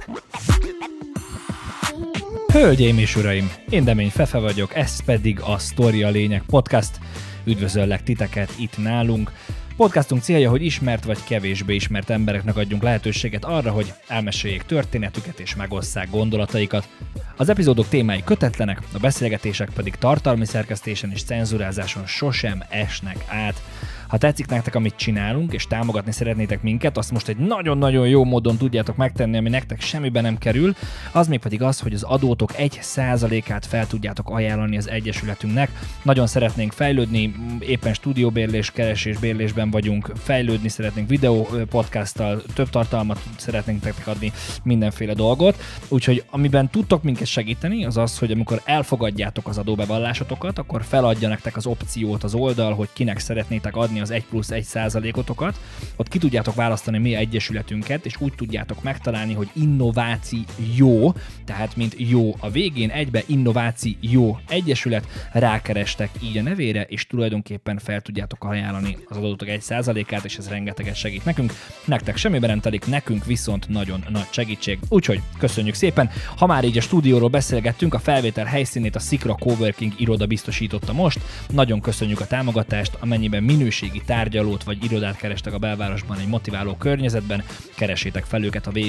Hölgyeim és uraim, én Demény Fefe vagyok, ez pedig a Sztori a Lényeg podcast. Üdvözöllek titeket itt nálunk. Podcastunk célja, hogy ismert vagy kevésbé ismert embereknek adjunk lehetőséget arra, hogy elmeséljék történetüket és megosszák gondolataikat. Az epizódok témái kötetlenek, a beszélgetések pedig tartalmi szerkesztésen és cenzurázáson sosem esnek át. Ha tetszik nektek, amit csinálunk, és támogatni szeretnétek minket, azt most egy nagyon-nagyon jó módon tudjátok megtenni, ami nektek semmibe nem kerül, az még pedig az, hogy az adótok 1%-át fel tudjátok ajánlani az Egyesületünknek. Nagyon szeretnénk fejlődni, éppen stúdióbérlés, keresésbérlésben vagyunk, fejlődni szeretnénk videó podcasttal, több tartalmat szeretnénk nektek adni, mindenféle dolgot. Úgyhogy amiben tudtok minket segíteni, az az, hogy amikor elfogadjátok az adóbevallásotokat, akkor feladja nektek az opciót az oldal, hogy kinek szeretnétek adni az 1+1%-otokat, ott ki tudjátok választani mi egyesületünket, és úgy tudjátok megtalálni, hogy innováció, tehát mint jó a végén, egybe innováció egyesület, rákerestek így a nevére, és tulajdonképpen fel tudjátok ajánlani az adótok 1%-át, és ez rengeteget segít nekünk. Nektek semmiben nem telik, nekünk viszont nagyon nagy segítség. Úgyhogy köszönjük szépen. Ha már így a stúdióról beszélgettünk, a felvétel helyszínét a Szikra Coworking iroda biztosította most. Nagyon köszönjük a támogatást, amennyiben minőségi tárgyalót vagy irodát kerestek a belvárosban egy motiváló környezetben, keresétek fel őket a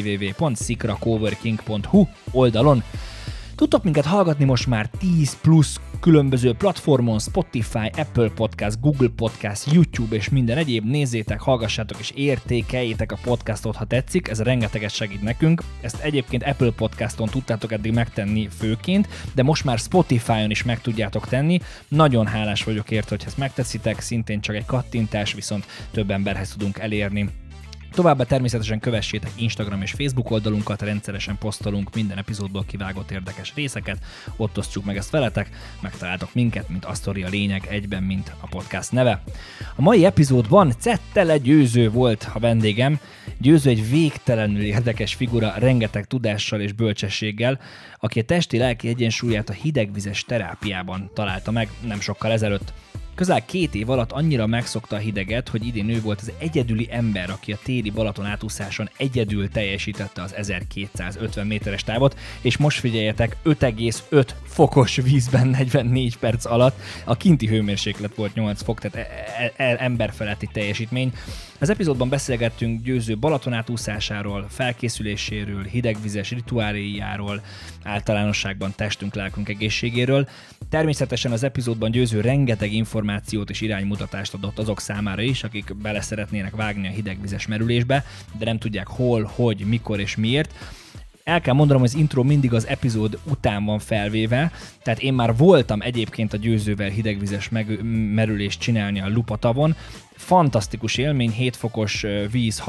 www.sikracoworking.hu oldalon. Tudtok minket hallgatni most már 10 plusz különböző platformon, Spotify, Apple Podcast, Google Podcast, YouTube és minden egyéb. Nézzétek, hallgassátok és értékeljétek a podcastot, ha tetszik, ez rengeteget segít nekünk. Ezt egyébként Apple Podcaston tudtátok eddig megtenni főként, de most már Spotify-on is meg tudjátok tenni. Nagyon hálás vagyok érte, hogy ezt megteszitek, szintén csak egy kattintás, viszont több emberhez tudunk elérni. Továbbá természetesen kövessétek Instagram és Facebook oldalunkat, rendszeresen posztolunk minden epizódból kivágott érdekes részeket, ott osztjuk meg ezt veletek, megtaláltok minket, mint a Sztori a Lényeg egyben, mint a podcast neve. A mai epizódban Cettele Győző volt a vendégem. Győző egy végtelenül érdekes figura, rengeteg tudással és bölcsességgel, aki a testi-lelki egyensúlyát a hidegvizes terápiában találta meg nem sokkal ezelőtt. Közel 2 év alatt annyira megszokta a hideget, hogy idén ő volt az egyedüli ember, aki a téli Balaton átúszáson egyedül teljesítette az 1250 méteres távot, és most figyeljetek, 5,5 fokos vízben 44 perc alatt, a kinti hőmérséklet volt 8 fok, tehát emberfeletti teljesítmény. Az epizódban beszélgettünk Győző Balaton átúszásáról, felkészüléséről, hidegvizes rituáléjáról, általánosságban testünk, lelkünk egészségéről. Természetesen az epizódban Győző rengeteg információt és iránymutatást adott azok számára is, akik bele szeretnének vágni a hidegvizes merülésbe, de nem tudják hol, hogy, mikor és miért. El kell mondanom, hogy az intro mindig az epizód után van felvéve, tehát én már voltam egyébként a Győzővel hidegvizes merülést csinálni a Lupatavon. Fantasztikus élmény, 7 fokos víz,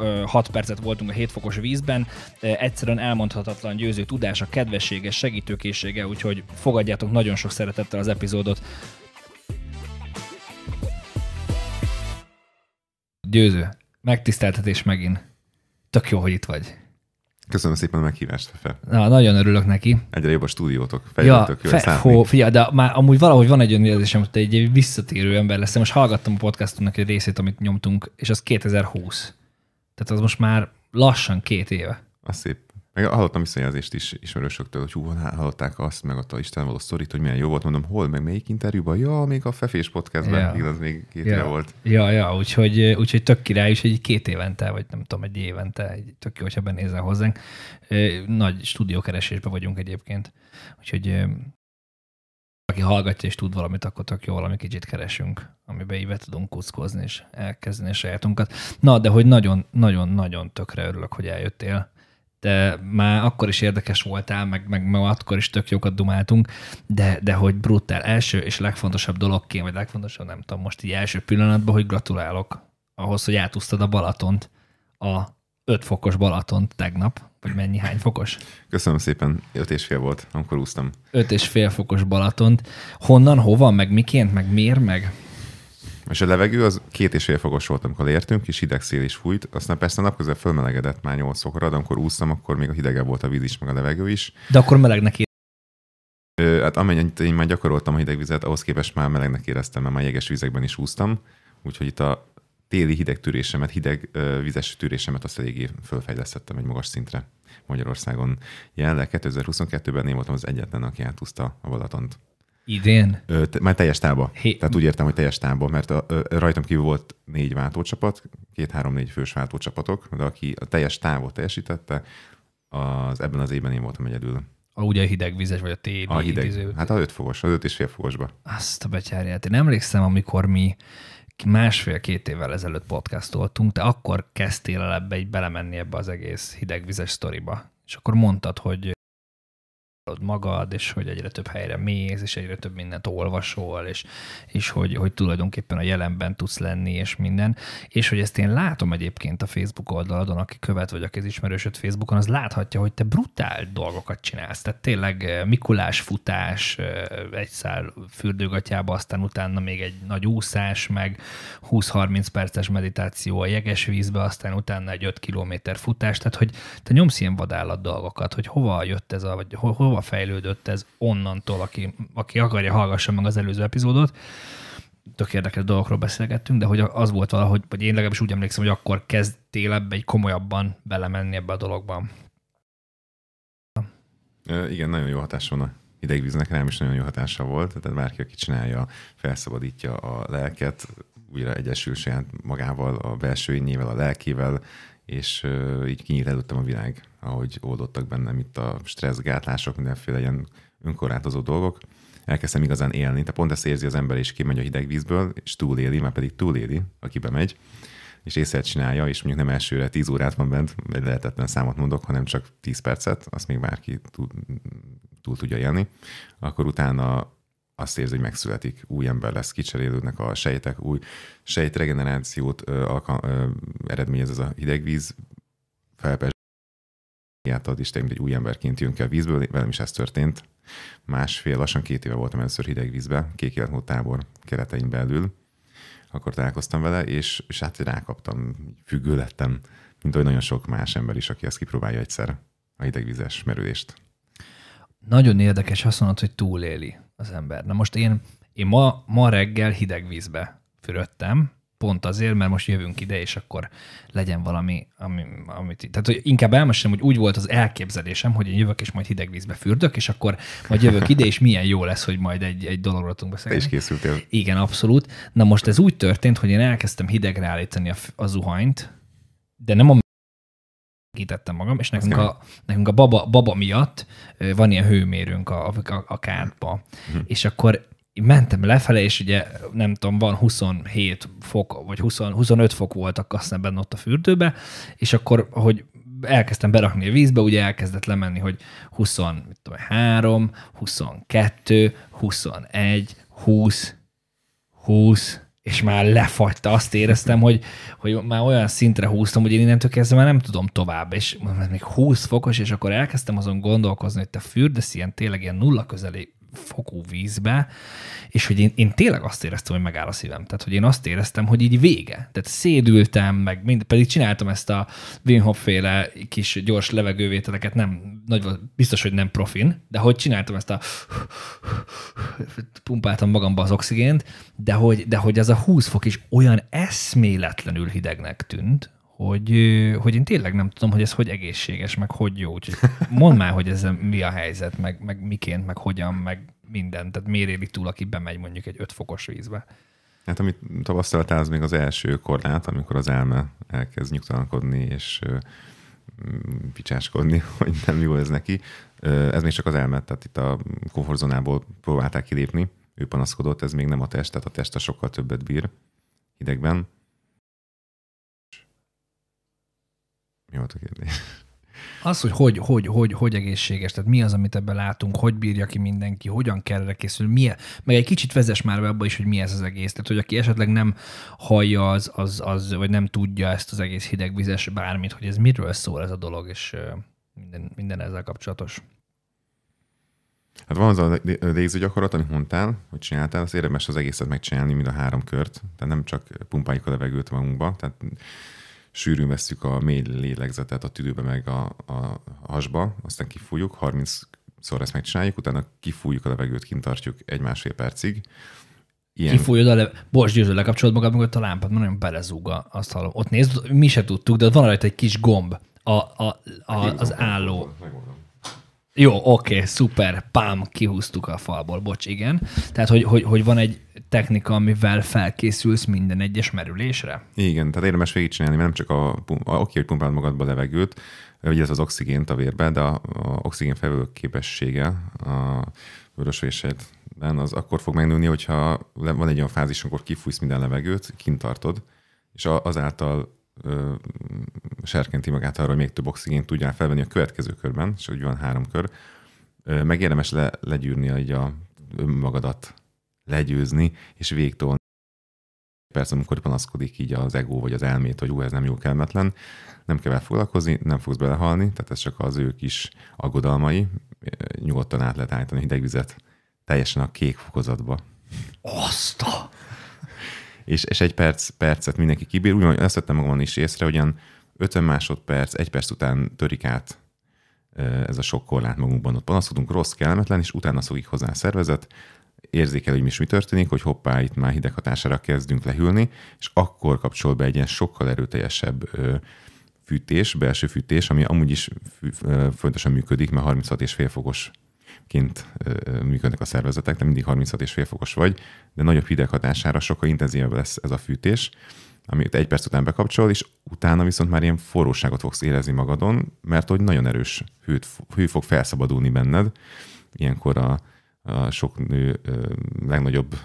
6 percet voltunk a 7 fokos vízben, egyszerűen elmondhatatlan Győző tudása, kedvessége, segítőkészsége, úgyhogy fogadjátok nagyon sok szeretettel az epizódot. Győző, megtiszteltetés megint. Tök jó, hogy itt vagy. Köszönöm szépen a meghívást, Fefe. Na, nagyon örülök neki. Egyre jobb a stúdiótok. Fejlődtök, figyelj, de már amúgy valahogy van egy olyan érzésem, hogy te egy visszatérő ember lesz. Most hallgattam a podcastunknak egy részét, amit nyomtunk, és az 2020. Tehát az most már lassan 2 éve. Az szép. Meg hallottam visszajelzést is ismerősöktől, hogy hallották azt, meg a Isten való sztorit, hogy milyen jó volt. Mondom, hol, meg melyik interjúban? Ja, még a Fefés podcastben, igaz, még 2 éve volt. Ja, úgyhogy tök király, és egy 2 évente, vagy nem tudom, egy évente, tök jó, hogyha benézel hozzánk. Nagy stúdiókeresésben vagyunk egyébként. Úgyhogy aki hallgatja és tud valamit, akkor tök jó, valami kicsit keresünk, amiben így be tudunk kuckozni és elkezdeni a sajátunkat. Na, de hogy nagyon tökre örülök, hogy eljöttél. De már akkor is érdekes voltál, meg akkor is tök jókat dumáltunk, de hogy brutál első és legfontosabb dologként, vagy legfontosabb, nem tudom, most így első pillanatban, hogy gratulálok ahhoz, hogy átúsztad a Balatont, a 5 fokos Balatont tegnap, vagy mennyi, hány fokos? Köszönöm szépen, 5,5 volt, amikor úsztam. 5,5 fokos Balatont. Honnan, hova, meg miként, meg miért, meg? És a levegő az 2,5 fokos volt, amikor értünk, és hideg szél is fújt. Aztán persze napközben fölmelegedett már 8 fokra, de amikor úsztam, akkor még a hidegebb volt a víz is, meg a levegő is. De akkor melegnek Hát amennyit én már gyakoroltam a hidegvizet, ahhoz képest már melegnek éreztem, mert már jeges vizekben is úsztam. Úgyhogy itt a téli hideg tűrésemet, hideg vizes tűrésemet azt eléggé fölfejlesztettem egy magas szintre. Magyarországon jelenleg. 2022-ben én voltam az egyetlen, aki átúszta a Balatont. Idén? Már teljes távba. Tehát úgy értem, hogy teljes távba, mert rajtam kívül volt 4 váltócsapat, 2-3-4 fős váltócsapatok, de aki a teljes távot teljesítette, ebben az évben én voltam egyedül. Ugye a hidegvizes, vagy a téli? A hideg. Hát a 5 fokos, az 5,5 fokosba. Azt a betyárját. Én emlékszem, amikor mi 1,5-2 évvel ezelőtt podcastoltunk, te akkor kezdtél el belemenni ebbe az egész hidegvizes sztoriba. És akkor mondtad, hogy magad, és hogy egyre több helyre mész, és egyre több mindent olvasol, és hogy tulajdonképpen a jelenben tudsz lenni, és minden. És hogy ezt én látom egyébként a Facebook oldaladon, aki követ, vagy aki az ismerősöd Facebookon, az láthatja, hogy te brutál dolgokat csinálsz. Tehát tényleg Mikulás futás, egy szál fürdőgatyába, aztán utána még egy nagy úszás, meg 20-30 perces meditáció a jeges vízbe, aztán utána egy 5 kilométer futás. Tehát, hogy te nyomsz ilyen vadállat dolgokat, hogy hova jött ez, vagy hova fejlődött ez onnantól, aki akarja, hallgassa meg az előző epizódot. Tök érdekes dolgokról beszélgettünk, de hogy az volt valahogy, vagy én legalábbis úgy emlékszem, hogy akkor kezdtél ebbe egy komolyabban belemenni ebbe a dologban. Igen, nagyon jó hatás van a hidegvíznek, rám is nagyon jó hatása volt. Tehát bárki, aki csinálja, felszabadítja a lelket, újra egyesül saját magával, a belső énnyével, a lelkével, és így kinyílt előttem a világ, ahogy oldottak bennem itt a stresszgátlások, mindenféle ilyen önkorlátozó dolgok. Elkezdtem igazán élni, tehát pont ezt érzi az ember, és kimegy a hideg vízből, és túléli, már pedig túléli, aki bemegy, és észre csinálja, és mondjuk nem elsőre 10 órát van bent, egy lehetetlen számot mondok, hanem csak 10 percet, azt még bárki túl tudja élni, akkor utána azt érzi, hogy megszületik, új ember lesz, kicserélődnek a sejtek, új sejtregenerációt eredményez ez a hidegvíz, felperzsálja ad, és tényleg egy új emberként jön ki a vízből, velem is ez történt. Lassan 2 éve voltam először hidegvízbe, Kék Életmód tábor keretein belül, akkor találkoztam vele, és hát rákaptam, függő lettem, mint olyan nagyon sok más ember is, aki ezt kipróbálja egyszer, a hidegvízes merülést. Nagyon érdekes, azt mondod, hogy túléli az ember. Na most én ma reggel hideg vízbe fürödtem, pont azért, mert most jövünk ide, és akkor legyen valami, amit... Tehát hogy inkább elmesélem, hogy úgy volt az elképzelésem, hogy én jövök, és majd hideg vízbe fürdök, és akkor majd jövök ide, és milyen jó lesz, hogy majd egy dologról tudunk beszélni. Te is készültél. Igen, abszolút. Na most ez úgy történt, hogy én elkezdtem hidegre állítani a zuhanyt, de nem a kitettem magam, és nekünk a baba miatt van ilyen hőmérőnk a kádba. És akkor mentem lefele, és ugye nem tudom, van 27 fok, vagy 25 fok voltak aztán benne ott a fürdőbe, és akkor, hogy elkezdtem berakni a vízbe, ugye elkezdett lemenni, hogy 23, 22, 21, 20, és már lefagyta. Azt éreztem, hogy már olyan szintre húztam, hogy én innentől kezdve már nem tudom tovább, és még 20 fokos, és akkor elkezdtem azon gondolkozni, hogy te fürdesz ilyen tényleg ilyen 0 közeli fokú vízbe, és hogy én tényleg azt éreztem, hogy megáll a szívem. Tehát, hogy én azt éreztem, hogy így vége. Tehát szédültem, pedig csináltam ezt a Wim Hof-féle kis gyors levegővételeket, biztos, hogy nem profin, de hogy csináltam ezt pumpáltam magamba az oxigént, de hogy ez a 20 fok is olyan eszméletlenül hidegnek tűnt, hogy én tényleg nem tudom, hogy ez hogy egészséges, meg hogy jó. Úgyhogy mondd már, hogy ez mi a helyzet, meg miként, meg hogyan, meg minden. Tehát miért éli túl, aki bemegy mondjuk egy 5 fokos vízbe? Hát amit tapasztaltál, az még az első korlát, amikor az elme elkezd nyugtalankodni és picsáskodni, hogy nem jó ez neki. Ez még csak az elme, tehát itt a komfortzónából próbálták kilépni. Ő panaszkodott, ez még nem a test, tehát a test sokkal többet bír hidegben. Mi volt a kérdés? Az, hogy egészséges, tehát mi az, amit ebben látunk, hogy bírja ki mindenki, hogyan kell erre készülni, meg egy kicsit vezess már be abba is, hogy mi ez az egész. Tehát, hogy aki esetleg nem hallja, az vagy nem tudja ezt az egész hidegvizes bármit, hogy ez miről szól ez a dolog, és minden ezzel kapcsolatos. Hát van az a légző gyakorlat, amit mondtál, hogy csináltál, az érdemes az egészet megcsinálni, mind a 3 kört. Tehát nem csak pumpáljuk a levegőt magunkba, tehát sűrűn vesszük a mély lélegzetet a tüdőbe meg a hasba, aztán kifújjuk, 30-szor ezt megcsináljuk, utána kifújjuk a levegőt, kint tartjuk 1-1,5 percig. Kifújod Bocs, Győző, lekapcsolod magad mögött a lámpát, mert nagyon belezúg, azt hallom. Ott nézd, mi se tudtuk, de ott van rajta egy kis gomb, az álló. Jó, oké, szuper, pám, kihúztuk a falból, bocs, igen. Tehát, hogy van egy technika, amivel felkészülsz minden egyes merülésre? Igen, tehát érdemes végigcsinálni, mert nem csak oké, hogy pumpálod magadba a levegőt, ugye ez az oxigént a vérbe, de a oxigén felvevő képessége a vörösvéseden az akkor fog megnőni, hogyha van egy olyan fázis, amikor kifújsz minden levegőt, kint tartod, és azáltal serkenti magát arra, hogy még több oxigént tudjál felvenni a következő körben, és úgy van 3 kör. Megérdemes legyűrni így a önmagadat, legyőzni, és végtolni. Persze, amikor panaszkodik így az ego vagy az elmét, hogy ez nem jó, kellemetlen, nem kell vele foglalkozni, nem fogsz belehalni, tehát ez csak az ő kis aggodalmai. Nyugodtan át lehet állítani hideg vizet teljesen a kék fokozatba. És egy percet mindenki kibír. Úgy, ezt vettem magamon is észre, hogy olyan 50 másodperc, 1 perc után törik át ez a sok korlát magunkban. Ott panaszkodunk, rossz, kellemetlen, és utána szokik hozzá a szervezet, érzékel, hogy mi történik, hogy hoppá, itt már hideg hatására kezdünk lehűlni, és akkor kapcsol be egy ilyen sokkal erőteljesebb fűtés, belső fűtés, ami amúgy is fontosan működik, mert 36,5 fokosként működnek a szervezetek, de mindig 36,5 fokos vagy, de nagyobb hideg hatására sokkal intenzívebb lesz ez a fűtés, amit 1 perc után bekapcsol, és utána viszont már ilyen forróságot fogsz érezni magadon, mert hogy nagyon erős hő fog felszabadulni benned. Ilyenkor a sok nő legnagyobb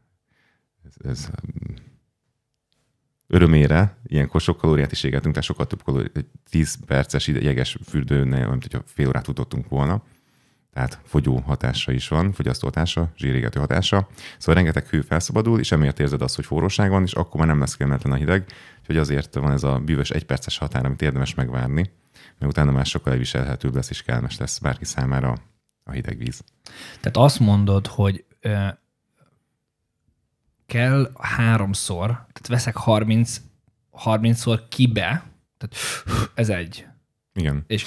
örömére, ilyenkor sok kalóriát is égetünk, tehát sokkal több 10 perces jeges fürdőnél, mint hogyha fél órát tudottunk volna. Tehát fogyó hatása is van, fogyasztó hatása, zsírégető hatása. Szóval rengeteg hő felszabadul, és emiatt érzed azt, hogy forróság van, és akkor már nem lesz kellemetlen a hideg, úgyhogy azért van ez a bűvös 1 perces határ, amit érdemes megvárni, mert utána már sokkal elviselhetőbb lesz, és kellemes lesz bárki számára a hideg víz. Tehát azt mondod, hogy kell 3-szor, tehát veszek 30-szor kibe, tehát ez 1. Igen. És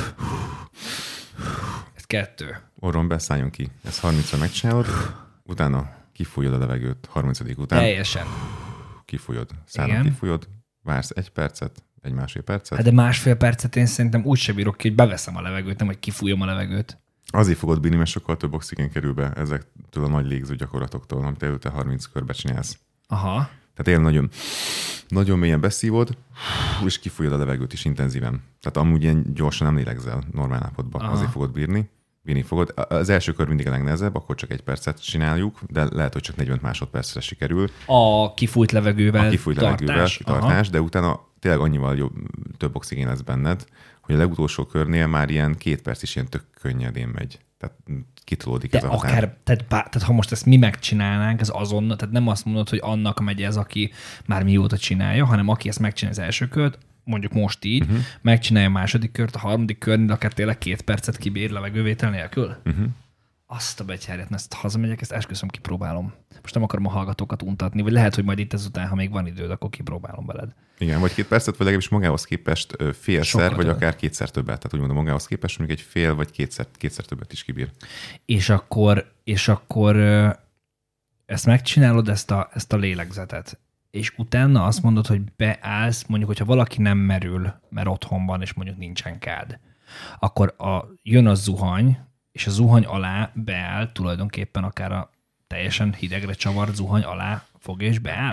ez 2. Orron beszálljon ki. Ezt 30-szor megcsinálod, utána kifújod a levegőt, 30. után. Teljesen. Kifújod. Szállam kifújod, vársz 1 percet, 1,5 percet. Hát de 1,5 percet én szerintem úgy sem bírok ki, hogy beveszem a levegőt, nem hogy kifújom a levegőt. Azért fogod bírni, mert sokkal több oxigén kerül be ezektől a nagy légző gyakorlatoktól, amit előtte 30 körbe csinálsz. Aha. Tehát ilyen nagyon, nagyon mélyen beszívod, és kifújod a levegőt is intenzíven. Tehát amúgy ilyen gyorsan nem lélegzel normál állapotban. Aha. Azért fogod bírni fogod. Az első kör mindig a legnehezebb, akkor csak 1 percet csináljuk, de lehet, hogy csak 40 másodpercre sikerül. A kifújt levegővel tartás, de utána tényleg annyival jobb, több oxigén lesz benned, hogy a legutolsó körnél már ilyen 2 perc is ilyen tök könnyedén megy. Tehát kitolódik ez a határ. Tehát ha most ezt mi megcsinálnánk, ez azonnal, tehát nem azt mondod, hogy annak megy ez, aki már mióta csinálja, hanem aki ezt megcsinálja az első kört, mondjuk most így, megcsinálja a második kört, a harmadik körnél akár tényleg 2 percet kibír levegővétel nélkül. Azt a betyárját, ezt hazamegyek, ezt esküszöm, kipróbálom. Most nem akarom a hallgatókat untatni, vagy lehet, hogy majd itt ezután, ha még van időd, akkor kipróbálom veled. Igen, vagy 2 percet, vagy legalábbis magához képest félszer, sokkal vagy több. Akár 2-szer többet. Tehát úgy mondom, magához képest mondjuk egy fél, vagy kétszer többet is kibír. És akkor ezt megcsinálod, ezt a lélegzetet. És utána azt mondod, hogy beállsz, mondjuk, hogyha valaki nem merül, mert otthon van, és mondjuk nincsen kád, akkor jön a zuhany, és a zuhany alá beáll, tulajdonképpen akár a teljesen hidegre csavart zuhany alá fog és beáll?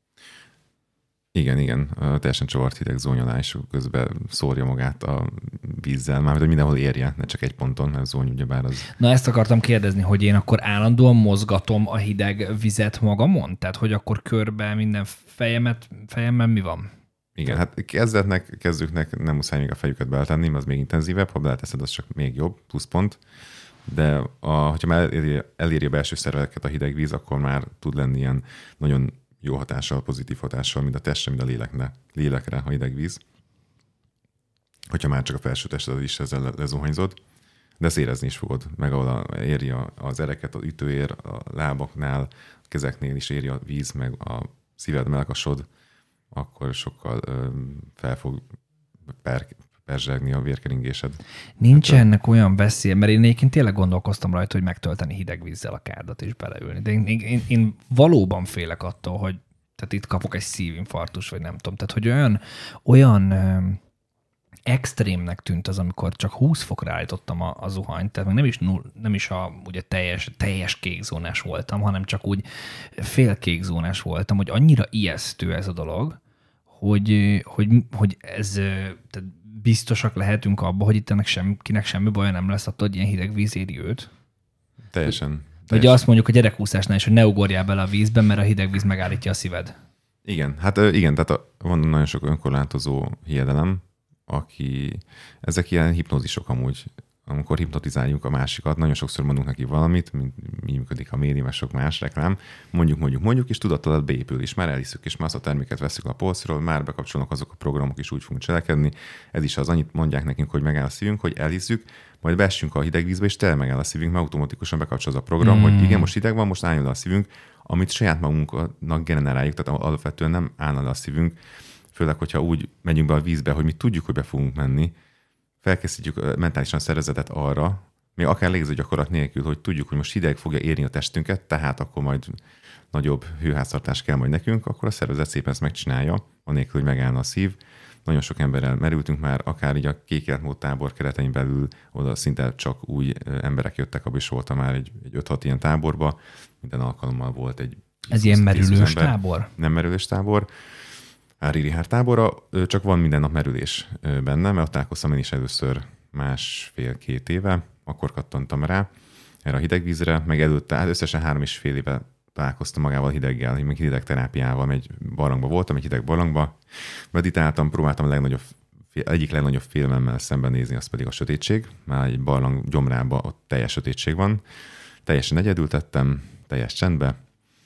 Igen, teljesen csavart hideg zuhany alá, és közben szórja magát a vízzel, mármint, hogy mindenhol érje, ne csak egy ponton, mert zuhany ugyebár az... Na ezt akartam kérdezni, hogy én akkor állandóan mozgatom a hideg vizet magamon? Tehát, hogy akkor körbe minden fejemben mi van? Igen, hát kezdőknek nem muszáj még a fejüket beletenni, az még intenzívebb, ha beleteszed, az csak még jobb, pluszpont. De hogyha már eléri a belső szerveket a hideg víz, akkor már tud lenni ilyen nagyon jó hatással, pozitív hatással, mind a testre, mind a lélekre a hideg víz. Hogyha már csak a felső tested is ezzel lezuhanyzod, de ezt érezni is fogod, meg ahol éri az ereket, az ütőér, a lábaknál, a kezeknél is éri a víz, meg a szíved, melkasod, akkor sokkal fel fog perzsegni a vérkeringésed. Nincs ennek olyan veszélye, mert én egyébként tényleg gondolkoztam rajta, hogy megtölteni hideg vízzel a kádat és beleülni. De én valóban félek attól, hogy tehát itt kapok egy szívinfarktus, vagy nem tudom. Tehát, hogy olyan extrémnek tűnt az, amikor csak 20 fokra állítottam a zuhanyt, tehát még nem is ugye teljes kékzónás voltam, hanem csak úgy fél kékzónás voltam, hogy annyira ijesztő ez a dolog, hogy ez, tehát biztosak lehetünk abba, hogy itt ennek senkinek semmi baja nem lesz attól, hogy ilyen hideg víz éri őt. Teljesen. Ugye azt mondjuk a gyerekúszásnál is, hogy ne ugorjál bele a vízbe, mert a hideg víz megállítja a szíved. Igen, hát igen, tehát van nagyon sok önkorlátozó hiedelem, ezek ilyen hipnózisok amúgy, amikor hipnotizáljuk a másikat, nagyon sokszor mondunk neki valamit, mint mi működik a média, meg sok más reklám, mondjuk, és tudattalat beépül, és már elhiszük, és már azt a terméket veszük a polcról, már bekapcsolnak azok a programok, és úgy fogunk cselekedni. Ez is az, annyit mondják nekünk, hogy megáll a szívünk, hogy elhiszük, majd vessünk a hideg vízbe, és tényleg megáll a szívünk, mert automatikusan bekapcsol az a program, hogy igen, most hideg van, most álljon le a szívünk, amit saját magunknak generáljuk, tehát alapvetően nem állna le a szívünk, főleg, hogyha úgy megyünk be a vízbe, hogy mi tudjuk, hogy be fogunk menni, felkészítjük mentálisan a szervezetet arra, még akár légző gyakorlat nélkül, hogy tudjuk, hogy most hideg fogja érni a testünket, tehát akkor majd nagyobb hőháztartás kell majd nekünk, akkor a szervezet szépen ezt megcsinálja, anélkül, hogy megállna a szív. Nagyon sok emberrel merültünk már, akár így a Kék Életmód tábor keretein belül, oda szinte csak új emberek jöttek, abban is voltam már egy 5-6 ilyen táborba, minden alkalommal volt egy... Ez ilyen merülős tábor? Nem merülős tábor. Ári Richárd tábora, csak van minden nap merülés benne, mert ott találkoztam én is először 1,5-2 éve, akkor kattantam rá erre a hidegvízre, meg előtte, hát összesen 3,5 éve találkoztam magával hideggel, még hideg terápiával, egy barlangba voltam, egy hideg barlangba, meditáltam, próbáltam egyik legnagyobb félelmemmel szembenézni, az pedig a sötétség, már egy barlang gyomrába ott teljes sötétség van, teljesen egyedül tettem, teljes csendbe,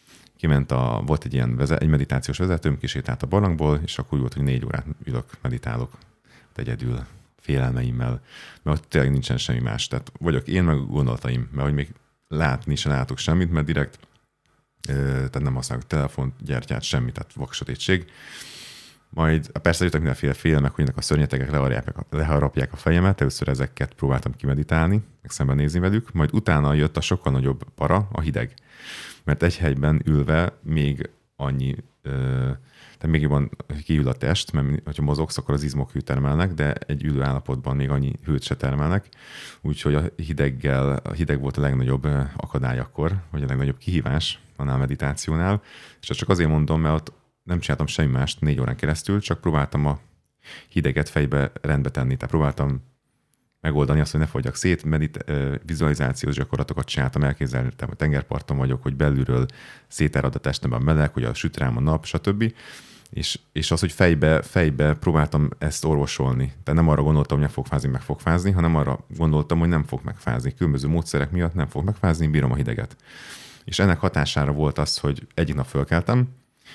volt egy ilyen egy meditációs vezetőm, kisétált a barlangból, és akkor úgy volt, hogy 4 órát ülök, meditálok egyedül félelmeimmel, mert ott tényleg nincsen semmi más. Tehát vagyok én, meg gondolataim, mert hogy még látni sem látok semmit, mert direkt tehát nem használok telefont, gyertyát, semmit, tehát vaksötétség. Majd persze jöttek mindenféle félelmek, hogy ennek a szörnyetegek leharapják a fejemet, először ezeket próbáltam kimeditálni, meg szembenézni velük, majd utána jött a sokkal nagyobb para, a hideg. Mert egy helyben ülve még annyi, tehát még jobban kihűl a test, mert ha mozogsz, akkor az izmok hőt termelnek, de egy ülő állapotban még annyi hőt se termelnek. Úgyhogy a hideg volt a legnagyobb akadály akkor, vagy a legnagyobb kihívás annál meditációnál. És csak azért mondom, mert ott nem csináltam semmi mást 4 órán keresztül, csak próbáltam a hideget fejbe rendbe tenni. Tehát próbáltam megoldani azt, hogy ne fogyjak szét, vizualizációs gyakorlatokat csináltam, elképzeltem, hogy tengerparton vagyok, hogy belülről szétárad a testemben a meleg, hogy a süt rám a nap, stb. És az, hogy fejbe próbáltam ezt orvosolni. Tehát nem arra gondoltam, hogy meg fog fázni, hanem arra gondoltam, hogy nem fog megfázni. Különböző módszerek miatt nem fog megfázni, bírom a hideget. És ennek hatására volt az, hogy egyik nap fölkeltem,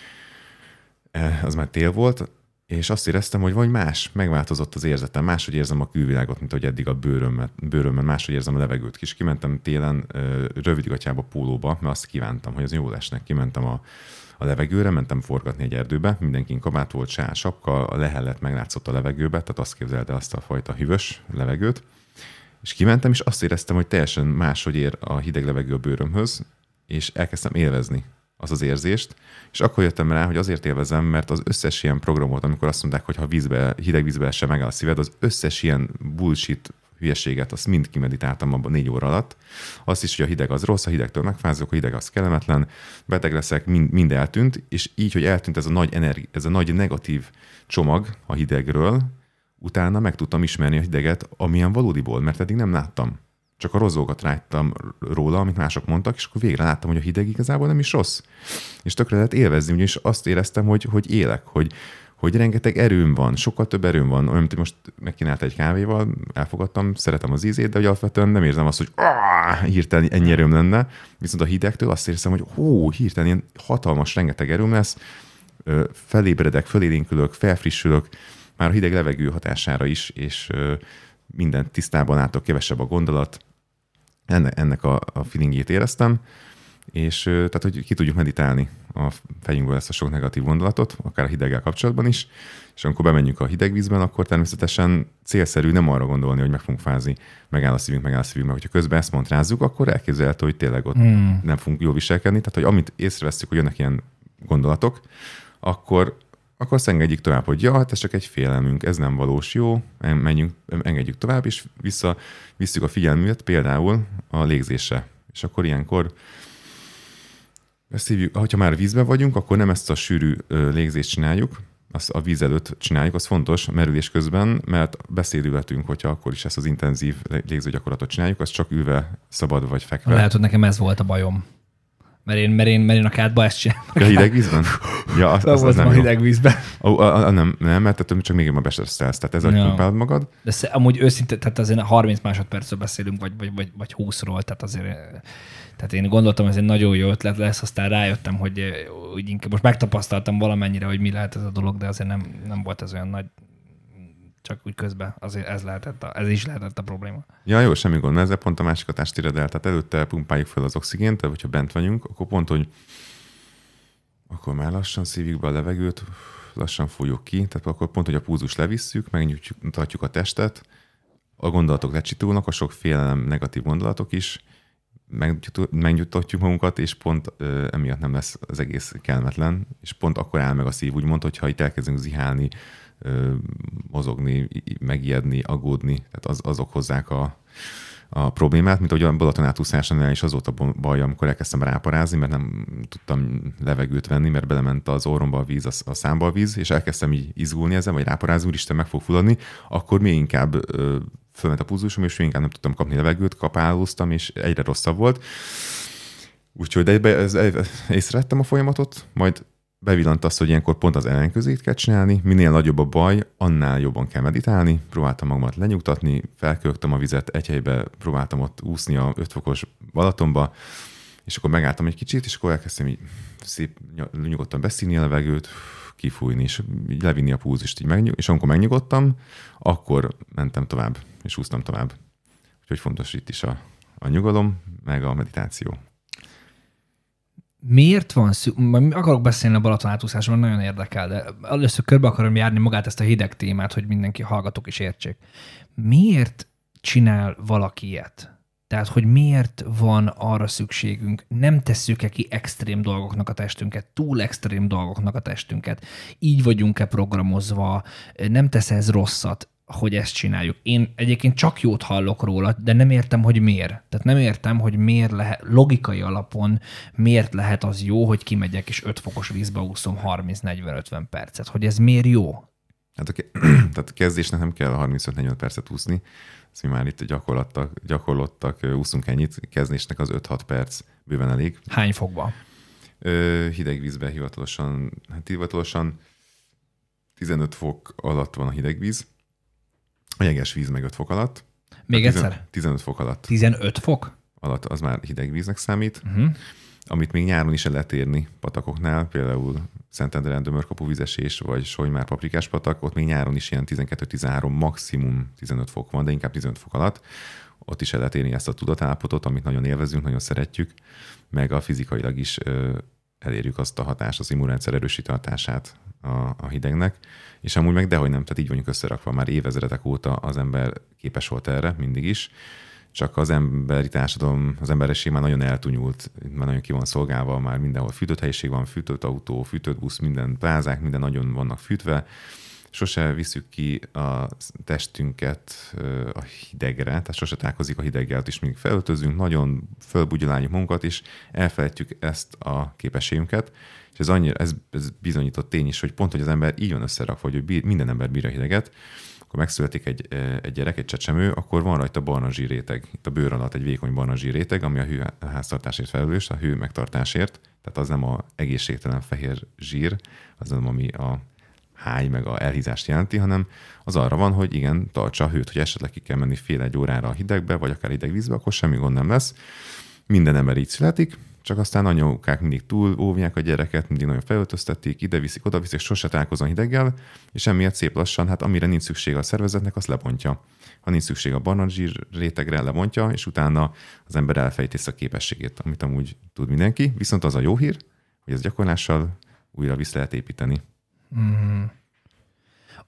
az már tél volt, és azt éreztem, hogy vagy megváltozott az érzetem, máshogy érzem a külvilágot, mint hogy eddig a bőrömben máshogy érzem a levegőt. És kimentem télen rövidgatjába, pólóba, mert azt kívántam, hogy az jó lesnek. Kimentem a levegőre, mentem forgatni egy erdőbe, mindenkin kabát volt, sapka, a lehellet meglátszott a levegőbe, tehát azt képzelte azt a fajta hűvös levegőt. És kimentem, és azt éreztem, hogy teljesen máshogy ér a hideg levegő a bőrömhöz, és elkezdtem élvezni az érzést, és akkor jöttem rá, hogy azért élvezem, mert az összes ilyen programot, amikor azt mondták, hogy ha hideg vízbe sem megáll a szíved, az összes ilyen bullshit hülyeséget, azt mind kimeditáltam abban 4 óra alatt. Azt is, hogy a hideg az rossz, a hidegtől megfázok, a hideg az kellemetlen, beteg leszek, mind eltűnt, és így, hogy eltűnt ez a nagy ez a nagy negatív csomag a hidegről, utána meg tudtam ismerni a hideget, amilyen valódiból, mert eddig nem láttam. Csak a rozzókat rájtam róla, amit mások mondtak, és akkor végre láttam, hogy a hideg igazából nem is rossz. És tökre lehet élvezni, ugyanis azt éreztem, hogy élek, hogy rengeteg erőm van, sokkal több erőm van. Olyan, mint most megkínálta egy kávéval, elfogadtam, szeretem az ízét, de hogy alapvetően nem érzem azt, hogy hirtelen ennyi erőm lenne. Viszont a hidegtől azt érzem, hogy hirtelen ilyen hatalmas, rengeteg erőm lesz, felébredek, fölélénkülök, felfrissülök, már a hideg levegő hatására is, és mindent tisztában látok, kevesebb a gondolat. Ennek a feelingjét éreztem, és tehát, hogy ki tudjuk meditálni a fejünkből ezt a sok negatív gondolatot, akár a hideggel kapcsolatban is, és amikor bemenjünk a hideg vízben, akkor természetesen célszerű nem arra gondolni, hogy meg fogunk fázni, megáll a szívünk, mert hogyha közben ezt mantrázzuk, akkor elképzelhető, hogy tényleg ott nem fogunk jól viselkedni. Tehát, hogy amit észreveszünk, hogy jönnek ilyen gondolatok, akkor akkor azt engedjük tovább, hogy ja, hát ez csak egy félelmünk, ez nem valós, jó, engedjük tovább, és visszük a figyelmünket például a légzésre. És akkor ilyenkor szívjuk, ha már vízben vagyunk, akkor nem ezt a sűrű légzést csináljuk, azt a víz előtt csináljuk, az fontos merülés közben, mert beszédületünk, hogyha akkor is ezt az intenzív légzőgyakorlatot csináljuk, az csak ülve, szabad vagy fekve. Lehet, hogy nekem ez volt a bajom. Mert én a kádba ezt csinálom. Ja, hideg vízben? Ja, az nem a hideg vízben. Nem, mert csak még jobban bestresszelsz, tehát ezzel pumpálod magad. De amúgy őszintén, tehát azért 30 másodpercről beszélünk, vagy 20-ról, tehát azért, tehát én gondoltam, hogy ez egy nagyon jó ötlet lesz, aztán rájöttem, hogy úgy inkább most megtapasztaltam valamennyire, hogy mi lehet ez a dolog, de azért nem volt ez olyan nagy, csak úgy közben azért ez is lehetett a probléma. Ja, jó, semmi gond, mert ezzel pont a másik hatást éred el. Tehát előtte pumpáljuk fel az oxigént, vagy ha bent vagyunk, akkor pont, hogy akkor már lassan szívjuk be a levegőt, lassan fújjuk ki, tehát akkor pont, hogy a pulzus levisszük, megnyugtatjuk a testet, a gondolatok lecsitulnak, a sok félelem, negatív gondolatok is, megnyugtatjuk magunkat, és pont emiatt nem lesz az egész kellemetlen, és pont akkor áll meg a szív, úgymond, hogyha itt elkezdünk zihálni, mozogni, megijedni, aggódni, tehát azok hozzák a problémát, mint ahogy a Balaton átúszásánál is az volt a baj, amikor elkezdtem ráparázni, mert nem tudtam levegőt venni, mert belement az orromba a víz, a számba a víz, és elkezdtem így izgulni ezen, vagy ráparázni, úristen, meg fog fulladni, akkor még inkább fölment a pulzusom, és még inkább nem tudtam kapni levegőt, kapálóztam, és egyre rosszabb volt. Úgyhogy észrevettem a folyamatot, majd bevillant azt, hogy ilyenkor pont az ellenkezőjét kell csinálni, minél nagyobb a baj, annál jobban kell meditálni, próbáltam magamat lenyugtatni, felköltöm a vizet, egy helybe próbáltam ott úszni a 5 fokos Balatonba, és akkor megálltam egy kicsit, és akkor elkezdtem így szép nyugodtan beszívni a levegőt, kifújni, és így levinni a pulzust, és amikor megnyugodtam, akkor mentem tovább, és úsztam tovább. Úgyhogy fontos itt is a nyugalom, meg a meditáció. Miért van akarok beszélni a Balaton átúszásról, nagyon érdekel, de először körbe akarom járni magát ezt a hideg témát, hogy mindenki hallgatók is értsék. Miért csinál valaki ilyet? Tehát, hogy miért van arra szükségünk? Nem tesszük-e ki extrém dolgoknak a testünket, túl extrém dolgoknak a testünket? Így vagyunk-e programozva? Nem tesz ez rosszat, hogy ezt csináljuk? Én egyébként csak jót hallok róla, de nem értem, hogy miért. Tehát nem értem, hogy miért lehet, logikai alapon miért lehet az jó, hogy kimegyek és 5 fokos vízbe úszom 30-40-50 percet. Hogy ez miért jó? Tehát a kezdésnek nem kell 35-40 percet úszni. Ezt mi már itt gyakorlottak, úszunk ennyit. Kezdésnek az 5-6 perc bőven elég. Hány fokban? Hideg vízben hivatalosan 15 fok alatt van a hideg víz. A jeges víz meg 5 fok alatt. Még egyszer? 15 fok alatt. 15 fok? Alatt az már hideg víznek számít. Uh-huh. Amit még nyáron is el lehet érni patakoknál, például Szentendrén Dömörkapu vízesés, vagy Solymár Paprikás patak, ott még nyáron is ilyen 12-13, maximum 15 fok van, de inkább 15 fok alatt. Ott is el lehet érni ezt a tudatállapotot, amit nagyon élvezünk, nagyon szeretjük, meg a fizikailag is elérjük azt a hatást, az immunrendszer erősítő hatását a hidegnek, és amúgy meg dehogy nem, tehát így vagyunk összerakva. Már évezredek óta az ember képes volt erre, mindig is, csak az emberi társadalom, az emberesség már nagyon eltunyult, már nagyon ki van szolgálva, már mindenhol fűtött helyiség van, fűtött autó, fűtött busz, minden plázák, minden nagyon vannak fűtve. Sose visszük ki a testünket a hidegre, tehát sose találkozik a hideggel, és mindig felöltözünk, nagyon fölbugyoláljuk magunkat, és elfelejtjük ezt a képességünket. És ez bizonyított tény is, hogy pont, hogy az ember így van összerakva, hogy minden ember bír a hideget, akkor megszületik egy gyerek, egy csecsemő, akkor van rajta barna zsírréteg. Itt a bőr alatt egy vékony barna zsírréteg, ami a hőháztartásért felelős, a hő megtartásért. Tehát az nem a egészségtelen fehér zsír, az nem, ami a háj meg a elhízást jelenti, hanem az arra van, hogy igen, tartsa a hőt, hogy esetleg ki kell menni fél-egy órára a hidegbe, vagy akár hideg vízbe, akkor semmi gond nem lesz. Minden ember így születik, csak aztán anyukák mindig túl óvják a gyereket, mindig nagyon felöltöztetik, ide viszik, oda viszik, sose találkozom hideggel, és emiatt szép lassan, hát amire nincs szükség a szervezetnek, azt lebontja. Ha nincs szükség a barna zsír rétegre, lebontja, és utána az ember elfejti a képességét, amit amúgy tud mindenki. Viszont az a jó hír, hogy ez gyakorlással újra vissza lehet építeni.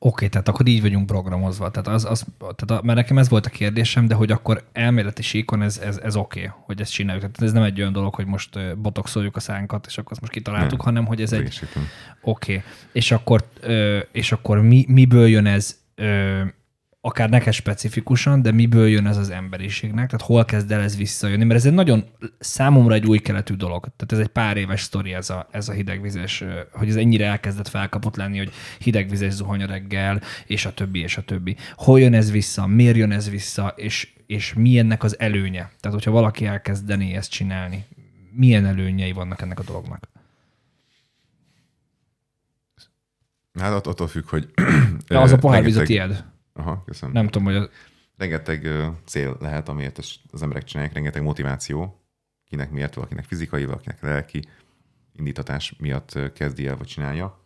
Oké, tehát akkor így vagyunk programozva. Tehát mert nekem ez volt a kérdésem, de hogy akkor elméleti síkon ez oké, hogy ezt csináljuk. Tehát ez nem egy olyan dolog, hogy most botoxoljuk a szánkat, és akkor azt most kitaláltuk, hanem hogy ez egy... Oké. És akkor miből jön ez... akár neked specifikusan, de miből jön ez az emberiségnek, tehát hol kezd el ez visszajönni, mert ez egy nagyon számomra egy új keletű dolog. Tehát ez egy pár éves sztori ez a hidegvizes, hogy ez ennyire elkezdett felkapott lenni, hogy hidegvizes zuhany a reggel, és a többi, és a többi. Hol jön ez vissza, miért jön ez vissza, és mi ennek az előnye? Tehát, hogyha valaki elkezdené ezt csinálni, milyen előnyei vannak ennek a dolognak? Hát attól függ, hogy... De az a pohárvíz a tiéd. Aha, köszönöm. Nem tudom, hogy... Rengeteg cél lehet, amiért az emberek csinálják, rengeteg motiváció, kinek miért, valakinek fizikai, valakinek lelki indítatás miatt kezdi el, vagy csinálja.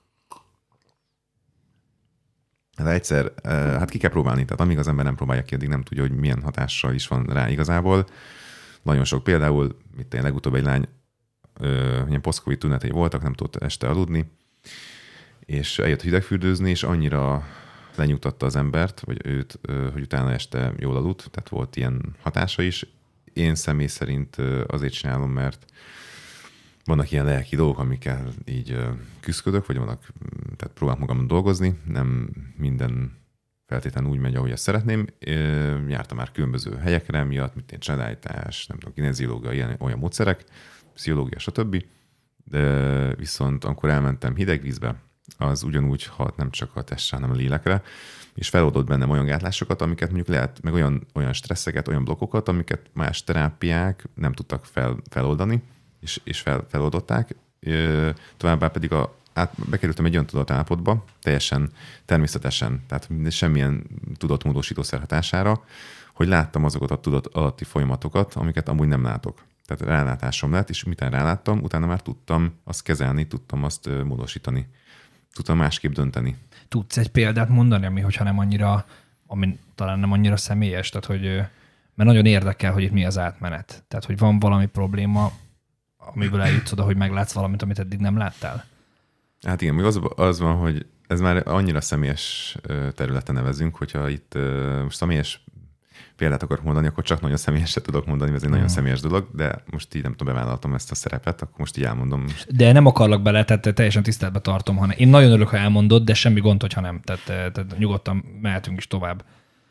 De egyszer, hát ki kell próbálni, tehát amíg az ember nem próbálja ki, addig nem tudja, hogy milyen hatással is van rá igazából. Nagyon sok például, mint én legutóbb egy lány, ilyen post-covid tünetei voltak, nem tudott este aludni, és eljött hidegfürdőzni, és annyira lenyugtatta az embert, vagy őt, hogy utána este jól aludt, tehát volt ilyen hatása is. Én személy szerint azért csinálom, mert vannak ilyen lelki dolgok, amikkel így küzdök, vagy vannak, tehát próbálok magamon dolgozni, nem minden feltétlenül úgy megy, ahogy ezt szeretném. Jártam már különböző helyekre miatt, mint én családállítás, nem tudom, kineziológia, olyan módszerek, pszichológia, stb. De viszont amikor elmentem hidegvízbe, az ugyanúgy hat nem csak a testre, hanem a lélekre, és feloldott bennem olyan gátlásokat, amiket mondjuk lehet, meg olyan stresszeket, olyan blokkokat, amiket más terápiák nem tudtak feloldani, és feloldották. Továbbá pedig bekerültem egy olyan tudatállapotba, teljesen természetesen, tehát semmilyen tudatmódosítószer hatására, hogy láttam azokat a tudat alatti folyamatokat, amiket amúgy nem látok. Tehát rálátásom lett, és miután ráláttam, utána már tudtam azt kezelni, tudtam azt módosítani. Tudtam másképp dönteni. Tudsz egy példát mondani, ami talán nem annyira személyes, tehát hogy, mert nagyon érdekel, hogy itt mi az átmenet. Tehát, hogy van valami probléma, amiből eljutsz oda, hogy meglátsz valamit, amit eddig nem láttál? Hát igen, még az van, hogy ez már annyira személyes területen nevezünk, hogyha itt most személyes példát akarok mondani, akkor csak nagyon személyeset tudok mondani, ez egy nagyon személyes dolog, de most így nem tudom, bevállaltam ezt a szerepet, akkor most így elmondom. De nem akarlak bele, tehát teljesen tiszteletbe tartom, hanem én nagyon örülök, ha elmondod, de semmi gond, hogyha nem. Tehát nyugodtan mehetünk is tovább.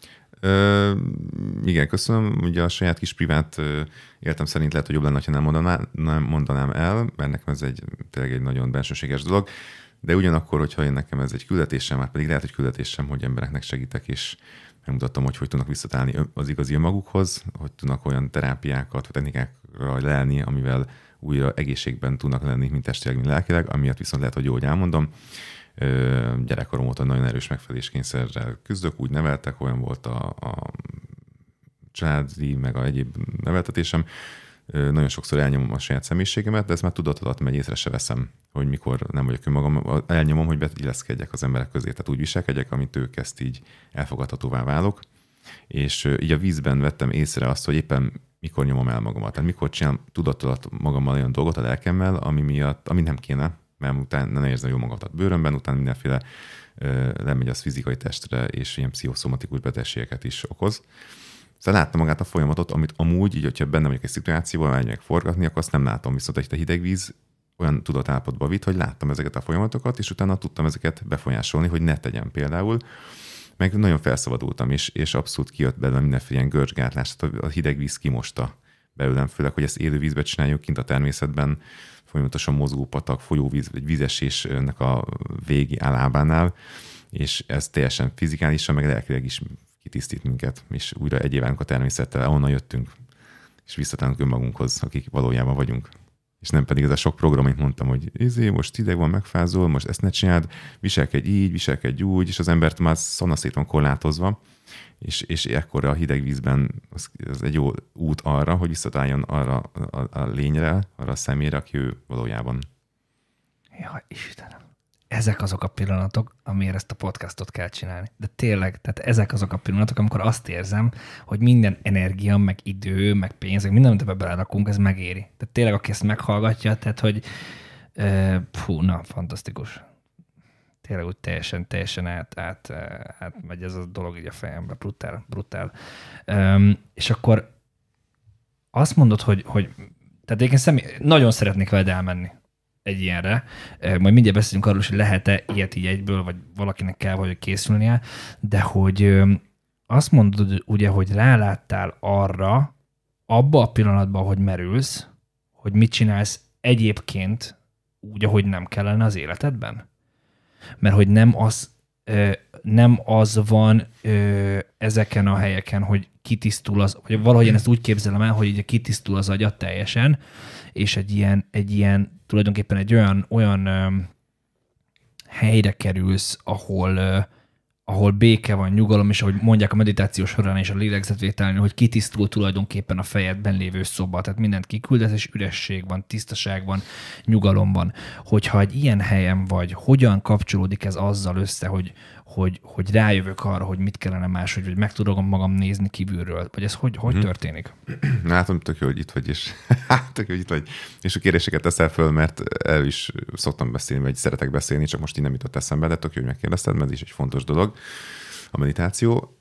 Igen, köszönöm. Ugye a saját kis privát életem szerint lehet, hogy jobb lenne, ha nem mondanám el, mert nekem ez tényleg egy nagyon bensőséges dolog, de ugyanakkor, hogyha én nekem ez egy küldetésem, már pedig lehet, hogy küldetésem, hogy embereknek segítek, és megmutattam, hogy tudnak visszatállni az igazi önmagukhoz, hogy tudnak olyan terápiákat, vagy technikákra lelni, amivel újra egészségben tudnak lenni, mint testileg, mint lelkileg, amiatt viszont lehet, hogy jó, hogy elmondom. Gyerekkorom óta nagyon erős megfeleléskényszerrel küzdök, úgy neveltek, olyan volt a családi, meg a egyéb neveltetésem. Nagyon sokszor elnyomom a saját személyiségemet, de ez már tudat alatt megy, észre se veszem, hogy mikor nem vagyok önmagam, elnyomom, hogy beilleszkedjek az emberek közé, tehát úgy viselkedjek, amit ők ezt így elfogadhatóvá válok. És így a vízben vettem észre azt, hogy éppen mikor nyomom el magamat, tehát mikor csinálom tudat alatt magammal olyan dolgot a lelkemmel, ami nem kéne, mert utána nem érzem jól magamat bőrömben, utána mindenféle lemegy az fizikai testre, és ilyen pszichoszomatikus betegségeket is okoz. Szóval láttam magát a folyamatot, amit amúgy, így, hogyha benne vagyok egy szituációban, elmegyek forgatni, akkor azt nem látom. Viszont egy hideg víz olyan tudatállapotba vitt, hogy láttam ezeket a folyamatokat, és utána tudtam ezeket befolyásolni, hogy ne tegyem például. Meg nagyon felszabadultam, és abszolút kijött belőle mindenféle ilyen görcsgátlás, a hideg víz kimosta belőlem, főleg, hogy ezt élő vízbe csináljuk kint a természetben, folyamatosan mozgó patak, folyóvíz, vagy vízesésnek a végi lábánál, és ez teljesen fizikálisan, meg lelkileg is kitisztít minket, és újra egyéválunk a természettel, ahonnan jöttünk, és visszatánunk önmagunkhoz, akik valójában vagyunk. És nem pedig ez a sok program, amit mondtam, hogy most hideg van, megfázol, most ezt ne csináld, viselkedj így, viselkedj úgy, és az embert már szanaszét van korlátozva, és ekkor a hideg vízben az egy jó út arra, hogy visszatáljon arra a lényre, arra a személyre, aki ő valójában. Jaj, Istenem. Ezek azok a pillanatok, amiért ezt a podcastot kell csinálni. De tényleg, tehát ezek azok a pillanatok, amikor azt érzem, hogy minden energia, meg idő, meg pénz, meg minden, amit ebbe belerakunk, ez megéri. Tehát tényleg, aki ezt meghallgatja, tehát hogy fantasztikus. tényleg úgy teljesen átmegy ez a dolog így a fejembe, brutál. És akkor azt mondod, hogy tehát én nagyon szeretnék veled elmenni egy ilyenre. Majd mindjárt beszélünk arról, hogy lehet-e ilyet így egyből, vagy valakinek kell, hogy készülnie, de hogy azt mondod ugye, hogy ráláttál arra, abba a pillanatban, hogy merülsz, hogy mit csinálsz egyébként úgy, ahogy nem kellene az életedben? Mert hogy nem az van ezeken a helyeken, hogy kitisztul az, vagy valahogy én ezt úgy képzelem el, hogy így kitisztul az agyat teljesen, és egy ilyen tulajdonképpen egy olyan helyre kerülsz, ahol béke van, nyugalom, és ahogy mondják a meditáció során és a lélegzetvételnél, hogy kitisztul tulajdonképpen a fejedben lévő szoba. Tehát mindent kiküldesz, és üresség van, tisztaság van, nyugalom van. Hogyha egy ilyen helyen vagy, hogyan kapcsolódik ez azzal össze, hogy rájövök arra, hogy mit kellene máshogy, vagy meg tudom magam nézni kívülről? Vagy ez hogy történik? Látom, tök jó, hogy itt vagy, és tök jó, hogy itt vagy. És a kérdéseket teszel föl, mert el is szoktam beszélni, vagy szeretek beszélni, csak most így nem jutott eszembe, de tök jó, hogy megkérdezted, mert ez is egy fontos dolog. A meditáció.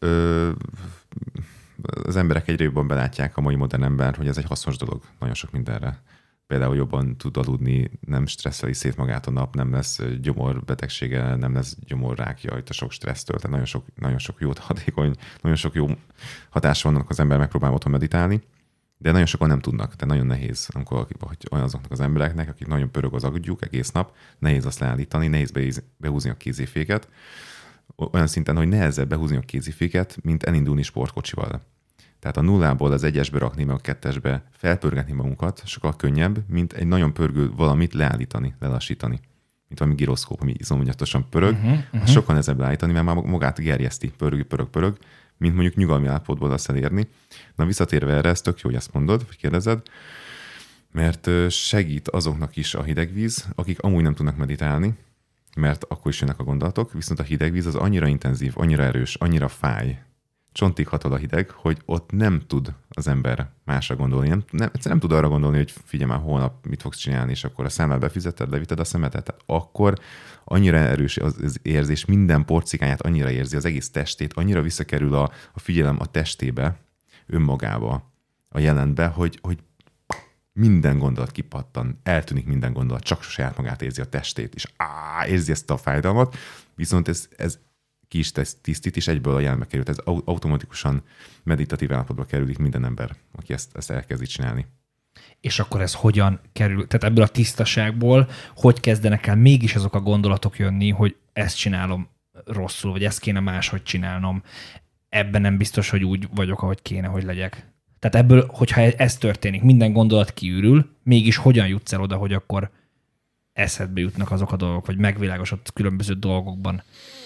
Az emberek egyre jobban belátják, a mai modern ember, hogy ez egy hasznos dolog nagyon sok mindenre. Például jobban tud aludni, nem stresszeli szét magát a nap, nem lesz gyomorbetegsége, nem lesz gyomorrákja itt a sok stressztől, tehát nagyon sok jót hatékony, nagyon sok jó hatás vannak, az ember megpróbál otthon meditálni, de nagyon sokan nem tudnak, tehát nagyon nehéz, amikor azoknak az embereknek, akik nagyon pörög az agyuk egész nap, nehéz azt leállítani, nehéz behúzni a kéziféket, olyan szinten, hogy nehezebb behúzni a kéziféket, mint elindulni sportkocsival. Tehát a nullából az egyesbe rakni, meg a kettesbe felpörgetni magunkat sokkal könnyebb, mint egy nagyon pörgő valamit leállítani, lelassítani. Mint valami giroszkóp, ami iszonyatosan pörög. Sokkal nehezebb leállítani, mert már magát gerjeszti, pörög, mint mondjuk nyugalmi állapotból azt elérni. Na visszatérve erre, ez tök jó, hogy ezt mondod, vagy kérdezed, mert segít azoknak is a hidegvíz, akik amúgy nem tudnak meditálni, mert akkor is jönnek a gondolatok, viszont a hidegvíz az annyira intenzív, annyira erős, annyira fáj, csontig hatol a hideg, hogy ott nem tud az ember másra gondolni. Nem tud arra gondolni, hogy figyelj már, holnap mit fogsz csinálni, és akkor a számlát befizeted, levitted a szemetet. Tehát akkor annyira erős az érzés, minden porcikáját annyira érzi, az egész testét, annyira visszakerül a figyelem a testébe, önmagába, a jelenbe, hogy minden gondolat kipattan, eltűnik minden gondolat, csak saját magát érzi a testét, és érzi ezt a fájdalmat, viszont ez ki is tisztít, és egyből a jelenbe került. Ez automatikusan meditatív állapotba kerülik minden ember, aki ezt elkezdi csinálni. És akkor ez hogyan kerül, tehát ebből a tisztaságból hogy kezdenek el mégis azok a gondolatok jönni, hogy ezt csinálom rosszul, vagy ezt kéne máshogy csinálnom. Ebben nem biztos, hogy úgy vagyok, ahogy kéne, hogy legyek. Tehát ebből, hogyha ez történik, minden gondolat kiürül, mégis hogyan jutsz el oda, hogy akkor eszedbe jutnak azok a dolgok, vagy megvilágosodsz különböző dolgokban.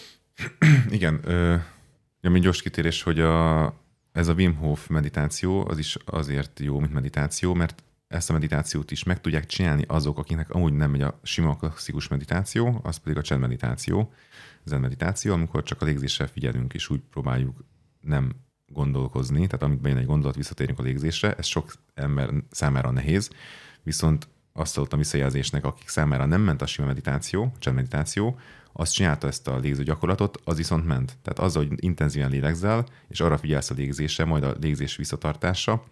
Igen, mint gyors kitérés, hogy ez a Wim Hof meditáció az is azért jó, mint meditáció, mert ezt a meditációt is meg tudják csinálni azok, akiknek amúgy nem megy a sima klasszikus meditáció, az pedig a csend meditáció, zen meditáció, amikor csak a légzésre figyelünk, és úgy próbáljuk nem gondolkozni, tehát amit bejön egy gondolat, visszatérünk a légzésre, ez sok ember számára nehéz, viszont azt hallottam visszajelzésnek, akik számára nem ment a sima meditáció, csend meditáció, azt csinálta ezt a légző gyakorlatot, az viszont ment. Tehát azzal, hogy intenzíven lélegzel, és arra figyelsz a légzésre, majd a légzés visszatartása,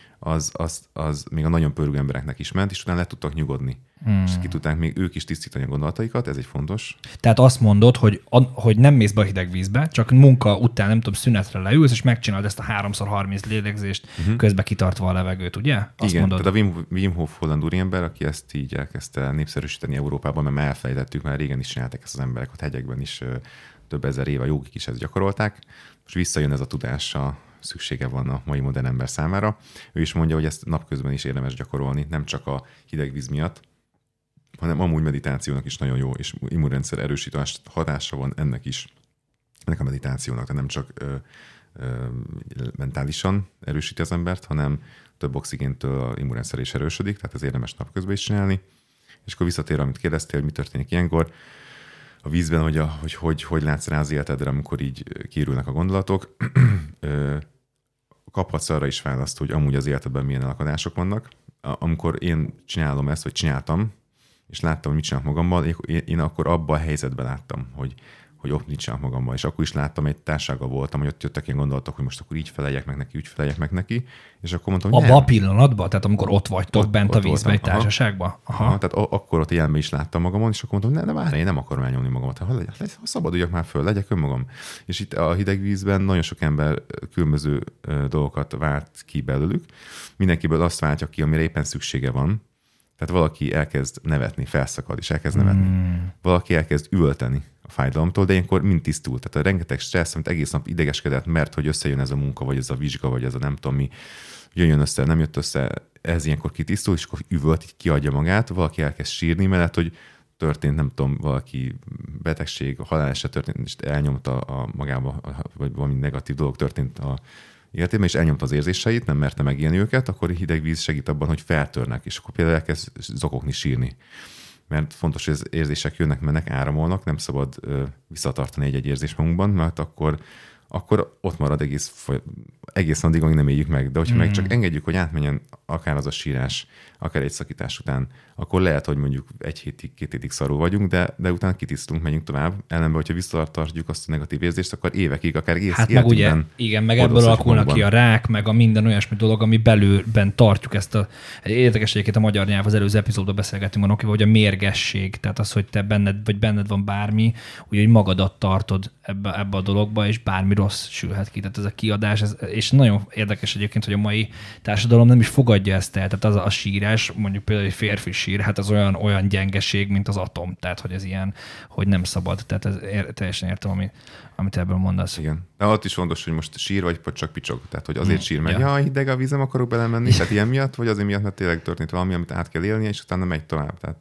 az még a nagyon pörgő embereknek is ment, és utána le tudtak nyugodni. És ki tudták még ők is tisztítani a gondolataikat, ez egy fontos. Tehát azt mondod, hogy nem mész be a hideg vízbe, csak munka után, nem tudom, szünetre leülsz, és megcsinálod ezt a 3x30 lélegzést, közben kitartva a levegőt, ugye? Azt igen, mondod. tehát a Wim Hof holland úriember, aki ezt így elkezdte népszerűsíteni Európában, mert már elfelejtettük, már régen is csinálták ezt az emberek, ott hegyekben is több ezer éve jógik is ezt gyakorolták. Most visszajön ez a tudása, szüksége van a mai modern ember számára. Ő is mondja, hogy ezt napközben is érdemes gyakorolni, nem csak a hideg víz miatt, hanem amúgy meditációnak is nagyon jó, és immunrendszer erősítő hatása van ennek a meditációnak, tehát nem csak mentálisan erősíti az embert, hanem több oxigéntől az immunrendszer is erősödik, tehát ez érdemes napközben is csinálni. És akkor visszatér, amit kérdeztél, hogy mi történik ilyenkor a vízben, hogy látsz rá az életedre, amikor így kiürülnek a gondolatok. Kaphatsz arra is választ, hogy amúgy az életedben milyen elakadások vannak. Amikor én csinálom ezt, vagy csináltam, és láttam, hogy mit csinálok magammal, én akkor abban a helyzetben láttam, hogy ott mit csinálok magammal. És akkor is láttam, egy társasággal voltam, hogy ott jöttek ilyen gondolatok, hogy most akkor így feleljek meg neki, úgy feleljek meg neki, és akkor mondtam, hogy abban a pillanatban? Tehát amikor ott vagytok bent a vízben voltam, egy társaságban? Aha, tehát akkor ott élmben is láttam magamon, és akkor mondtam, hogy várj, én nem akarom elnyomni magamat, ha szabaduljak már föl, legyek önmagam. És itt a hideg vízben nagyon sok ember különböző dolgokat vált ki belőlük. Mindenkiből azt váltja ki, amire éppen szüksége van. Tehát valaki elkezd nevetni, felszakad, és elkezd nevetni. Valaki elkezd üvölteni a fájdalomtól, de ilyenkor mind tisztul. Tehát a rengeteg stressz, amit egész nap idegeskedett, mert hogy összejön ez a munka, vagy ez a vizsga, vagy ez a nem tudom mi, jöjjön össze, nem jött össze, ez ilyenkor kitisztul, és akkor üvölt, így kiadja magát, valaki elkezd sírni, mert hogy történt, nem tudom, valaki betegség, haláleset történt, és elnyomta a magába, vagy valami negatív dolog történt a életében, és elnyomta az érzéseit, nem merte megélni őket, akkor a hideg víz segít abban, hogy feltörnek, és akkor például elkezd zokogni, sírni. Mert fontos, hogy az érzések jönnek, mennek, áramolnak, nem szabad visszatartani egy érzés magunkban, mert akkor ott marad egészen addig, amíg nem éljük meg. De hogyha meg csak engedjük, hogy átmenjen akár az a sírás, akár egy szakítás után, akkor lehet, hogy mondjuk 1 hétig, 2 hétig szarul vagyunk, de utána kitisztulunk, megyünk tovább. Ellenben, hogyha visszatartjuk azt a negatív érzést, akkor évekig, akár egész meg ugye, igen, meg ebből alakulnak ki a rák, meg a minden olyasmi dolog, ami belülben tartjuk ezt a... Érdekes egyébként a magyar nyelv, az előző epizódban beszélgettünk a Nokival, hogy a mérgesség, tehát az, hogy te benned van bármi, úgy, hogy magadat tartod ebbe a dologba, és bármi rossz sülhet ki. Tehát ez a kiadás, és nagyon érdekes egyébként, hogy a mai társadalom nem is fogadja ezt el. Tehát az a sírás, mondjuk például egy férfi sír, hát az olyan gyengeség, mint az atom. Tehát, hogy ez ilyen, hogy nem szabad. Tehát ez teljesen értem, amit ebből mondasz. Igen. De ott is fontos, hogy most sír, vagy csak picsog. Tehát, hogy azért sír meg, ja, hideg a víz, nem akarok belemenni, tehát ilyen miatt, vagy azért miatt, mert tényleg történt valami, amit át kell élnie, és utána megy tovább. Tehát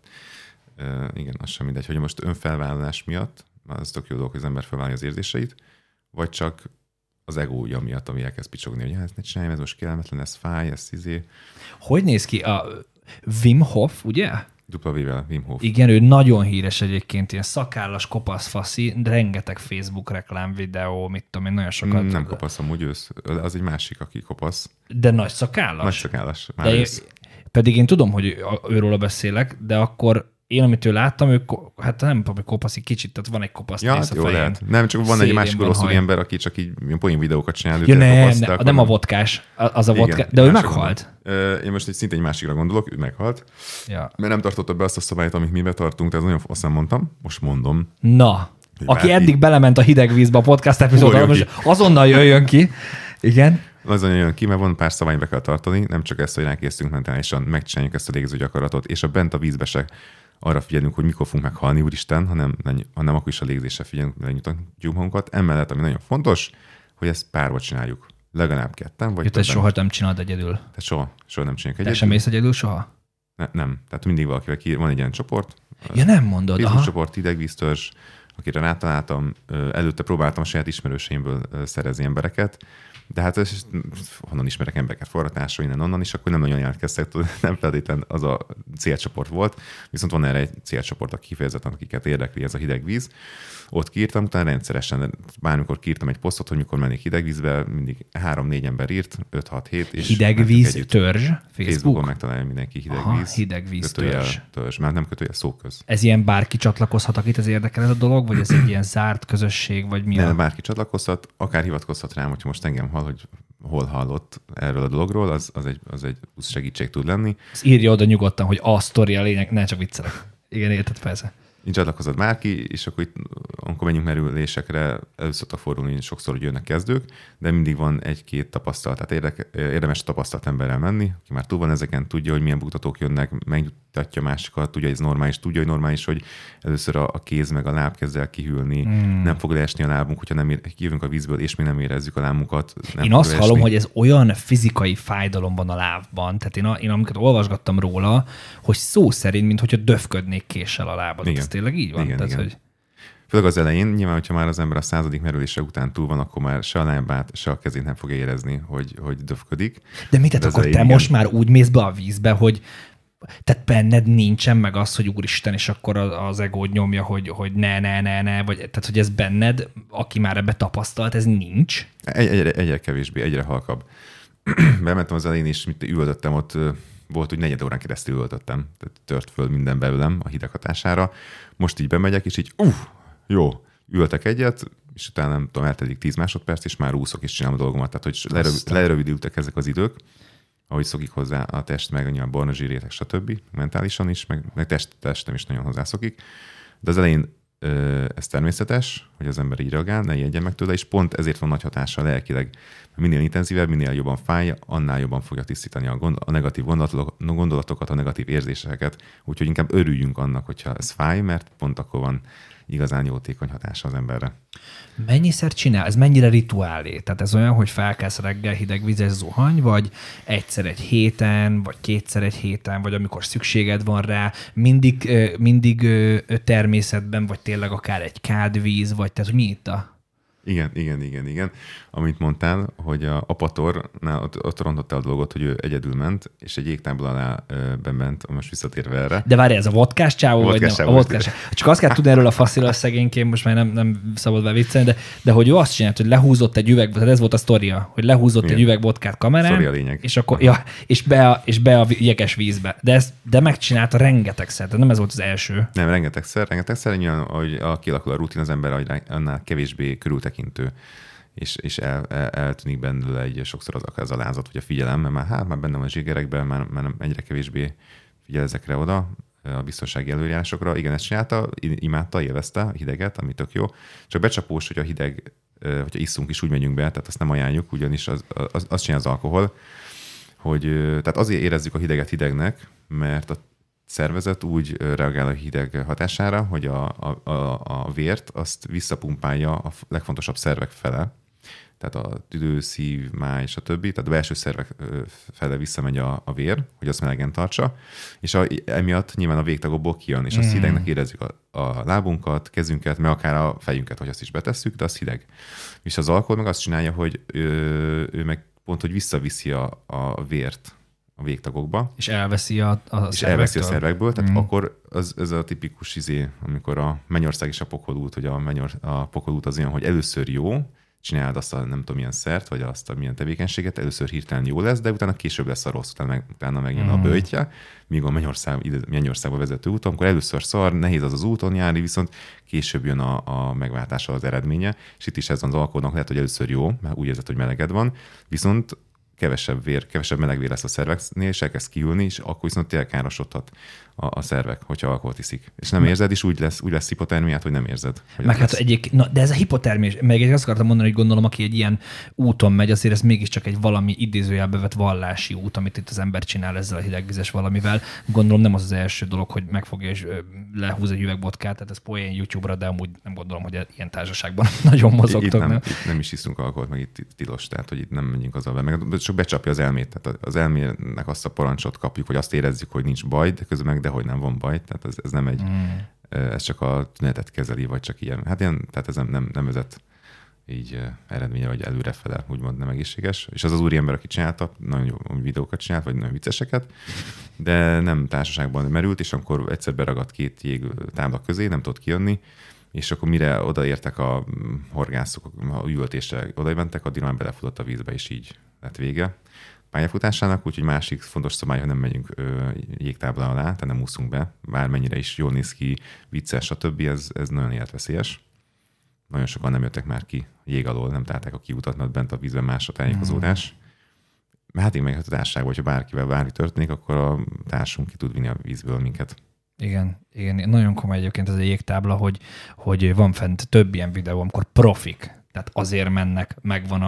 igen, az sem mindegy, hogy most önfelvállalás miatt, az tök jó dolog, hogy az ember felvállalja az érzéseit, vagy csak az egója miatt, ami elkezd picsogni, hogy ezt ne csináljam, ez most kellemetlen, ez fáj, ez izé. Hogy néz ki a Wim Hof, ugye? W-vel, Wim Hof. Igen, ő nagyon híres egyébként, ilyen szakállas, kopasz faszi, rengeteg Facebook reklám videó, mit tudom én, nagyon sokat. Nem kopasz amúgy ősz, az egy másik, aki kopasz. De nagy szakállas? Nagy szakállas, már pedig én tudom, hogy őróla beszélek, de akkor én, amit ő láttam, ő, hát nem tudom, hogy kopaszik kicsit, tehát van egy kopasz rész a fején. Lehet. Nem, csak van egy másik rosszul ember, aki csak így poén videókat csinál. Ja, nem a vodkás, az a vodka, de ő meghalt. Én most szinte egy másikra gondolok, ő meghalt. Ja. Mert nem tartotta be azt a szabályt, amit mi betartunk, tehát nagyon azt nem mondtam, most mondom. Na, aki eddig belement a hideg vízbe a podcast epizódra, most azonnal jöjjön ki. Igen. Azon jön ki, mert van pár szabályt be kell tartani, nem csak ezt, hogy rákészülünk mentálisan, megcsináljuk ezt a légző gyakorlatot, és a bent a vízbe se arra figyelünk, hogy mikor fogunk meghalni, úristen, hanem akkor is a légzésre figyelünk, lenyugtatjuk magunkat. Emellett, ami nagyon fontos, hogy ezt párba csináljuk. Legalább ketten, vagy te soha nem csinálod egyedül. Tehát soha nem csináljuk egyedül. Te sem mész egyedül soha? Nem. Tehát mindig valakivel van egy ilyen csoport. Ja, nem mondod. Facebook csoport, hidegvíztörzs, akire rátaláltam. Előtte próbáltam a saját ismerőseimből szerezni embereket, de hát honnan ismerek embereket, forratásról, innen-onnan is, akkor nem nagyon jelentkeztek, nem feltétlenül az a célcsoport volt, viszont van erre egy célcsoport, aki kifejezetten, akiket érdekli ez a hideg víz. Ott kiírtam, utána rendszeresen, bármikor kiírtam egy posztot, hogy mikor mennék hidegvízbe, mindig 3-4 ember írt, 5-6-7. Hidegvíz törzs, Facebookon megtalálja mindenki hidegvíz. Hidegvíz törzs, mert nem kötőjel, szóköz. Ez ilyen bárki csatlakozhat, akit ez érdekel ez a dolog, vagy ez egy ilyen zárt közösség, vagy mi? Nem, bárki csatlakozhat, akár hivatkozhat rám, hogyha most engem hall, hogy hol hallott erről a dologról, az egy plusz segítség tud lenni. Az írja oda nyugodtan, hogy a sztori a lényeg, ne csak viccelek. Igen, érted, persze. Így csatlakozott bárki, és akkor amikor menjünk merülésekre, elő szoktak fordulni sokszor, hogy jönnek kezdők, de mindig van 1-2 tapasztalat. Tehát érdemes tapasztalt emberrel menni, aki már túl van ezeken, tudja, hogy milyen buktatók jönnek, megnyugtatja másikat, tudja, hogy ez normális, tudja, hogy normális, hogy először a kéz meg a láb kezd el kihűlni, nem fog leesni a lábunk, hogyha nem kijövünk a vízből, és még nem érezzük a lábunkat. Én azt hallom, hogy ez olyan fizikai fájdalom van a lábban, tehát én amikor olvasgattam róla, hogy szó szerint, mint hogyha döfködnék késsel a lábad. Ez tényleg így van? Igen, tehát, igen. Hogy... Főleg az elején, nyilván, hogyha már az ember a 100. merülése után túl van, akkor már se a lábát, se a kezét nem fogja érezni, hogy döfködik. De mit, tehát akkor te most már úgy mész be a vízbe, hogy tehát benned nincsen meg az, hogy úristen, és akkor az egód nyomja, hogy ne, vagy tehát, hogy ez benned, aki már ebbe tapasztalt, ez nincs? Egyre kevésbé, egyre halkabb. Bementem az elején, és üvöltöttem ott volt, hogy 4 órán keresztül öltöttem, tehát tört föl minden belőlem a hideg hatására. Most így bemegyek, és így jó, ültek egyet, és utána nem tudom, eltelik 10 másodperc, és már úszok, és csinálom a dolgomat. Tehát, hogy lerövidültek ezek az idők, ahogy szokik hozzá a test, meg a barna zsírréteg, stb. Mentálisan is, meg testem is nagyon hozzászokik. De az elején ez természetes, hogy az ember így reagál, ne ijedjen meg tőle, és pont ezért van nagy hatása lelkileg. Minél intenzívebb, minél jobban fáj, annál jobban fogja tisztítani a negatív gondolatokat, a negatív érzéseket. Úgyhogy inkább örüljünk annak, hogyha ez fáj, mert pont akkor van igazán jótékony hatása az emberre. Mennyiszer csinál? Ez mennyire rituálé? Tehát ez olyan, hogy felkelsz reggel hideg vizes zuhany, vagy egyszer egy héten, vagy kétszer egy héten, vagy amikor szükséged van rá, mindig természetben, vagy tényleg akár egy kádvíz, vagy tehát mi itt a... Igen. Amit mondtál, hogy a Apatornál ott rontottál a dolgot, hogy ő egyedül ment, és egy jégtábla alá bement, most visszatérve erre. De várj, ez a vodkás csávó, vagy nem? A vodkás. Csak azt kell tudni erről a faszilal szegényként, most már nem szabad vele viccelni, de hogy ő azt csinált, hogy lehúzott egy üveg, tehát ez volt a sztoria, hogy lehúzott egy üveg vodkát kamerán, sztori a lényeg. És akkor, és be a jeges vízbe. De megcsinálta rengetegszer, tehát nem ez volt az első. Nem, rengetegszer, ahogy kialakul a rutin, az ember annál kevésbé körültekintő, és eltűnik benne sokszor az alázat, vagy a figyelem, mert már benne van a zsigerekben, már nem egyre kevésbé figyel ezekre oda, a biztonsági előírásokra. Igen, ezt csinálta, imádta, élvezte a hideget, ami tök jó. Csak becsapós, hogy a hideg, hogyha isszunk is, úgy megyünk be, tehát azt nem ajánljuk, ugyanis azt csinál az alkohol, hogy tehát azért érezzük a hideget hidegnek, mert a szervezet úgy reagál a hideg hatására, hogy a vért azt visszapumpálja a legfontosabb szervek fele, tehát a tüdő, szív, máj, stb. Tehát a belső szervek fele visszamegy a vér, hogy azt melegen tartsa, és emiatt nyilván a végtagokból kijön, és azt hidegnek érezzük a lábunkat, kezünket, meg akár a fejünket, hogy azt is betesszük, de az hideg. És az alkohol meg azt csinálja, hogy ő meg pont, hogy visszaviszi a vért a végtagokba. És elveszi a szervekből. Tehát akkor ez a tipikus amikor a mennyország és a pokolút, hogy a pokolút az olyan, hogy először jó, csináld azt a nem tudom milyen szert, vagy azt a milyen tevékenységet, először hirtelen jó lesz, de utána később lesz a rossz, utána megjön a böjtje, míg a Mennyországba vezető úton, akkor először szar, nehéz az úton járni, viszont később jön a megváltása az eredménye, és itt is ez az alkoholnak lehet, hogy először jó, mert úgy érzed, hogy meleged van, viszont kevesebb meleg vér lesz a szerveknél, és elkezd kiülni, és akkor viszont tényleg károsodhat a szervek, hogyha alkoholt iszik. És nem érzed, és úgy lesz hipotermiát, hogy nem érzed. Hogy meg hát de ez a hipotermia, meg azt akartam mondani, hogy gondolom, aki egy ilyen úton megy, azért ez mégiscsak egy valami idézőjelbe vett vallási út, amit itt az ember csinál ezzel a hidegvizes valamivel. Gondolom nem az első dolog, hogy megfogja és lehúz egy üveg vodkát, tehát ez poén YouTube-ra, de amúgy nem gondolom, hogy ilyen társaságban nagyon mozogtok. Itt nem is iszunk alkoholt, meg itt tilos, tehát hogy itt nem menjünk azzal be. Meg csak becsapja az elmét. Tehát az elmének azt a parancsot kapjuk, hogy azt érezzük, hogy nincs baj, de közben meg dehogy nem van baj. Tehát ez nem egy, ez csak a tünetet kezeli, vagy csak ilyen. Hát ilyen, tehát ez nem vezet így eredménye, vagy előrefele, úgymond nem egészséges. És az úriember, aki csinálta, nagyon jó videókat csinált, vagy nagyon vicceseket, de nem társaságban merült, és akkor egyszer beragadt 2 jégtábla közé, nem tudott kijönni, és akkor mire odaértek a horgászok, a üvöltésre odamentek, addig már belefutott a vízbe, és így lett vége pályafutásának, úgyhogy másik fontos szabály, hogy nem megyünk jégtábla alá, tehát nem úszunk be, bármennyire is jól néz ki, vicces, stb. Ez nagyon életveszélyes. Nagyon sokan nem jöttek már ki jég alól, nem találták a kiutat, mert bent a vízben más a tájékozódás. Hát én meg a társaság, hogyha bárkivel bármi történik, akkor a társunk ki tud vinni a vízből minket. Igen. Nagyon komoly egyébként ez a jégtábla, hogy van fent több ilyen videó, amikor profik, tehát azért mennek, megvan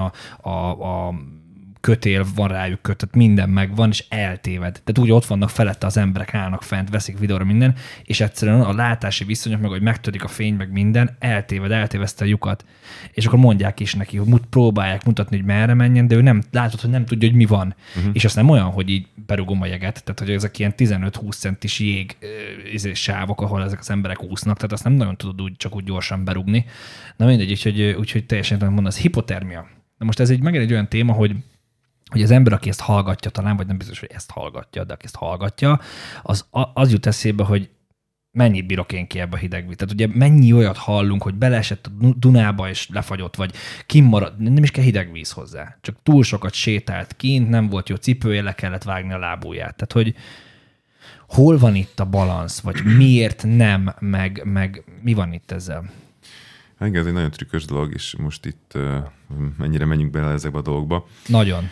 a kötél, van rájuk kötött, minden megvan, és eltéved. Tehát úgy ott vannak felette az emberek, állnak fent, veszik videóra minden, és egyszerűen a látási viszonyok, meg hogy megtörik a fény, meg minden, eltéveszte a lyukat. És akkor mondják is neki, hogy próbálják mutatni, hogy merre menjen, de ő nem látod, hogy nem tudja, hogy mi van. És azt nem olyan, hogy így berugom a jeget, tehát hogy ezek ilyen 15-20 centis jég sávok, ahol ezek az emberek úsznak, tehát azt nem nagyon tudod csak úgy gyorsan berugni. Na mindegy, úgyhogy teljesen mondom, az hipotermia. Na most ez megint egy olyan téma, hogy az ember, aki ezt hallgatja talán, vagy nem biztos, hogy ezt hallgatja, de aki ezt hallgatja, az jut eszébe, hogy mennyit bírok én ki ebbe a hideg víz? Tehát ugye mennyi olyat hallunk, hogy beleesett a Dunába és lefagyott, vagy kimarad, nem is kell hideg víz hozzá. Csak túl sokat sétált kint, nem volt jó cipője, le kellett vágni a lábujját. Tehát, hogy hol van itt a balansz, vagy miért nem, meg mi van itt ezzel? Hát igen, ez egy nagyon trükkös dolog, és most itt mennyire menjünk bele ezekbe a dolgokba. Nagyon.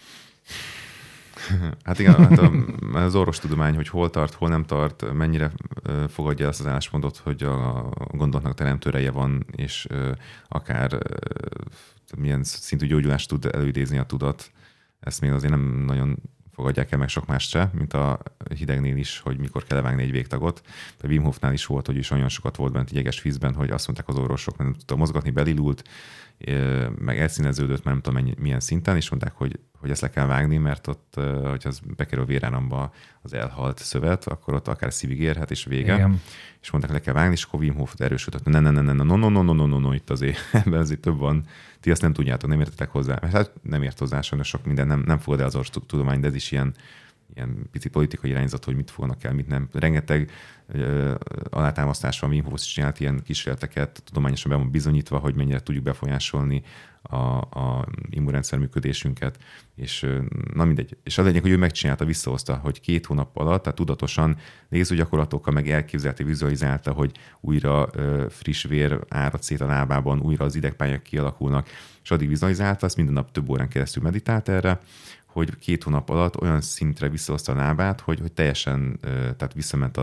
Hát igen, hát az orvostudomány, hogy hol tart, hol nem tart, mennyire fogadja azt az álláspontot, hogy a gondolatnak teremtő ereje van, és akár milyen szintű gyógyulást tud előidézni a tudat. Ezt még azért nem nagyon fogadják el meg sok mást se, mint a hidegnél is, hogy mikor kell levágni egy végtagot. A Wim Hofnál is volt, hogy is olyan sokat volt bent egy jeges vízben, hogy azt mondták az orvosok, nem tudta mozgatni, belilult, meg elszíneződött, nem tudom milyen szinten, és mondták, hogy ezt le kell vágni, mert ott, hogyha az bekerül a véráramba az elhalt szövet, akkor ott akár szívig érhet, és vége. Igen. És mondták, le kell vágni, és akkor Wim Hof erősödött. No, itt azért, ebben azért több van. Ti azt nem tudjátok, nem értetek hozzá. Hát nem ért hozzá, sajnos sok minden nem fogad el az orvostudomány, de ez is ilyen pici politikai irányzat, hogy mit fognak el, mit nem. Rengeteg alátámasztás van, Wim Hof csinált ilyen kísérleteket, tudományosan be van bizonyítva, hogy mennyire tudjuk befolyásolni a immunrendszer működésünket, és na mindegy. És az lényeg, hogy ő megcsinálta, visszahozta, hogy 2 hónap alatt, tehát tudatosan néző gyakorlatokkal meg elképzelti, vizualizálta, hogy újra friss vér árad szét a lábában, újra az idegpályák kialakulnak, és addig vizualizálta, azt minden nap több órán keresztül meditált erre, hogy 2 hónap alatt olyan szintre visszahozta a lábát, hogy teljesen, tehát visszament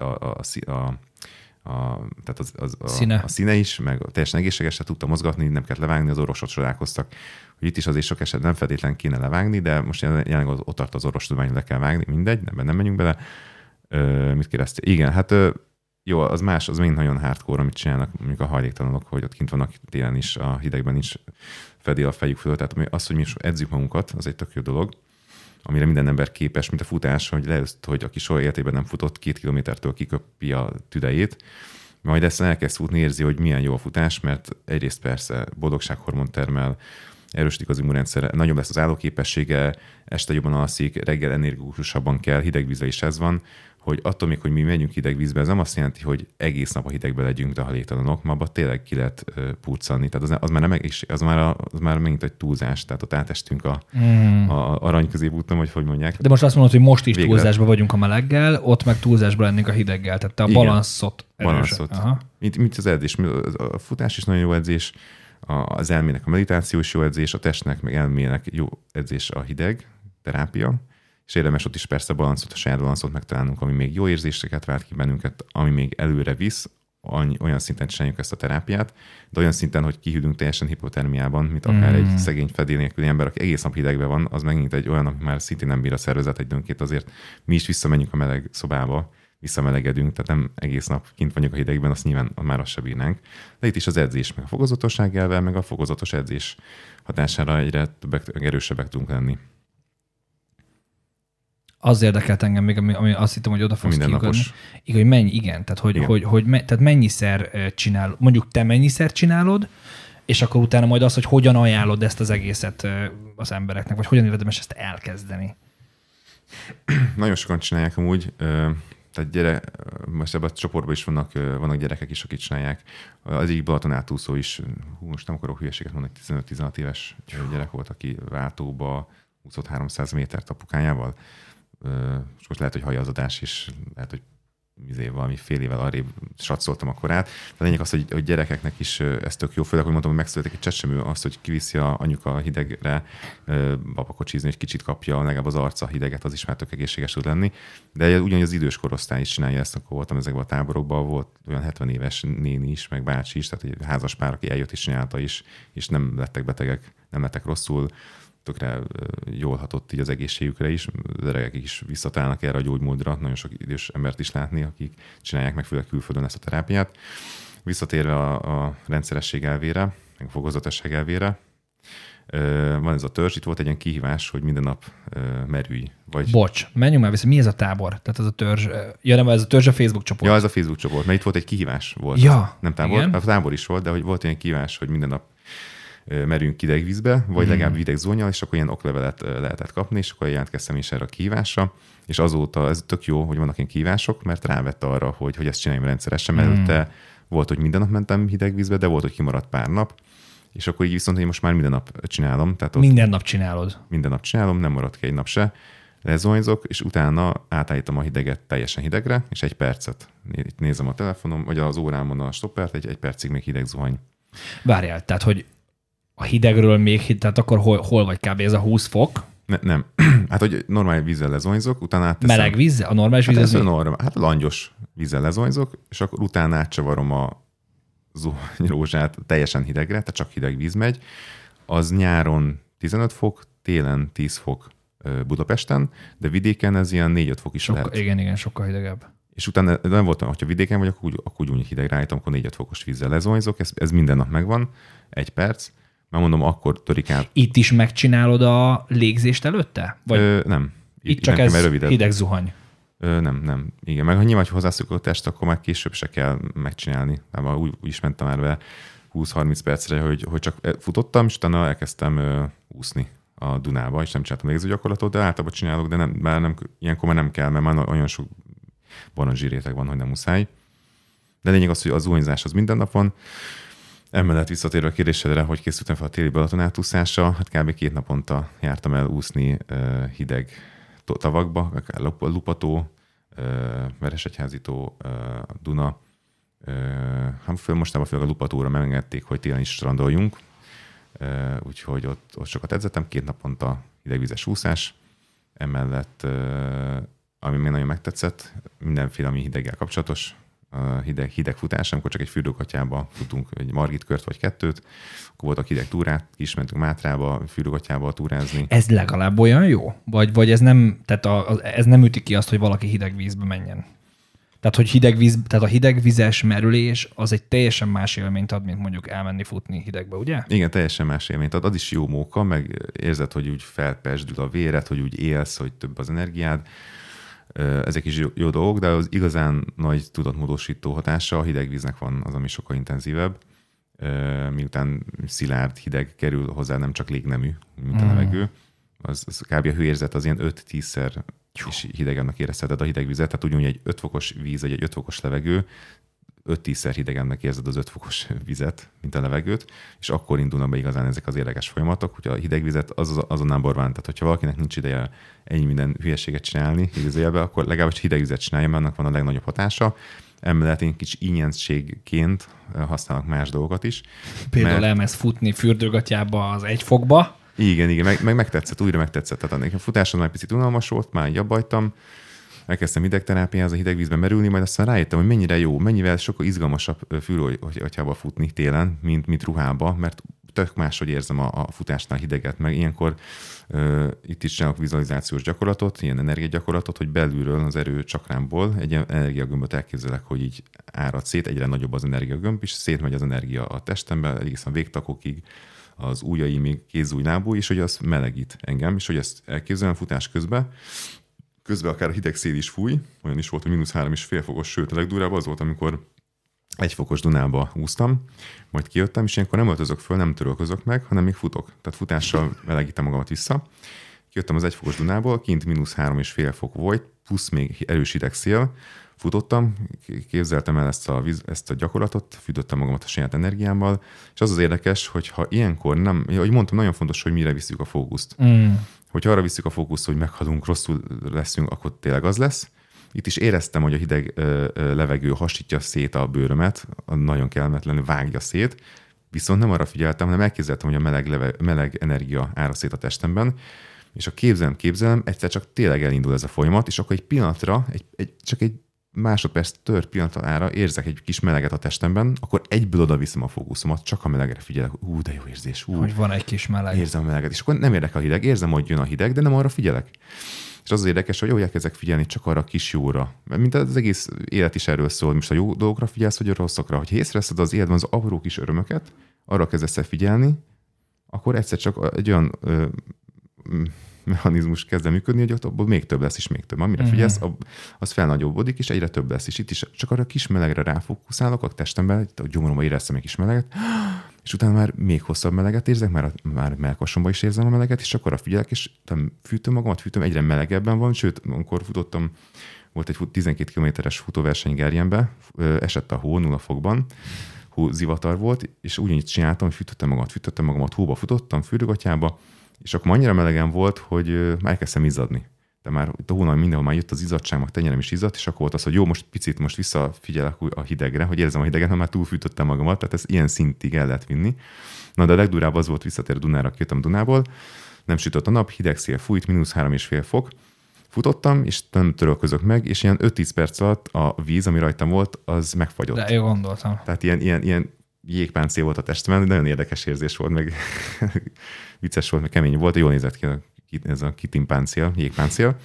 a színe is, meg teljesen egészségesen tudta mozgatni, nem kellett levágni, az orvosok csodálkoztak, hogy itt is azért sok esetben nem feltétlenül kéne levágni, de most jelenleg ott tart az orvostudomány, hogy le kell vágni, mindegy, nem menjünk bele. Mit kérdeztél? Igen, hát jó, az más, az mind nagyon hardcore, amit csinálnak mondjuk a hajléktalanok, hogy ott kint vannak télen is, a hidegben is fedi a fejük fölött. Tehát az, hogy mi is edzük magunkat, az egy tök jó dolog, amire minden ember képes, mint a futás, hogy leüzt, hogy aki soha életében nem futott 2 kilométertől kiköpi a tüdejét, majd ezt elkezd futni, érzi, hogy milyen jó a futás, mert egyrészt persze boldogsághormon termel, erősítik az immunrendszer, nagyobb lesz az állóképessége, este jobban alszik, reggel energikusabban kell, hideg vízre is ez van, hogy attól még, hogy mi megyünk hideg vízbe, ez nem azt jelenti, hogy egész nap a hidegbe legyünk, de hajléktalanok, ma abban tényleg ki lehet purcani. Tehát az már nem az már megint egy túlzás, tehát ott átestünk a arany középúton, hogy mondják. De most azt mondod, hogy most is túlzásban vagyunk a meleggel, ott meg túlzásban lennénk a hideggel, tehát te a balanszot erősöd. Mint az edzés. A futás is nagyon jó edzés, az elmének a meditáció is jó edzés, a testnek meg elmének jó edzés a hideg terápia, és érdemes ott is persze balanszot, a saját balanszot megtalálnunk, ami még jó érzéseket vált ki bennünket, ami még előre visz, olyan szinten csináljuk ezt a terápiát, de olyan szinten, hogy kihűlünk teljesen hipotermiában, mint akár egy szegény fedél nélküli ember, aki egész nap hidegben van, az megint egy olyan, ami már szintén nem bír a szervezet időnként, azért mi is visszamenjünk a meleg szobába, visszamelegedünk, tehát nem egész nap kint vagyunk a hidegben, azt nyilván már azt se bírnánk. De itt is az edzés, meg a fokozatosság elve, meg a fokozatos edzés hatására egyre erősebbek tudunk lenni. Az érdekelt engem még, ami azt hittem, hogy oda fogsz kiugodni. Igen, hogy mennyi, igen, tehát, tehát mennyiszer csinálod, mondjuk te mennyiszer csinálod, és akkor utána majd az, hogy hogyan ajánlod ezt az egészet az embereknek, vagy hogyan érdemes ezt elkezdeni. Nagyon sokan csinálják amúgy, tehát most ebben a csoportban is vannak gyerekek is, akik csinálják. Az egyik Balaton átúszó is, most nem akarok hülyeséget mondani, 15-16 éves gyerek volt, aki váltóba úszott 300 métert apukájával. És most lehet, hogy hallja az adás is, lehet, hogy valami fél évvel arrébb satszoltam a korát. De lényeg az, hogy gyerekeknek is ez tök jó, főleg, hogy mondtam, hogy megszületik egy csecsemő, azt, hogy kiviszi a anyuka hidegre babakocsizni, hogy kicsit kapja legalább az arca hideget, az is már tök egészséges tud lenni. De ugyanúgy az idős korosztály is csinálja ezt, akkor voltam ezekben a táborokban, volt olyan 70 éves néni is, meg bácsi is, tehát egy házas pár, aki eljött és csinálta is, és nem lettek betegek, nem lettek rosszul. Tökre jól hatott így az egészségükre is, az öregek is visszatállnak erre a gyógymódra, nagyon sok idős embert is látni, akik csinálják meg főleg külföldön ezt a terápiát. Visszatérve a rendszeresség elvére, meg a fokozatosság elvére, van ez a törzs, itt volt egy ilyen kihívás, hogy minden nap merülj. Bocs, menjünk már vissza, mi ez a tábor? Tehát ez a törzs, nem, ez a törzs a Facebook csoport. Ja, ez a Facebook csoport, mert itt volt egy kihívás. Volt. Ja, nem tábor, igen. A tábor is volt, de hogy volt ilyen kihívás, hogy minden nap merünk hideg vízbe, vagy legalább hideg zuhonnyal, és akkor ilyen oklevelet lehetett kapni, és akkor jelentkeztem is erre a kihívásra, és azóta ez tök jó, hogy vannak ilyen kihívások, mert rávett arra, hogy ezt csináljam rendszeresen, mert előtte volt, hogy minden nap mentem hideg vízbe, de volt, hogy kimaradt pár nap, és akkor így viszont én most már minden nap csinálom. Tehát minden nap csinálod? Minden nap csinálom, nem maradt ki egy nap se. Lezuhanyzok, és utána átállítom a hideget teljesen hidegre, és 1 percet. Itt nézem a telefonom, vagy az órámon a stoppert, egy percig még hideg zuhany. Várjál, tehát hogy a hidegről még, tehát akkor hol vagy kb. Ez a 20 fok? Nem. Hát, hogy normál vízzel lezuhanyzok, utána átteszem. Meleg víz? A normális víz? Hát langyos vízzel lezuhanyzok, és akkor utána átcsavarom a zuhanyrózsát teljesen hidegre, tehát csak hideg víz megy. Az nyáron 15 fok, télen 10 fok Budapesten, de vidéken ez ilyen 4-5 fok is lehet. Igen, sokkal hidegebb. És utána nem voltam, hogyha vidéken vagy, akkor úgy hidegre állítom, akkor 4-5 fokos vízzel lezuhanyzok, ez minden nap megvan, 1 perc. Már mondom, akkor törik át. Itt is megcsinálod a légzést előtte? Vagy nem. Itt csak ez hideg zuhany? Nem. Igen, meg ha nyilván hozzászokott a test, akkor már később se kell megcsinálni. Úgy is mentem már be 20-30 percre, hogy csak futottam, és utána elkezdtem úszni a Dunába, és nem csináltam légző gyakorlatot, de általában csinálok, de ilyenkor már nem kell, mert már olyan sok baranzsíréteg van, hogy nem muszáj. De lényeg az, hogy a zuhanyzás az minden nap van. Emellett visszatérve a kérdésedre, hogy készültem fel a téli Balaton átúszásra, hát kb. 2 naponta jártam el úszni hideg tavakba, akár Lupató, Veresegyházitó, Duna. Mostában főleg a Lupatóra megengedték, hogy télen is strandoljunk, úgyhogy ott sokat edzettem, 2 naponta hidegvízes úszás. Emellett, ami még nagyon megtetszett, mindenféle, ami hideggel kapcsolatos, hideg futás, amikor csak egy fürdőgatyába futunk egy Margit kört vagy 2, akkor voltak hideg túrák, is mentünk Mátrába, fürdőgatyába túrázni. Ez legalább olyan jó? Vagy ez nem, tehát ez nem üti ki azt, hogy valaki hideg vízbe menjen? Tehát, hogy tehát a hidegvizes merülés az egy teljesen más élményt ad, mint mondjuk elmenni futni hidegbe, ugye? Igen, teljesen más élményt ad. Az is jó móka, meg érzed, hogy úgy felpesdül a véred, hogy úgy élsz, hogy több az energiád. Ezek is jó dolgok, de az igazán nagy tudatmódosító hatása a hidegvíznek van, az, ami sokkal intenzívebb. Miután szilárd, hideg kerül hozzá, nem csak légnemű, mint a levegő. Az kb. A hőérzet az ilyen 5-10-szer is hidegebbnek érezheted a hidegvizet, tehát ugyanúgy egy 5 fokos víz, vagy egy 5 fokos levegő, 5-10-szer hidegebbnek érzed az 5 fokos vizet, mint a levegőt, és akkor indulnak be igazán ezek az érdekes folyamatok, hogy a hidegvizet az a number one. Tehát, hogyha valakinek nincs ideje ennyi minden hülyeséget csinálni, idézőjelben, akkor legalábbis hidegvizet csinálja, mert annak van a legnagyobb hatása. Emellett én kicsi ingyenségként használok más dolgokat is. Például elmész futni fürdőgatyába az 1 fokba. Igen, meg megtetszett, újra megtetszett. Tehát nekem futáson már picit unalmas volt, már így abbajtam. Elkezdtem hidegterápiához, a hidegvízbe merülni, majd aztán rájöttem, hogy mennyire jó, mennyivel sokkal izgalmasabb fürdőgatyába futni télen, mint ruhába, mert tök máshogy érzem a futásnál hideget, meg ilyenkor itt is csinálok vizualizációs gyakorlatot, ilyen energiagyakorlatot, hogy belülről az erő csakrámból egy energiagömböt elképzelek, hogy így árad szét, egyre nagyobb az energiagömb, és szétmegy az energia a testembe, egészen végtakokig, az ujjaimig, kézúj, lábúj, és hogy az melegít engem, és hogy ezt elképzelem futás közben akár a hideg szél is fúj, olyan is volt, hogy -3,5 fokos, sőt a legdurább az volt, amikor 1 fokos Dunába úsztam, majd kijöttem, és ilyenkor nem öltözök föl, nem törölközök meg, hanem még futok. Tehát futással melegítem magamat vissza. Kijöttem az 1 fokos Dunából, kint -3,5 fok volt, plusz még erős hideg szél, futottam, képzeltem el ezt a gyakorlatot, fűtöttem magamat a saját energiámmal, és az érdekes, hogy ha ilyenkor nem, ahogy mondtam, nagyon fontos, hogy mire visszük a fókuszt. Hogyha arra visszük a fókuszt, hogy meghalunk, rosszul leszünk, akkor tényleg az lesz. Itt is éreztem, hogy a hideg levegő hasítja szét a bőrömet, nagyon kellemetlenül vágja szét, viszont nem arra figyeltem, hanem elképzeltem, hogy a meleg energia ára szét a testemben, és ha képzelem, egyszer csak tényleg elindul ez a folyamat, és akkor egy pillanatra, csak egy másodperc pillanatára érzek egy kis meleget a testemben, akkor egyből oda viszem a fókuszomat, csak a melegre figyelek. De jó érzés. Hogy van egy kis meleg. Érzem a meleget, és akkor nem érdekel a hideg, érzem, hogy jön a hideg, de nem arra figyelek. És az érdekes, hogy elkezdek figyelni csak arra a kis jóra. Mint az egész élet is erről szól, most a jó dolgokra figyelsz, vagy a rosszakra. Hogyha észreveszed az életben az apró kis örömöket, arra kezdesz el figyelni, akkor egyszer csak egy olyan mechanizmus kezd működni, hogy ott abból még több lesz, és még több. Amire figyelsz, az felnagyobbodik, és egyre több lesz. És itt is csak arra a kis melegre ráfókuszálok a testemben, a gyomromba éreztem egy kis meleget, és utána már még hosszabb meleget érzek, már melkasomban is érzem a meleget, és akkor figyelek, és fűtöm magamat, egyre melegebben van, sőt, amikor futottam, volt egy 12 kilométeres futóverseny Gerjenbe, esett a hó 0 fokban, zivatar volt, és ugyanígy csináltam, hogy fűtöttem magamat, hóba futottam, fürdőgatyába, és akkor annyira melegen volt, hogy már elkezdtem izzadni. De már itt a hónapban mindenhol már jött az izzadság, meg tenyerem is izzadt, és akkor volt az, hogy jó, most visszafigyelek a hidegre, hogy érzem a hideget, ha már túlfűtöttem magamat, tehát ez ilyen szintig el lehet vinni. Na, de a legdurább az volt visszatér Dunára, jöttem Dunából, nem sütött a nap, hideg szél fújt, -3,5 fok, futottam, és nem törölközök meg, és ilyen 5-10 perc alatt a víz, ami rajtam volt, az megfagyott. De jó gondoltam. Tehát ilyen jégpáncél volt a testemben, de nagyon érdekes érzés volt, meg vicces volt, meg kemény volt, jól nézett ki ez a kitimpáncél, jégpáncél.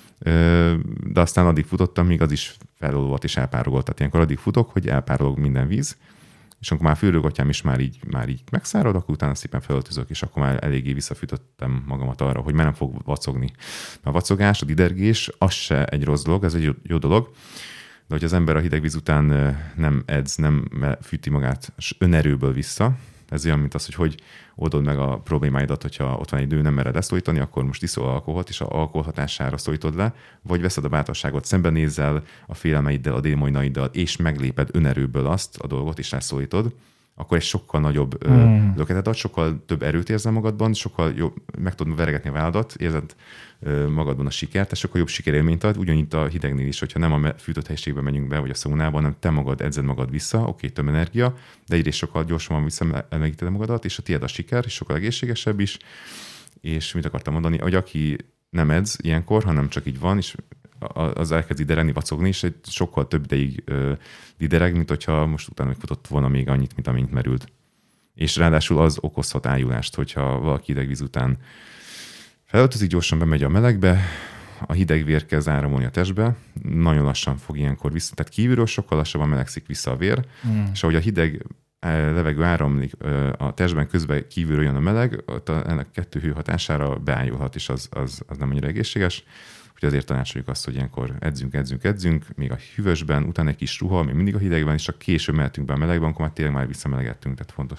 De aztán addig futottam, míg az is felolvadt és elpárolgott. Tehát ilyenkor addig futok, hogy elpárolog minden víz, és amikor már fürdőgatyám is már így megszárad, akkor utána szépen felöltözök, és akkor már eléggé visszafűtöttem magamat arra, hogy már nem fog vacogni. A vacogás, a didergés, az se egy rossz dolog, ez egy jó dolog, de hogy az ember a hideg víz után nem edz, nem fűti magát önerőből vissza, ez olyan, mint az, hogy oldod meg a problémáidat, hogyha ott van egy idő, nem mered leszólítani, akkor most iszol alkoholt, és az alkohol hatására szólítod le, vagy veszed a bátorságot, szembenézzel a félelmeiddel, a démonaiddal, és megléped önerőből azt a dolgot, és leszólítod, akkor egy sokkal nagyobb löketet ad, sokkal több erőt érzel magadban, sokkal jobb, meg tudod veregetni a válladat, érzed magadban a sikert, és sokkal jobb sikerélményt ad, ugyanígy a hidegnél is, hogyha nem a fűtött helyiségbe megyünk be, vagy a szaunában, hanem te magad edzed magad vissza, oké, több energia, de egyrészt sokkal gyorsabban visszamelegíted magadat, és a tiéd a siker, és sokkal egészségesebb is, és mit akartam mondani, hogy aki nem edz ilyenkor, hanem csak így van, és az elkezd dideregni, vacogni, és egy sokkal több ideig didereg, mint hogyha most utána még futott volna még annyit, mint amennyit merült. És ráadásul az okozhat ájulást, hogyha valaki hidegvíz után felöltözik, gyorsan bemegy a melegbe, a hideg vér kezd áramolni a testbe, nagyon lassan fog ilyenkor vissza, tehát kívülről sokkal lassabban melegszik vissza a vér, és ahogy a hideg levegő áramlik a testben, közben kívülről jön a meleg, ennek kettő hő hatására beájulhat, és az nem annyira egészséges. Úgyhogy azért tanácsoljuk azt, hogy ilyenkor edzünk, még a hűvösben, utána egy kis ruha, még mindig a hidegben, és csak később mehetünk be a melegben, akkor már tényleg már visszamelegettünk, tehát fontos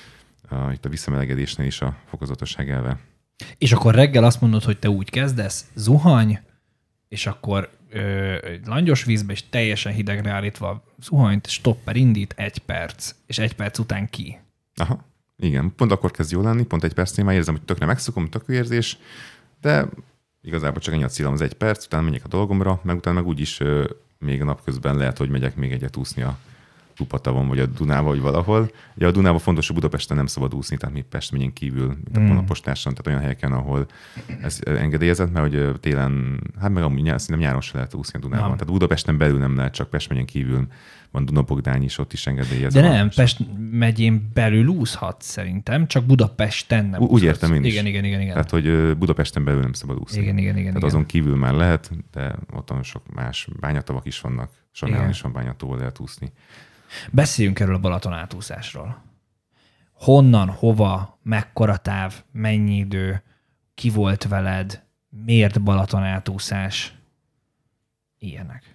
itt a visszamelegedésnél is a fokozatosság elve. És akkor reggel azt mondod, hogy te úgy kezdesz, zuhany, és akkor langyos vízbe, és teljesen hidegre állítva zuhanyt, stopper indít, 1 perc, és 1 perc után ki. Aha, igen, pont akkor kezd jól lenni, pont 1 percnél már érzem, hogy tökre megszokom, tök érzés, de igazából csak ennyi a célom, az 1 perc, utána megyek a dolgomra, meg utána meg úgyis még a napközben lehet, hogy megyek még egyet úszni a Tupatavon, vagy a Dunában, vagy valahol. Ugye a Dunában fontos, hogy Budapesten nem szabad úszni, tehát mi Pest megyén kívül, mint a Ponapostásson, tehát olyan helyeken, ahol ez engedélyezett, mert hogy télen, hát meg amúgy szerintem nyáron se lehet úszni a Dunában. Nem. Tehát Budapesten belül nem lehet, csak Pest megyén kívül van Dunabogdány is, ott is engedélyezett. De nem, Pest megyén belül úszhat szerintem, csak Budapesten nem úszhat. Úgy értem én is. Igen. Tehát, hogy Budapesten belül nem szabad úszni. Igen. Tehát azon kívül már lehet, de ott sok más bányatavak is vannak. Sajnálom is van bányató, lehet úszni. Beszéljünk erről a Balaton átúszásról. Honnan, hova, mekkora táv, mennyi idő, ki volt veled, miért Balaton átúszás, ilyenek.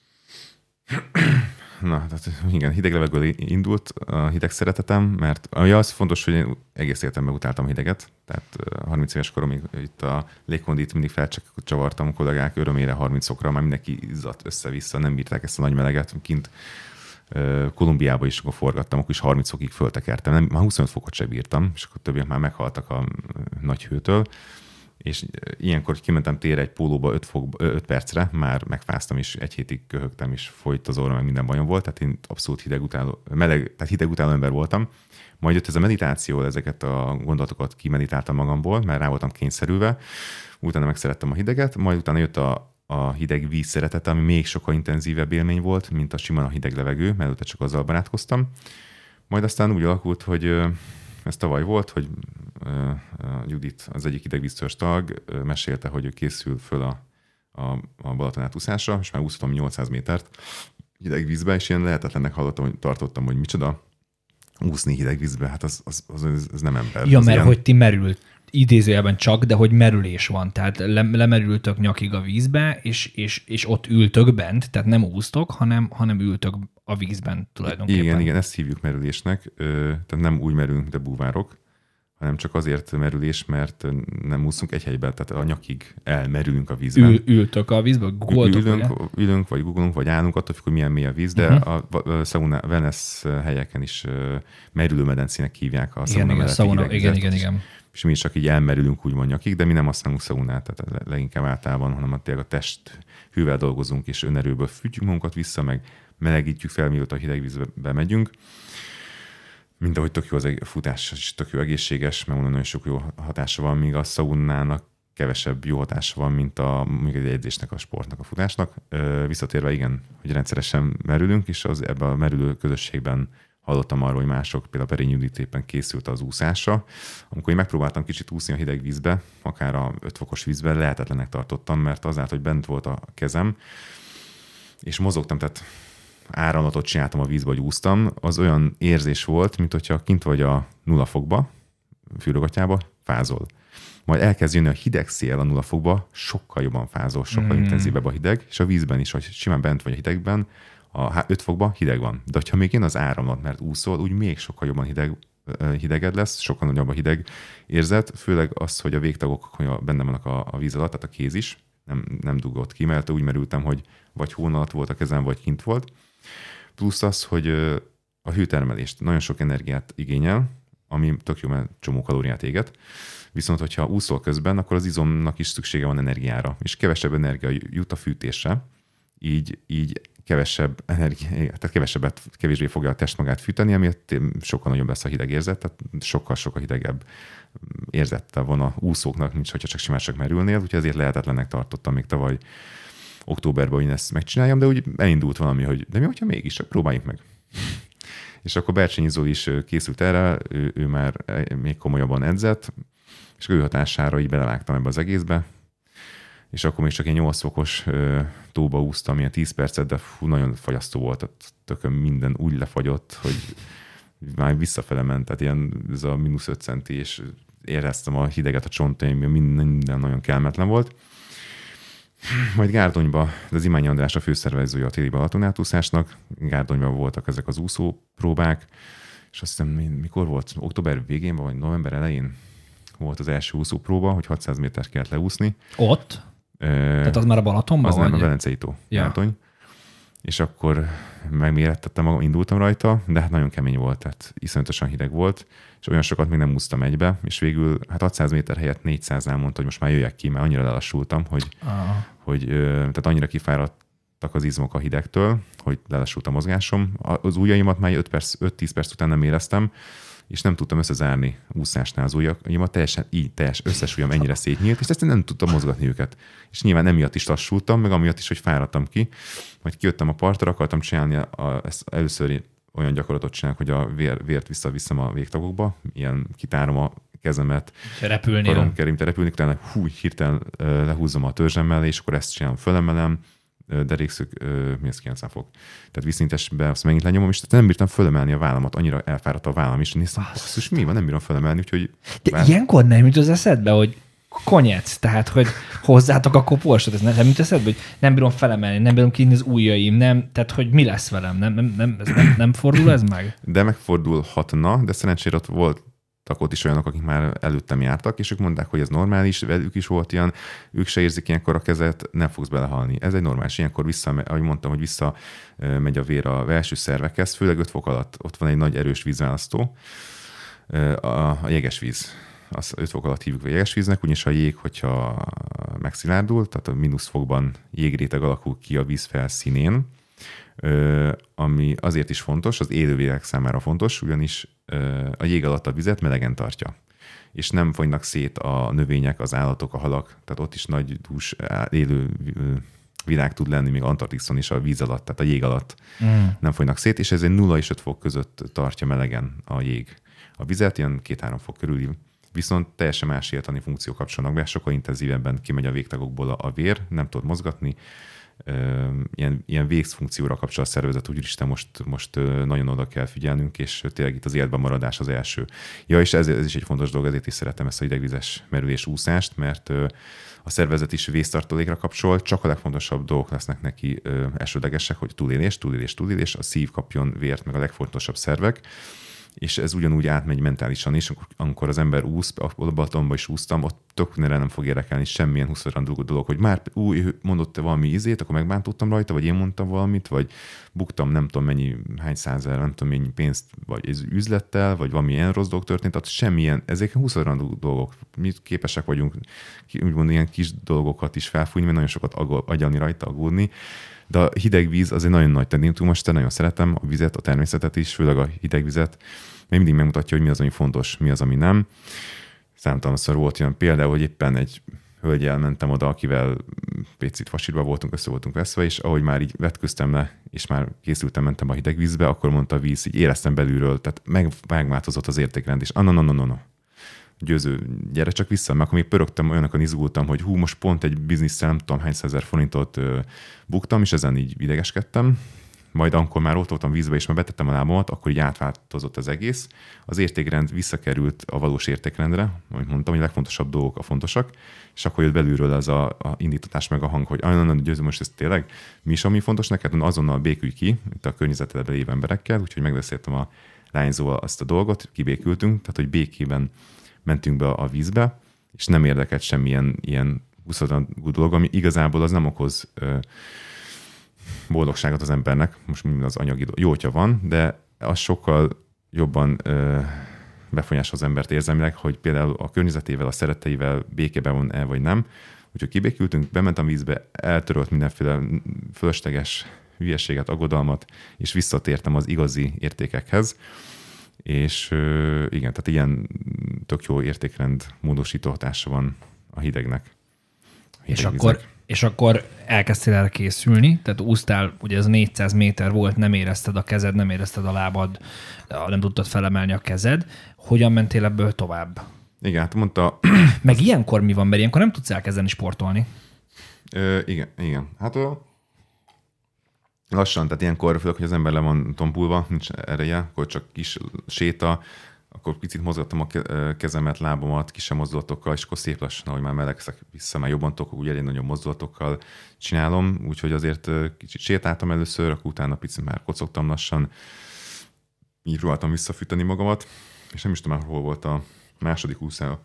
Na, tehát igen, hideg levegőből indult a hideg szeretetem, mert az fontos, hogy én egész életemben utáltam a hideget, tehát 30 éves koromig itt a légkondit mindig felcsavartam, kollégák örömére 30 fokra, már mindenki izzadt össze-vissza, nem bírták ezt a nagy meleget, kint Kolumbiába is, akkor forgattam, akkor is 30 fokig föltekertem, már 25 fokot sem bírtam, és akkor többiek már meghaltak a nagy hőtől, és ilyenkor kimentem térre egy pólóba 5 percre, már megfáztam, és 1 hétig köhögtem, és folyt az orrom, meg minden bajom volt, tehát én abszolút hidegutáló ember voltam. Majd jött ez a meditáció, ezeket a gondolatokat kimeditáltam magamból, mert rá voltam kényszerülve, utána megszerettem a hideget, majd utána jött a hideg víz szeretete, ami még sokkal intenzívebb élmény volt, mint a sima hideg levegő, mert előtte csak azzal barátkoztam. Majd aztán úgy alakult, hogy ez tavaly volt, hogy Judit, az egyik hidegvíztörzs tag mesélte, hogy ő készül föl a Balaton átúszásra, és már úszottam 800 métert hidegvízbe, és ilyen lehetetlennek tartottam, hogy micsoda úszni hidegvízbe, hát az nem ember. Ja, az mert ilyen... hogy ti merültetek. idézőjelben csak, de hogy merülés van. Tehát lemerültök nyakig a vízbe, és ott ültök bent, tehát nem úsztok, hanem ültök a vízben tulajdonképpen. Igen, ezt hívjuk merülésnek. Tehát nem úgy merülünk, mint a búvárok, hanem csak azért merülés, mert nem úszunk egy helyben, tehát a nyakig elmerülünk a vízben. Ültök a vízbe, ülünk, vagy googolunk, vagy állunk, attól függ, hogy milyen mély a víz, de a sauna, wellness helyeken is merülőmedencének hívják a sauna. Igen. És mi is csak így elmerülünk úgymond nyakig, de mi nem használunk szaunát, tehát leginkább általában, hanem tényleg a test hővel dolgozunk, és önerőből fűtjük magunkat vissza, meg melegítjük fel, mióta a hideg vízbe megyünk. Mint ahogy tök jó az futás, is tök jó egészséges, meg nagyon sok jó hatása van, míg a szaunának kevesebb jó hatása van, mint még egy edzésnek, a sportnak, a futásnak. Visszatérve igen, hogy rendszeresen merülünk, és ebben a merülő közösségben hallottam arról, hogy mások, például Perényi Judit éppen készült az úszásra. Amikor én megpróbáltam kicsit úszni a hideg vízbe, akár a 5 fokos vízben, lehetetlenek tartottam, mert azáltal, hogy bent volt a kezem, és mozogtam, tehát áramlatot csináltam a vízbe, hogy úsztam, az olyan érzés volt, mint hogyha kint vagy a 0 fokba, fülögatyába, fázol. Majd elkezd jönni a hideg szél a 0 fokba, sokkal jobban fázol, sokkal intenzívebb a hideg, és a vízben is, hogy simán bent vagy a hidegben, a 5 fokban hideg van. De ha még jön az áramlat, mert úszol, úgy még sokkal jobban hideged lesz, sokkal nagyobb a hideg érzet, főleg az, hogy a végtagok hogy benne vannak a víz alatt, tehát a kéz is, nem dugott ki, mert úgy merültem, hogy vagy hón alatt volt a kezem, vagy kint volt. Plusz az, hogy a hőtermelést nagyon sok energiát igényel, ami tök jó, mert csomó kalóriát éget. Viszont, hogyha úszol közben, akkor az izomnak is szüksége van energiára, és kevesebb energia jut a fűtésre, így kevesebb energia, tehát kevésbé fogja a test magát fűteni, amiért sokkal nagyobb lesz a hideg érzet, tehát sokkal hidegebb érzete van a úszóknak, mint hogyha csak merülnél, úgyhogy ezért lehetetlennek tartottam még tavaly októberben, hogy ezt megcsináljam, de úgy elindult valami, hogy de mi, hogyha mégis, csak próbáljuk meg. És akkor Bercsényi Zoli is készült erre, ő már még komolyabban edzett, és ő hatására így belevágtam ebbe az egészbe, és akkor még csak egy 8 fokos tóba úsztam, ilyen 10 percet, de nagyon fagyasztó volt, tehát tökön minden úgy lefagyott, hogy már visszafele ment, tehát ilyen ez a -5 centi, és éreztem a hideget a csontaim, minden nagyon kellemetlen volt. Majd Gárdonyba, de az Imányi András a főszervezője a téli Balatonátúszásnak, Gárdonyban voltak ezek az úszópróbák, és azt hiszem, mikor volt? Október végén, vagy november elején volt az első úszópróba, hogy 600 métert kellett leúszni. Ott? Tehát az már a Balatonban? Az nem, a Velencei tó, Gátony. És akkor megmérettettem magam, indultam rajta, de hát nagyon kemény volt, tehát iszonyatosan hideg volt, és olyan sokat még nem úsztam egybe, és végül hát 600 méter helyett 400-nál mondta, hogy most már jöjjek ki, mert annyira lelassultam, hogy tehát annyira kifáradtak az izmok a hidegtől, hogy lelassult a mozgásom. Az ujjaimat már 5-10 perc után nem éreztem, és nem tudtam összezárni úszásnál az ujjaimat, teljes összes ujjam ennyire szétnyílt, és ezt nem tudtam mozgatni őket. És nyilván emiatt is lassultam, meg amiatt is, hogy fáradtam ki. Majd kijöttem a partra, akartam csinálni, ezt először olyan gyakorlatot csinálok, hogy a vért visszaviszem a végtagokba, ilyen kitárom a kezemet, karom kerint repülni, utána hirtelen lehúzom a törzsemmel, és akkor ezt csinálom, fölemelem, derékszög, mi ez 90 fok. Tehát vízszintesbe azt megint lenyomom, és nem bírtam fölemelni a vállamat, annyira elfáradt a vállam, és néztem, basszus, mi van, nem bírom fölemelni, úgyhogy... Ilyenkor nem jut az eszedbe, hogy konyec, tehát, hogy hozzátok a koporsot, ez nem jut eszedbe, hogy nem bírom felemelni, nem bírom kinyitni az ujjaim, nem, tehát, hogy mi lesz velem, nem fordul ez meg? De megfordulhatna, de szerencsére ott voltak ott is olyanok, akik már előttem jártak, és ők mondták, hogy ez normális, velük is volt ilyen, ők se érzik ilyenkor a kezet, nem fogsz belehalni. Ez egy normális, ilyenkor ahogy mondtam, hogy megy a vér a belső szervekhez, főleg 5 fok alatt ott van egy nagy erős vízválasztó, a jegesvíz. Azt 5 fok alatt hívjuk a jegesvíznek, úgyis a jég, hogyha megszilárdul, tehát a -fokban jégréteg alakul ki a víz felszínén, ami azért is fontos, az élőlények számára fontos, ugyanis a jég alatt a vizet melegen tartja. És nem fogynak szét a növények, az állatok, a halak, tehát ott is nagy dús élő világ tud lenni, még Antarktiszon is a víz alatt, tehát a jég alatt nem fogynak szét, és ezért 0 és 5 fok között tartja melegen a jég. A vizet ilyen 2-3 fok körül, viszont teljesen más élettani funkciók kapcsolnak be, sokkal intenzívebben kimegy a végtagokból a vér, nem tud mozgatni, ilyen végszfunkcióra kapcsol a szervezet, úgyisten most nagyon oda kell figyelnünk, és tényleg itt az életben maradás az első. Ja, és ez is egy fontos dolog, ezért is szeretem ezt a hidegvizes merülés úszást, mert a szervezet is vésztartalékra kapcsol, csak a legfontosabb dolgok lesznek neki elsődlegesek, hogy túlélés, a szív kapjon vért, meg a legfontosabb szervek, és ez ugyanúgy átmegy mentálisan is, amikor az ember úsz, a Balatonba is úsztam, ott tökre nem fog érdekelni semmilyen 20 dolog, hogy már mondott valami ízét, akkor megbántottam rajta, vagy én mondtam valamit, vagy buktam nem tudom mennyi, hány százezer, nem tudom mennyi pénzt, vagy ez üzlettel, vagy valami ilyen rossz dolog történt, tehát semmilyen, ezek 20 dolgok. Mi képesek vagyunk úgymond ilyen kis dolgokat is felfújni, mert nagyon sokat agyalni rajta, aggódni. De a hideg víz az egy nagyon nagy tendenció, most nagyon szeretem a vizet, a természetet is, főleg a hideg vizet, mert mindig megmutatja, hogy mi az, ami fontos, mi az, ami nem. Számtalanszor volt olyan példa, hogy éppen egy hölgyel mentem oda, akivel picit fasírba voltunk, össze voltunk veszve, és ahogy már így vetköztem le, és már készültem, mentem a hideg vízbe, akkor mondta a víz, így éreztem belülről, tehát megváltozott az értékrend, és győző, gyere csak vissza, mert akkor még pörögtem, olyanokon izgultam, hogy most pont egy bizniszsel nem tudom hány százezer forintot buktam, és ezen így idegeskedtem. Majd amikor már ott voltam vízbe, és már betettem a lábamat, akkor így átváltozott az egész. Az értékrend visszakerült a valós értékrendre, ahogy mondtam, hogy a legfontosabb dolgok a fontosak, és akkor jött belülről ez a indítatás meg a hang, hogy győző, most ez tényleg mi is, ami fontos neked, azonnal békülj ki itt a környezetedben lévő emberekkel, úgyhogy megbeszéltem a lányzóval azt a dolgot, kibékültünk, tehát hogy békében mentünk be a vízbe, és nem érdekelt semmilyen ilyen húszadrangú dolog, ami igazából az nem okoz boldogságot az embernek, most az anyagi dolog. Jó, hogyha van, de az sokkal jobban befolyásol az embert érzelmileg, hogy például a környezetével, a szeretteivel békében van el, vagy nem. Úgyhogy kibékültünk, bementem a vízbe, eltörölt mindenféle fölösleges hülyeséget, aggodalmat, és visszatértem az igazi értékekhez. És igen, tehát ilyen tök jó értékrend módosító hatása van a hidegnek. És akkor elkezdtél erre készülni, tehát úsztál, ugye ez 400 méter volt, nem érezted a kezed, nem érezted a lábad, nem tudtad felemelni a kezed. Hogyan mentél ebből tovább? Igen, hát mondta... Meg ilyenkor mi van, mert ilyenkor nem tudsz elkezdeni sportolni. Igen. Hát lassan, tehát ilyenkor, főleg, hogy az ember le van tompulva, nincs ereje, akkor csak kis séta, akkor picit mozgattam a kezemet, lábamat, kisebb mozdulatokkal, és akkor szép lassan, ahogy már melegszek vissza, már jobban tudok, úgy elég nagyobb mozdulatokkal csinálom, úgyhogy azért kicsit sétáltam először, akkor utána picit már kocogtam lassan, így próbáltam visszafűteni magamat, és nem is tudom már, hol volt a második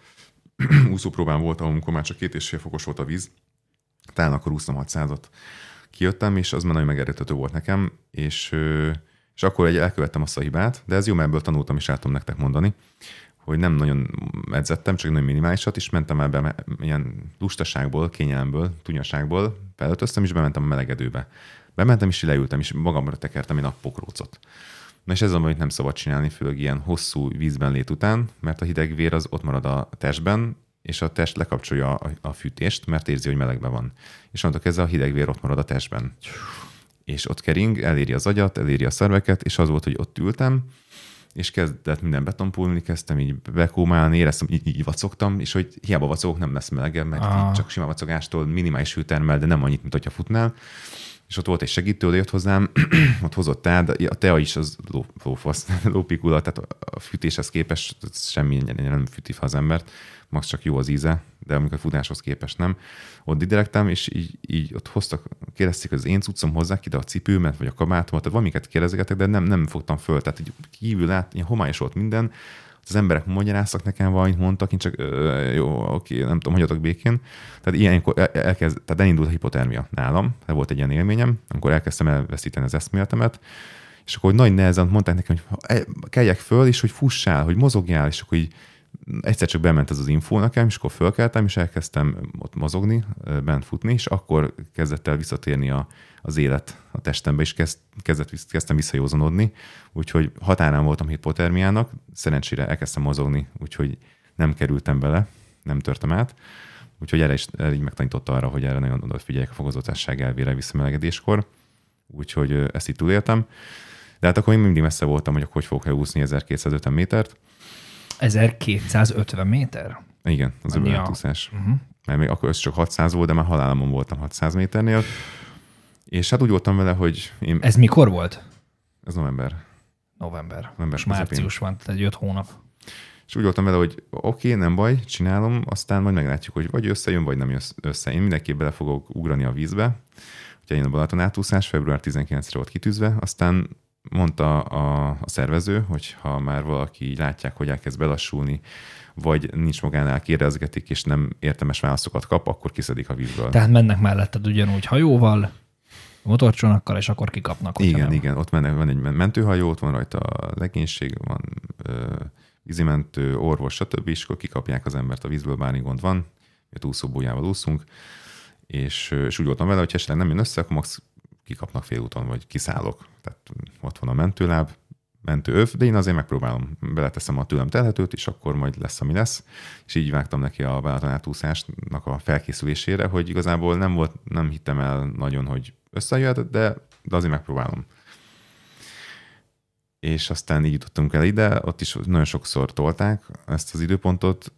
úszópróbán volt, amikor már csak 2,5 fokos volt a víz, talán akkor úsztam 600-at. Kijöttem, és az már nagyon megerőltető volt nekem, és akkor elkövettem azt a hibát, de ez jó, mert ebből tanultam, és el tudom nektek mondani, hogy nem nagyon edzettem, csak nagyon minimálisat, és mentem ebbe ilyen lustaságból, kényelemből, tunyaságból, felöltöztem, és bementem a melegedőbe. Bementem, és leültem, és magamra tekertem egy nappokrócot. Na és ez az, amit nem szabad csinálni, főleg ilyen hosszú vízben lét után, mert a hideg vér az ott marad a testben, és a test lekapcsolja a fűtést, mert érzi, hogy melegben van. És onnantól kezdve a hideg vér ott marad a testben. És ott kering, eléri az agyat, eléri a szerveket, és az volt, hogy ott ültem, és kezdett minden betompulni, kezdtem így bekómálni, éreztem, így vacogtam, és hogy hiába vacogok, nem lesz melegebb, mert csak sima vacogástól minimális hőtermel, de nem annyit, mint hogyha futnál. És ott volt egy segítő, oda jött hozzám, ott hozott teát, de a tea is az lópikula, tehát a fűtéshez képest semmi nem fűti fel az embert, max csak jó az íze, de amikor a futáshoz képest nem. Ott diderektem, és így ott hoztak, kérdezték, hogy az én cuccom hozzák ide a cipőmet, vagy a kabátomat, tehát valamiket kérdezegetek, de nem fogtam föl, tehát így kívül ilyen homályos volt minden, az emberek magyaráztak nekem valamit, mondtak, én csak jó, oké, nem tudom, hagyjatok békén. Tehát ilyenkor tehát elindult a hipotermia nálam, ez volt egy ilyen élményem, amikor elkezdtem elveszíteni az eszméletemet, és akkor nagy nehezen mondták nekem, hogy keljek föl, és hogy fussál, hogy mozogjál, és akkor így egyszer csak bement ez az infó nekem, és akkor fölkeltem, és elkezdtem ott mozogni, bent futni, és akkor kezdett el visszatérni az élet a testembe, és kezdtem visszajózanodni, úgyhogy határán voltam hipotermiának, szerencsére elkezdtem mozogni, úgyhogy nem kerültem bele, nem törtem át, úgyhogy erre is így megtanította arra, hogy erre nagyon odafigyeljek a fokozatosság elvére visszamelegedéskor, úgyhogy ezt itt túléltem. De hát akkor még mindig messze voltam, hogy hogy fogok elúszni 1250 métert. 1250 méter? Igen, az öbölátúszás. Mert még akkor csak 600 volt, de már halálamon voltam 600 méternél. És hát úgy voltam vele, hogy én... Ez mikor volt? Ez november. November. Most március van, tehát egy 5 hónap. És úgy voltam vele, hogy oké, nem baj, csinálom, aztán majd meglátjuk, hogy vagy összejön, vagy nem jön össze. Én mindenképp bele fogok ugrani a vízbe. Ugye én a Balaton átúszás, február 19-re volt kitűzve, aztán mondta a szervező, hogy ha már valaki így látják, hogy elkezd belassulni, vagy nincs magánál, kérdezgetik, és nem értelmes válaszokat kap, akkor kiszedik a vízből. Tehát mennek melletted ugyanúgy hajóval, motorcsónakkal, és akkor kikapnak. Igen, ott van egy mentőhajó, ott van rajta a legénység, van vízimentő, orvos, stb. És akkor kikapják az embert a vízből, bármi gond van, mert úszóbójával úszunk, és úgy voltam vele, hogy esetleg nem jön össze, akkor max kikapnak félúton, vagy kiszállok. Tehát ott van a mentőláb, mentőöv, de én azért megpróbálom, beleteszem a tőlem telhetőt, és akkor majd lesz, ami lesz. És így vágtam neki a Balaton átúszásnak a felkészülésére, hogy igazából nem hittem el nagyon, hogy összejöhet, de azért megpróbálom. És aztán így jutottunk el ide, ott is nagyon sokszor tolták ezt az időpontot.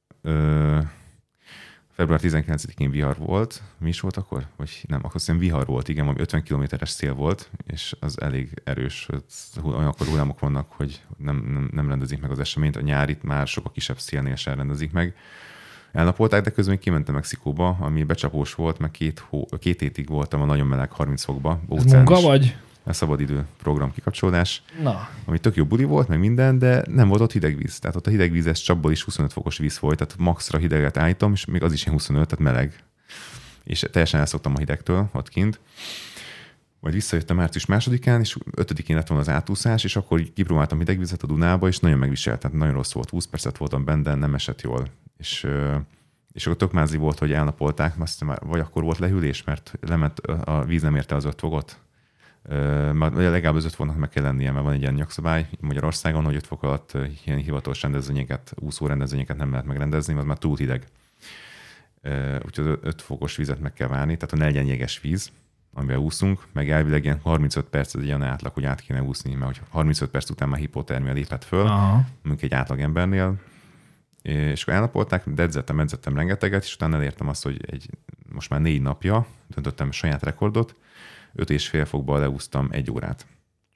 Február 19-én vihar volt. Mi is volt akkor? Vagy nem, akkor szerintem vihar volt, igen, ami 50 kilométeres szél volt, és az elég erős. Olyankor hullámok vannak, hogy nem rendezik meg az eseményt. A nyárit már sokkal kisebb szélnél sem rendezik meg. Elnapolták, de közben kimentem Mexikóba, ami becsapós volt, meg 2 hétig voltam a nagyon meleg 30 fokba. Ez munka vagy? A szabadidő program kikapcsolódás, Na. Ami tök jó buli volt, meg minden, de nem volt ott hideg víz. Tehát ott a hideg vízes csapból is 25 fokos víz folyt, tehát maxra hideget állítom, és még az is 25, tehát meleg. És teljesen elszoktam a hidegtől ott kint. Majd visszajöttem március 2-án, és 5-én lett volna az átúszás, és akkor kipróbáltam hidegvizet a Dunába, és nagyon megviselt, tehát nagyon rossz volt, 20 percet voltam benne, nem esett jól. És akkor tök mázi volt, hogy elnapolták, vagy akkor volt lehűlés, mert lement, a víz nem érte az 5 fokot. Legalább az 5 foknak meg kell lennie, mert van egy ilyen nyakszabály Magyarországon, hogy 5 fok alatt ilyen hivatalos rendezvényeket, úszó rendezvényeket nem lehet megrendezni, mert már túl hideg. Úgyhogy 5 fokos vizet meg kell várni, tehát ne legyen jéges víz, amivel úszunk, meg elvileg ilyen 35 perc, ez egy olyan átlag, hogy át kéne úszni, mert hogy 35 perc után már hipotermia lépett föl, mondjuk egy átlag embernél, és akkor elnapolták, de edzettem rengeteget, és utána elértem azt, hogy most már 4 napja döntöttem saját rekordot, 5,5 fokban leúsztam 1 órát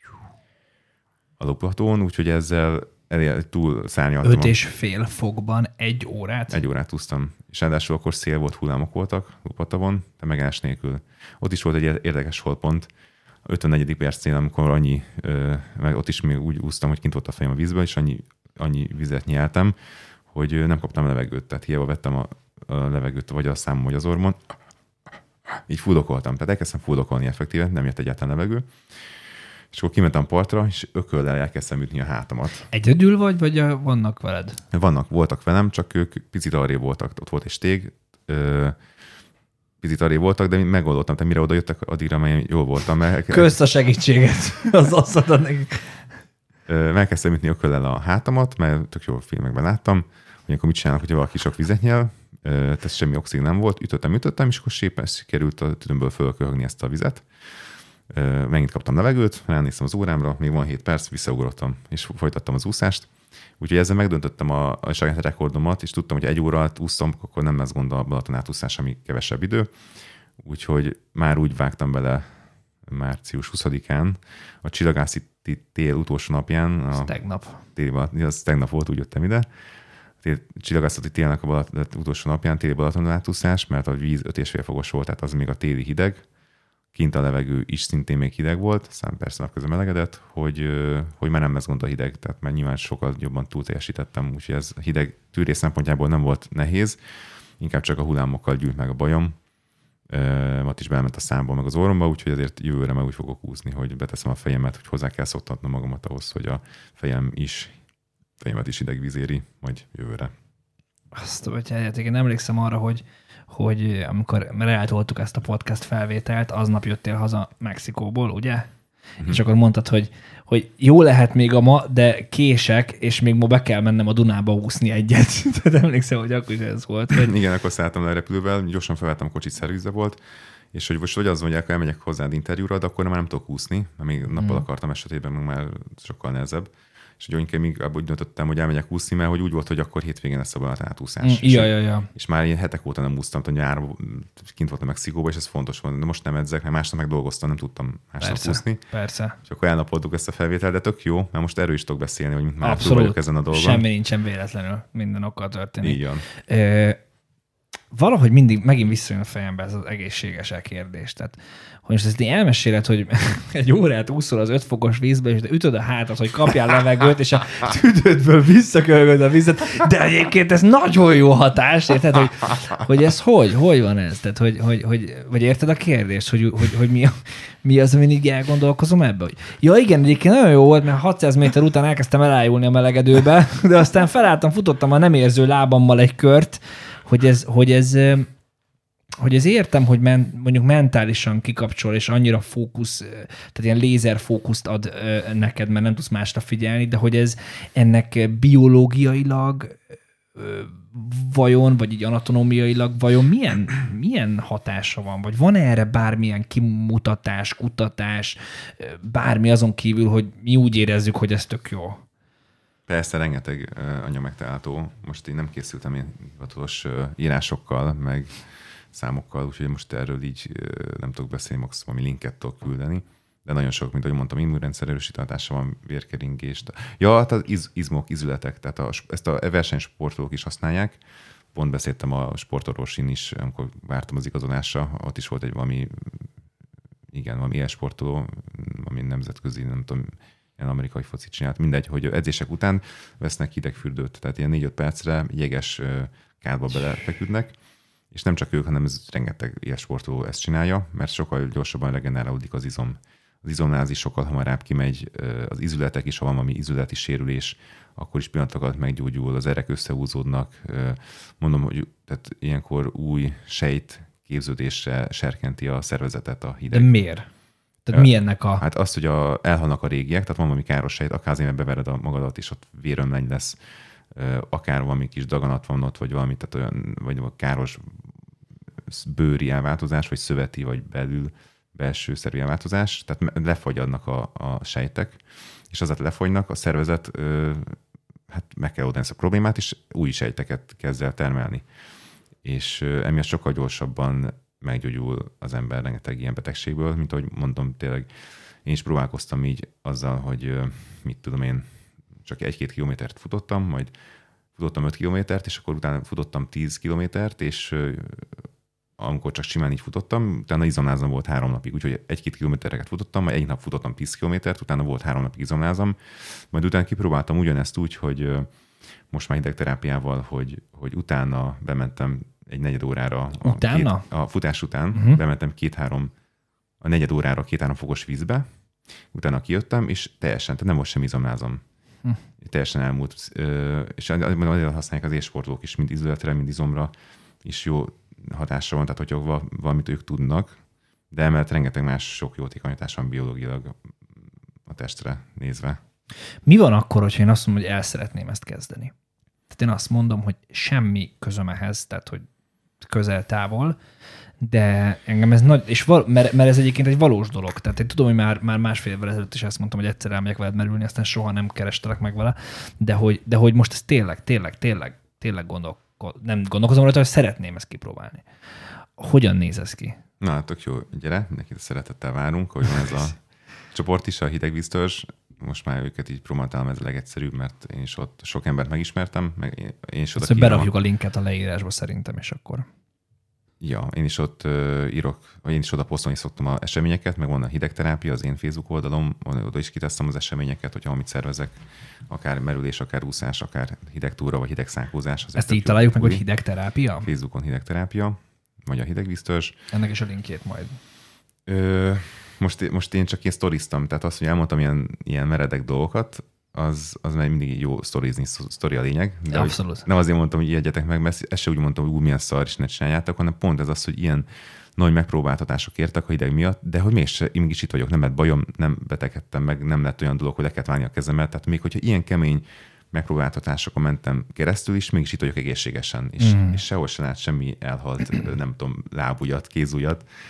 a lopatón, úgyhogy ezzel túl szárnyaltam. 5,5 fokban 1 órát? 1 órát úsztam. És ráadásul akkor szél volt, hullámok voltak Lopatavon, de megállás nélkül. Ott is volt egy érdekes holpont, a 54. percén, amikor meg ott is még úgy úsztam, hogy kint volt a fejem a vízből, és annyi vizet nyeltem, hogy nem kaptam levegőt. Tehát hiába vettem a levegőt vagy a számom, vagy az ormon, így fuldokoltam. Tehát elkezdtem fuldokolni effektíve, nem jött egyáltalán levegő. És akkor kimentem partra, és ököllel elkezdtem ütni a hátamat. Egyedül vagy vannak veled? Voltak velem, csak ők picit arrébb voltak. Ott volt egy stég, picit arrébb voltak, de megoldottam. Tehát mire oda jöttek, addigra már jól voltam. Kösz a segítséget. Az adod nekik. Elkezdtem ütni ököllel a hátamat, mert tök jó filmekben láttam, hogy akkor mit csinálnak, hogyha valaki sok vizet nyel, tehát semmi oxigén nem volt, ütöttem, és akkor sépen sikerült a tüdőmből fölköhögni ezt a vizet. Megint kaptam levegőt, ránéztem az órámra, még van 7 perc, visszaugrottam, és folytattam az úszást. Úgyhogy ezzel megdöntöttem a saját rekordomat, és tudtam, hogy 1 órát úszom, akkor nem lesz gond a Balaton átúszás, ami kevesebb idő. Úgyhogy már úgy vágtam bele március 20-án, a csillagászati tél utolsó napján. Ez tegnap. Az tegnap volt, úgy jöttem ide. Csillagászati télnek a utolsó napján téli Balaton átúszás, mert a víz 5,5 fokos volt, tehát az még a téli hideg. Kint a levegő is szintén még hideg volt, aztán persze napközben melegedett, hogy már nem lesz gond a hideg, tehát már nyilván sokkal jobban túl teljesítettem, úgyhogy ez a hideg tűrés szempontjából nem volt nehéz, inkább csak a hullámokkal gyűlt meg a bajom. Ott is belement a számba, meg az orromba, úgyhogy ezért jövőre meg úgy fogok úszni, hogy beteszem a fejemet, hogy hozzá kell szoktatnom magamat ahhoz, hogy a fejemet is hideg éri, majd jövőre. Azt, hogy én emlékszem arra, hogy amikor eltoltuk ezt a podcast felvételt, aznap jöttél haza Mexikóból, ugye? Uh-huh. És akkor mondtad, hogy jó lehet még a ma, de kések, és még ma be kell mennem a Dunába úszni egyet. Tehát emlékszem, hogy akkor is ez volt. Hogy... Igen, akkor szálltam le a repülővel, gyorsan felvettem a kocsit, szervizbe volt, és hogy most az mondják, hogy elmegyek hozzád interjúra, de akkor már nem tudok úszni, mert még nappal akartam esetében, meg már sokkal nehezebb. És hogy inkább még úgy döntöttem, hogy elmegyek úszni, mert hogy úgy volt, hogy akkor hétvégén lesz a átúszás. Ja. És már ilyen hetek óta nem úsztam, hogy nyáron kint voltam Mexikóban, és ez fontos volt. De most nem edzek, mert másnap meg dolgoztam, nem tudtam másnap úszni. Persze. És akkor elnapoltuk ezt a felvételt, de tök jó, mert most erről is tudok beszélni, hogy már Abszolút. túl vagyok ezen a dolgon. Semmi nincsen véletlenül, minden okkal történik. Így van. Valahogy mindig megint visszajön a fejembe ez az egészséges kérdés. Tehát, hogy most ezt elmeséled, hogy egy órát úszol az 5 fokos vízbe, és ütöd a hátat, hogy kapjál levegőt, és a tüdődből visszakölgöd a vizet, de egyébként ez nagyon jó hatás, érted, hogy ez hogy van ez? Tehát, hogy érted a kérdést, hogy mi az, amin így elgondolkozom ebbe? Hogy, ja igen, egyébként nagyon jó volt, mert 600 méter után elkezdtem elájulni a melegedőbe, de aztán felálltam, futottam a nem érző lábammal egy kört, hogy ez értem, hogy mondjuk mentálisan kikapcsol, és annyira fókusz, tehát ilyen lézerfókuszt ad neked, mert nem tudsz másra figyelni, de hogy ez ennek biológiailag vajon, vagy így anatómiailag vajon milyen hatása van? Vagy van erre bármilyen kimutatás, kutatás, bármi azon kívül, hogy mi úgy érezzük, hogy ez tök jó? Persze, rengeteg anya megtalálható. Most én nem készültem ilyen hivatalos írásokkal, meg számokkal, úgyhogy most erről így nem tudok beszélni, maximum ami linket tudok küldeni. De nagyon sok, mint ahogy mondtam, immunrendszer erősítő hatása van, vérkeringést. Ja, hát az izmok, izületek, tehát ezt a versenysportolók is használják. Pont beszéltem a sportorvosin is, amikor vártam az igazolásra, ott is volt egy valami e-sportoló, ami nemzetközi, nem tudom, ilyen amerikai focit csinált, mindegy, hogy edzések után vesznek hidegfürdőt, tehát ilyen 4-5 percre jeges kádba belefeküdnek, és nem csak ők, hanem ez rengeteg ilyen sportoló ezt csinálja, mert sokkal gyorsabban regenerálódik az izom. Az izomlázis sokkal hamarabb kimegy, az izületek is, ha van valami izületi sérülés, akkor is pillanatokat meggyógyul, az erek összehúzódnak. Mondom, hogy tehát ilyenkor új sejt képződésre serkenti a szervezetet a hideg. De miért? Tehát mi ennek a... Hát azt, hogy elhalnak a régiek, tehát van valami káros sejt, akár azért, mert bevered a magadat, és ott vérömleny lesz, akár valami kis daganat van ott, vagy valami, tehát olyan, vagy káros bőri elváltozás, vagy szöveti, vagy belső szerű elváltozás, tehát lefagyadnak a sejtek, és azáltal lefogynak, a szervezet hát meg kell oldani ezt a problémát, és új sejteket kezd el termelni. És emiatt sokkal gyorsabban meggyógyul az ember rengeteg ilyen betegségből, mint ahogy mondom, tényleg én is próbálkoztam így azzal, hogy mit tudom én, csak 1-2 kilométert futottam, majd futottam 5 kilométert, és akkor utána futottam 10 kilométert, és amikor csak simán így futottam, utána izomlázam volt 3 napig, úgyhogy 1-2 kilométereket futottam, majd egy nap futottam 10 kilométert, utána volt 3 napig izomlázam, majd utána kipróbáltam ugyanezt úgy, hogy most már hidegterápiával, hogy utána bementem egy 4 órára a futás után, bementem 2-3 a 4 órára 2-3 fokos vízbe, utána kijöttem, és teljesen, tehát nem volt sem izomlázam. Teljesen elmúlt. És azért használják az élsportolók is, mind izületre, mind izomra is jó hatásra van, tehát hogyha valamit ők tudnak, de emellett rengeteg más sok jótékony hatás van biológiailag a testre nézve. Mi van akkor, hogyha én azt mondom, hogy el szeretném ezt kezdeni? Tehát én azt mondom, hogy semmi közöm ehhez, tehát hogy közel-távol, de engem ez nagy, és mert ez egyébként egy valós dolog. Tehát én tudom, hogy már másfél évvel ezelőtt is ezt mondtam, hogy egyszer elmegyek veled merülni, aztán soha nem kerestelek meg vele, de hogy most ez tényleg nem gondolkozom rajta, hogy szeretném ezt kipróbálni. Hogyan néz ez ki? Na, hát tök jó, gyere, mindenkit szeretettel várunk, hogy van ez a csoport is, a hidegvíztörzs. Most már őket így próbáltam, ez a legegyszerűbb, mert én is ott sok embert megismertem, meg én is oda azt, berakjuk a linket a leírásba szerintem, és akkor... Ja, én is ott írok, vagy én is oda posztolni szoktam az eseményeket, meg van a hidegterápia, az én Facebook oldalom, oda is kiteszem az eseményeket, hogyha amit szervezek, akár merülés, akár úszás, akár hidegtúra, vagy hidegszánkózás. Ezt így találjuk meg, hogy hidegterápia? Facebookon hidegterápia, vagy a hidegvíztörzs. Ennek is a linkjét majd. Most én csak én sztoriztam, tehát azt, hogy elmondtam ilyen meredek dolgokat, az már mindig jó sztorizni, sztori a lényeg. De abszolút. Nem azért mondtam, hogy ijedjetek meg, mert ezt se úgy mondtam, hogy milyen szar is ne csináljátok, hanem pont ez az, hogy ilyen nagy megpróbáltatások értek a hideg miatt, de hogy mégis itt vagyok, nem lett bajom, nem betegedtem meg, nem lett olyan dolog, hogy le kellett válni a kezemet. Tehát még hogyha ilyen kemény megpróbáltatásokon mentem keresztül is, mégis itt vagyok egészségesen, és sehol sem lát semmi elhalt, nem tudom, lábujjat, kézujjat,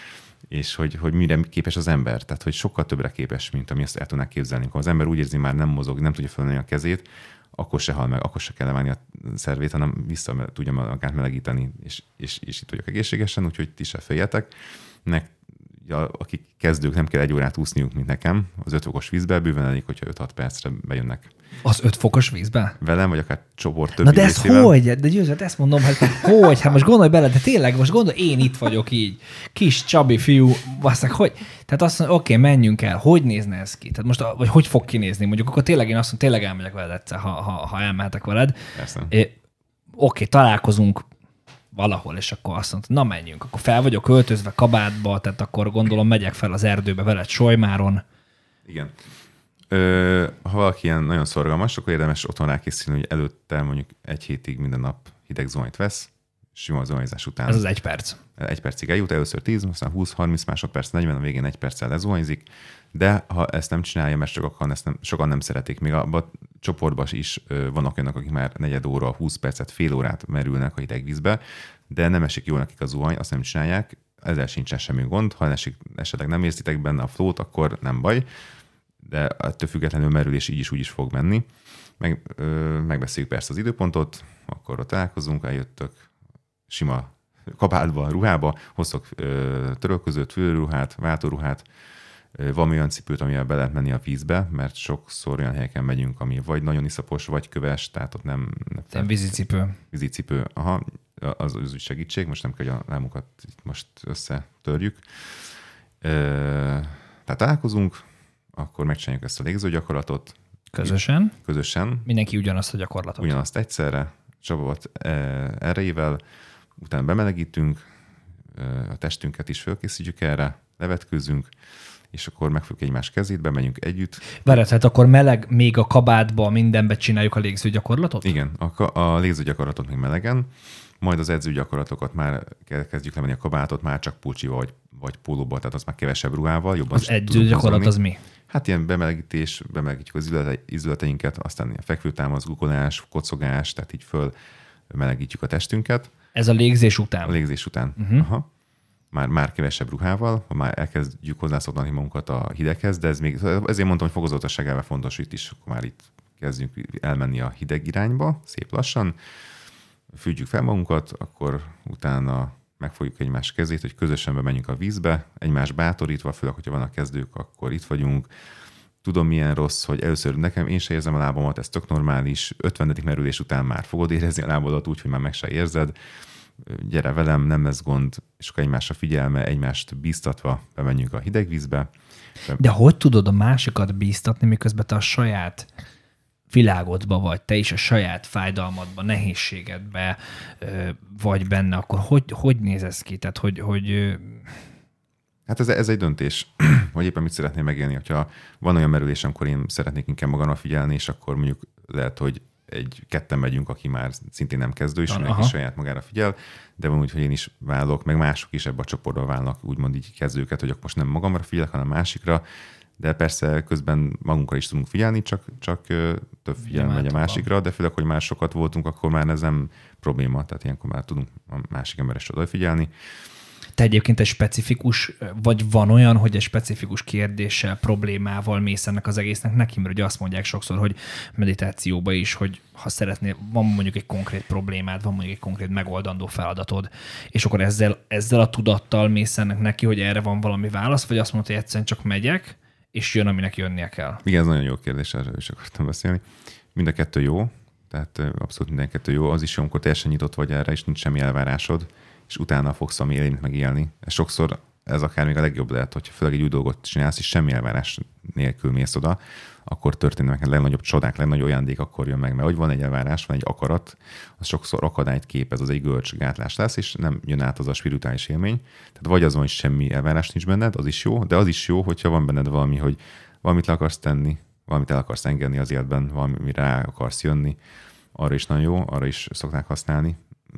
és hogy mire képes az ember. Tehát, hogy sokkal többre képes, mint ami azt el tudnák képzelni. Ha az ember úgy érzi, már nem mozog, nem tudja felvenni a kezét, akkor se hal meg, akkor se kell leválni a szervét, hanem vissza tudja magát melegíteni, és itt vagyok egészségesen, úgyhogy ti se féljetek. Akik kezdők, nem kell 1 órát úszniuk, mint nekem, az 5 fokos vízbe, bőven elég, hogyha 5-6 percre bejönnek. Az 5 fokos vízbe? Velem, vagy akár csoport többi Na de ez részével. hogy? De Győzőt, ezt mondom, hogy? Hát most gondolj bele, de tényleg most gondolj, én itt vagyok így, kis csabi fiú, basszak, hogy? Tehát azt mondja, oké, menjünk el, hogy nézne ez ki? Tehát most, vagy hogy fog kinézni? Mondjuk akkor tényleg én azt mondom, tényleg elmegyek veled egyszer, ha elmehetek veled. Persze. Oké, találkozunk valahol, és akkor azt mondta, na menjünk. Akkor fel vagyok költözve kabátba, tehát akkor gondolom megyek fel az erdőbe veled Solymáron. Igen. Ha valaki ilyen nagyon szorgalmas, akkor érdemes otthon rákészülni, hogy előtte mondjuk 1 hétig minden nap hideg zuhanyt vesz, sima zuhanyzás után. Ez az 1 perc. 1 percig eljut, először 10, aztán 20-30 másodperc, 40, a végén 1 perccel lezuhanyzik, de ha ezt nem csinálja, mert sokan nem szeretik, még abban a csoportban is vannak olyanok, akik már 4 óra, 20 percet, fél órát merülnek a hideg vízbe, de nem esik jól nekik a zuhany, azt nem csinálják, ezzel sincsen semmi gond, ha esetleg nem érzitek benne a flót, akkor nem baj, de ettől függetlenül merülés így is úgy is fog menni. Megbeszéljük persze az időpontot, akkor ott találkozunk, eljöttök sima kabátba, ruhába, hoztok törölközőt, fülruhát, váltóruhát, van olyan cipőt, amivel be lehet menni a vízbe, mert sokszor olyan helyeken megyünk, ami vagy nagyon iszapos, vagy köves, tehát ott nem vízicipő. Vízicipő, aha, az úgy segítség, most nem kell, hogy a lámukat itt most összetörjük. Tehát találkozunk, akkor megcsináljuk ezt a légzőgyakorlatot. Közösen. Mindenki ugyanazt a gyakorlatot. Ugyanazt egyszerre, csapat erejével, utána bemelegítünk, a testünket is fölkészítjük erre, levetkőzünk, és akkor megfogjuk egymás kezét, bemegyünk együtt. Várj, tehát akkor meleg még a kabátba, mindenbe csináljuk a légzőgyakorlatot? Igen, a légzőgyakorlatot még melegen, majd az edzőgyakorlatokat már kezdjük lemenni a kabátot, már csak pulcsival vagy pólóba, tehát az már kevesebb ruhával. Jobban az edzőgyakorlat az mi? Hát ilyen bemelegítjük az izületeinket, aztán ilyen fekvőtámasz, guggolás, kocogás, tehát így föl melegítjük a testünket. Ez a légzés után? A légzés után. Aha. Már kevesebb ruhával, ha már elkezdjük hozzászokni magunkat a hideghez, de ezért mondtam, hogy fokozatosságával fontos itt is, akkor már itt kezdjünk elmenni a hideg irányba, szép lassan, fűtjük fel magunkat, akkor utána megfogjuk egymás kezét, hogy közösen bemenjünk a vízbe, egymás bátorítva, főleg, hogyha vannak kezdők, akkor itt vagyunk. Tudom, milyen rossz, hogy először én se érzem a lábamat, ez tök normális, 50. merülés után már fogod érezni a lábadat úgy, hogy már meg se érzed. Gyere velem, nem lesz gond, és akkor egymásra figyelme, egymást bíztatva bemenjünk a hideg vízbe. De hogy tudod a másikat bíztatni, miközben te a saját világodba vagy, te is a saját fájdalmadba, nehézségedbe vagy benne, akkor hogy néz ez ki? Tehát, hogy... Hát ez egy döntés, hogy éppen mit szeretnél megélni. Hogyha van olyan merülés, amikor én szeretnék inkább magamra figyelni, és akkor mondjuk lehet, hogy ketten megyünk, aki már szintén nem kezdő, és mindenki saját magára figyel, de van úgy, hogy én is válok, meg mások is ebbe a csoportba válnak, úgymond így kezdőket, hogy akkor most nem magamra figyelek, hanem másikra, de persze közben magunkra is tudunk figyelni, csak több figyelem megy a másikra, de főleg, hogy már sokat voltunk, akkor már ez nem probléma, tehát ilyenkor már tudunk a másik emberre odafigyelni. Te egyébként egy specifikus, vagy van olyan, hogy egy specifikus kérdéssel, problémával mész ennek az egésznek neki, mert ugye azt mondják sokszor, hogy meditációba is, hogy ha szeretnél, van mondjuk egy konkrét problémád, van mondjuk egy konkrét megoldandó feladatod, és akkor ezzel a tudattal mész ennek neki, hogy erre van valami válasz, vagy azt mondod, hogy egyszerűen csak megyek, és jön, aminek jönnie kell. Igen, ez nagyon jó kérdés, erről is akartam beszélni. Mind a kettő jó, tehát abszolút minden kettő jó. Az is jó, amikor teljesen nyitott vagy erre, és nincs semmi elvárásod, és utána fogsz valami élményt megélni. Sokszor ez akár még a legjobb lehet, hogyha főleg egy új dolgot csinálsz, és semmi elvárás nélkül mész oda, akkor történnek a legnagyobb csodák, legnagyobb ajándék akkor jön meg. Mert hogy van egy elvárás, van egy akarat, az sokszor akadályt képez, az egy görcsgátlás lesz, és nem jön át az a spirituális élmény. Tehát vagy azon, hogy semmi elvárás nincs benned, az is jó, de az is jó, hogyha van benned valami, hogy valamit le akarsz tenni, valamit el akarsz engedni az életben, valamire rá akarsz jönni. Arra is nagyon jó, arra is szokták használni.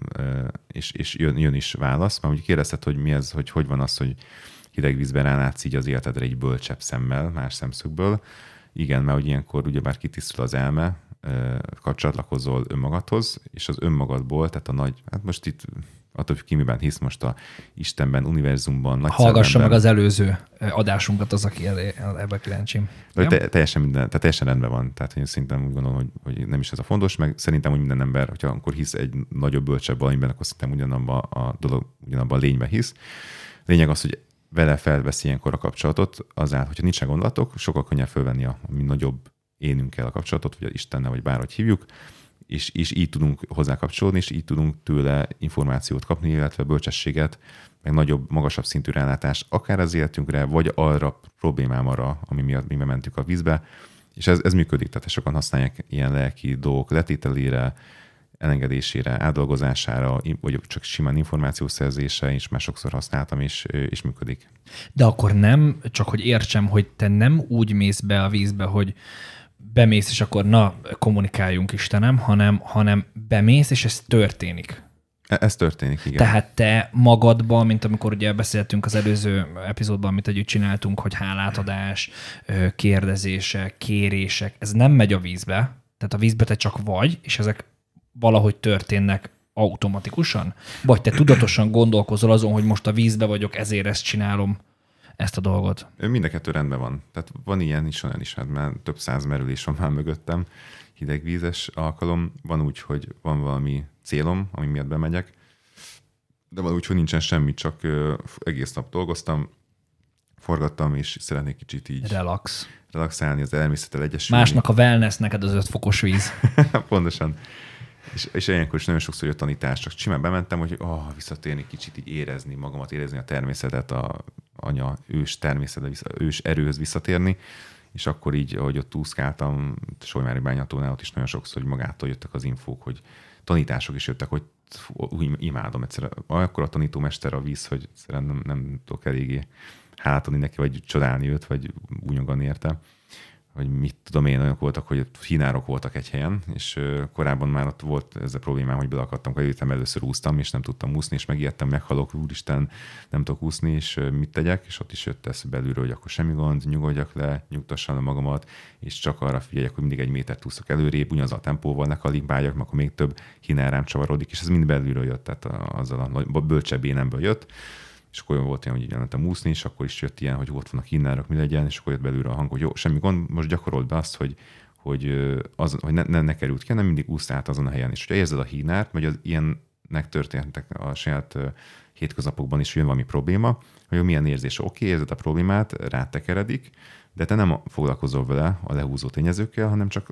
És jön is válasz, mert úgy kérdezted, hogy mi ez, hogy van az, hogy hideg vízben rálátsz így az életedre egy bölcsebb szemmel, más szemszögből. Igen, mert hogy ilyenkor ugyebár kitisztul az elme, csatlakozol önmagadhoz, és az önmagadból, tehát a nagy, hát most itt attól függ ki, miben hisz most a Istenben, univerzumban, nagy Hallgassa meg az előző adásunkat, az, aki ebbe kíváncsi. Teljesen rendben van. Tehát én szerintem úgy gondolom, hogy nem is ez a fontos, meg szerintem, hogy minden ember, hogyha akkor hisz egy nagyobb, bölcsebb valamiben, akkor szerintem ugyanabban a dolog, ugyanabban a lényben hisz. Lényeg az, hogy vele felveszi ilyenkor a kapcsolatot, azáltal, hogyha nincsen gondolatok, sokkal könnyebb fölvenni a mi nagyobb énünkkel a kapcsolatot, vagy Istennel, vagy bárhogy hívjuk, és így tudunk hozzá kapcsolódni, és így tudunk tőle információt kapni, illetve bölcsességet, meg nagyobb, magasabb szintű rálátást, akár az életünkre, vagy arra problémámra, ami miatt mi mentünk a vízbe, és ez működik, tehát sokan használják ilyen lelki dolgok letételére, elengedésére, átdolgozására, vagy csak simán információszerzése, és már sokszor használtam, és működik. De akkor nem, csak hogy értsem, hogy te nem úgy mész be a vízbe, hogy bemész, és akkor na, kommunikáljunk Istenem, hanem bemész, és ez történik. Ez történik, igen. Tehát te magadban, mint amikor ugye beszéltünk az előző epizódban, amit együtt csináltunk, hogy hálátadás, kérdezések, kérések, ez nem megy a vízbe, tehát a vízbe te csak vagy, és ezek valahogy történnek automatikusan? Vagy te tudatosan gondolkozol azon, hogy most a vízbe vagyok, ezért ezt csinálom, ezt a dolgot? Mind a kettő rendben van. Tehát van ilyen is, olyan is, hát már több 100 merülés van már mögöttem, hidegvízes alkalom. Van úgy, hogy van valami célom, ami miatt bemegyek, de van úgy, hogy nincsen semmi, csak egész nap dolgoztam, forgattam, és szeretnék kicsit így relaxálni, az természettel egyesülni. Másnak a wellness, neked az 5 fokos víz. Pontosan. És ilyenkor is nagyon sokszor jött tanítás, csak simán bementem, hogy visszatérni, kicsit így érezni magamat, érezni a természetet, a anya ős természetet, ős erőhöz visszatérni, és akkor így, ahogy ott úszkáltam, Solymári bányatónál, ott is nagyon sokszor, hogy magától jöttek az infók, hogy tanítások is jöttek, hogy úgy imádom egyszerűen. Akkor a tanítómester a víz, hogy szerintem nem tudok eléggé hálát adni neki, vagy csodálni őt, vagy únyogani érte. Vagy mit tudom én, olyanok voltak, hogy hínárok voltak egy helyen, és korábban már ott volt ez a problémám, hogy belakadtam, hogy először úsztam, és nem tudtam úszni, és megijedtem, meghalok, úristen, nem tudok úszni, és mit tegyek, és ott is jött ez belülről, hogy akkor semmi gond, nyugodjak le, nyugtassam le magamat, és csak arra figyeljek, hogy mindig egy métert úszok előrébb, ugyanaz a tempóval ne kalimbáljak, mert akkor még több hínár rám csavarodik, és ez mind belülről jött, tehát azzal a bölcsebb énemből jött. És akkor olyan volt ilyen, hogy így elmentem úszni, és akkor is jött ilyen, hogy ott vannak hínárok, mi legyen, és akkor jött belőle a hang, hogy jó, semmi gond, most gyakorold be azt, hogy ne került ki, nem mindig úsz át azon a helyen. És hogyha érzed a hínárt, vagy az ilyennek történtek a saját hétköznapokban is, jön valami probléma, hogy milyen érzés, oké, érzed a problémát, rátekeredik, de te nem foglalkozol vele a lehúzó tényezőkkel, hanem csak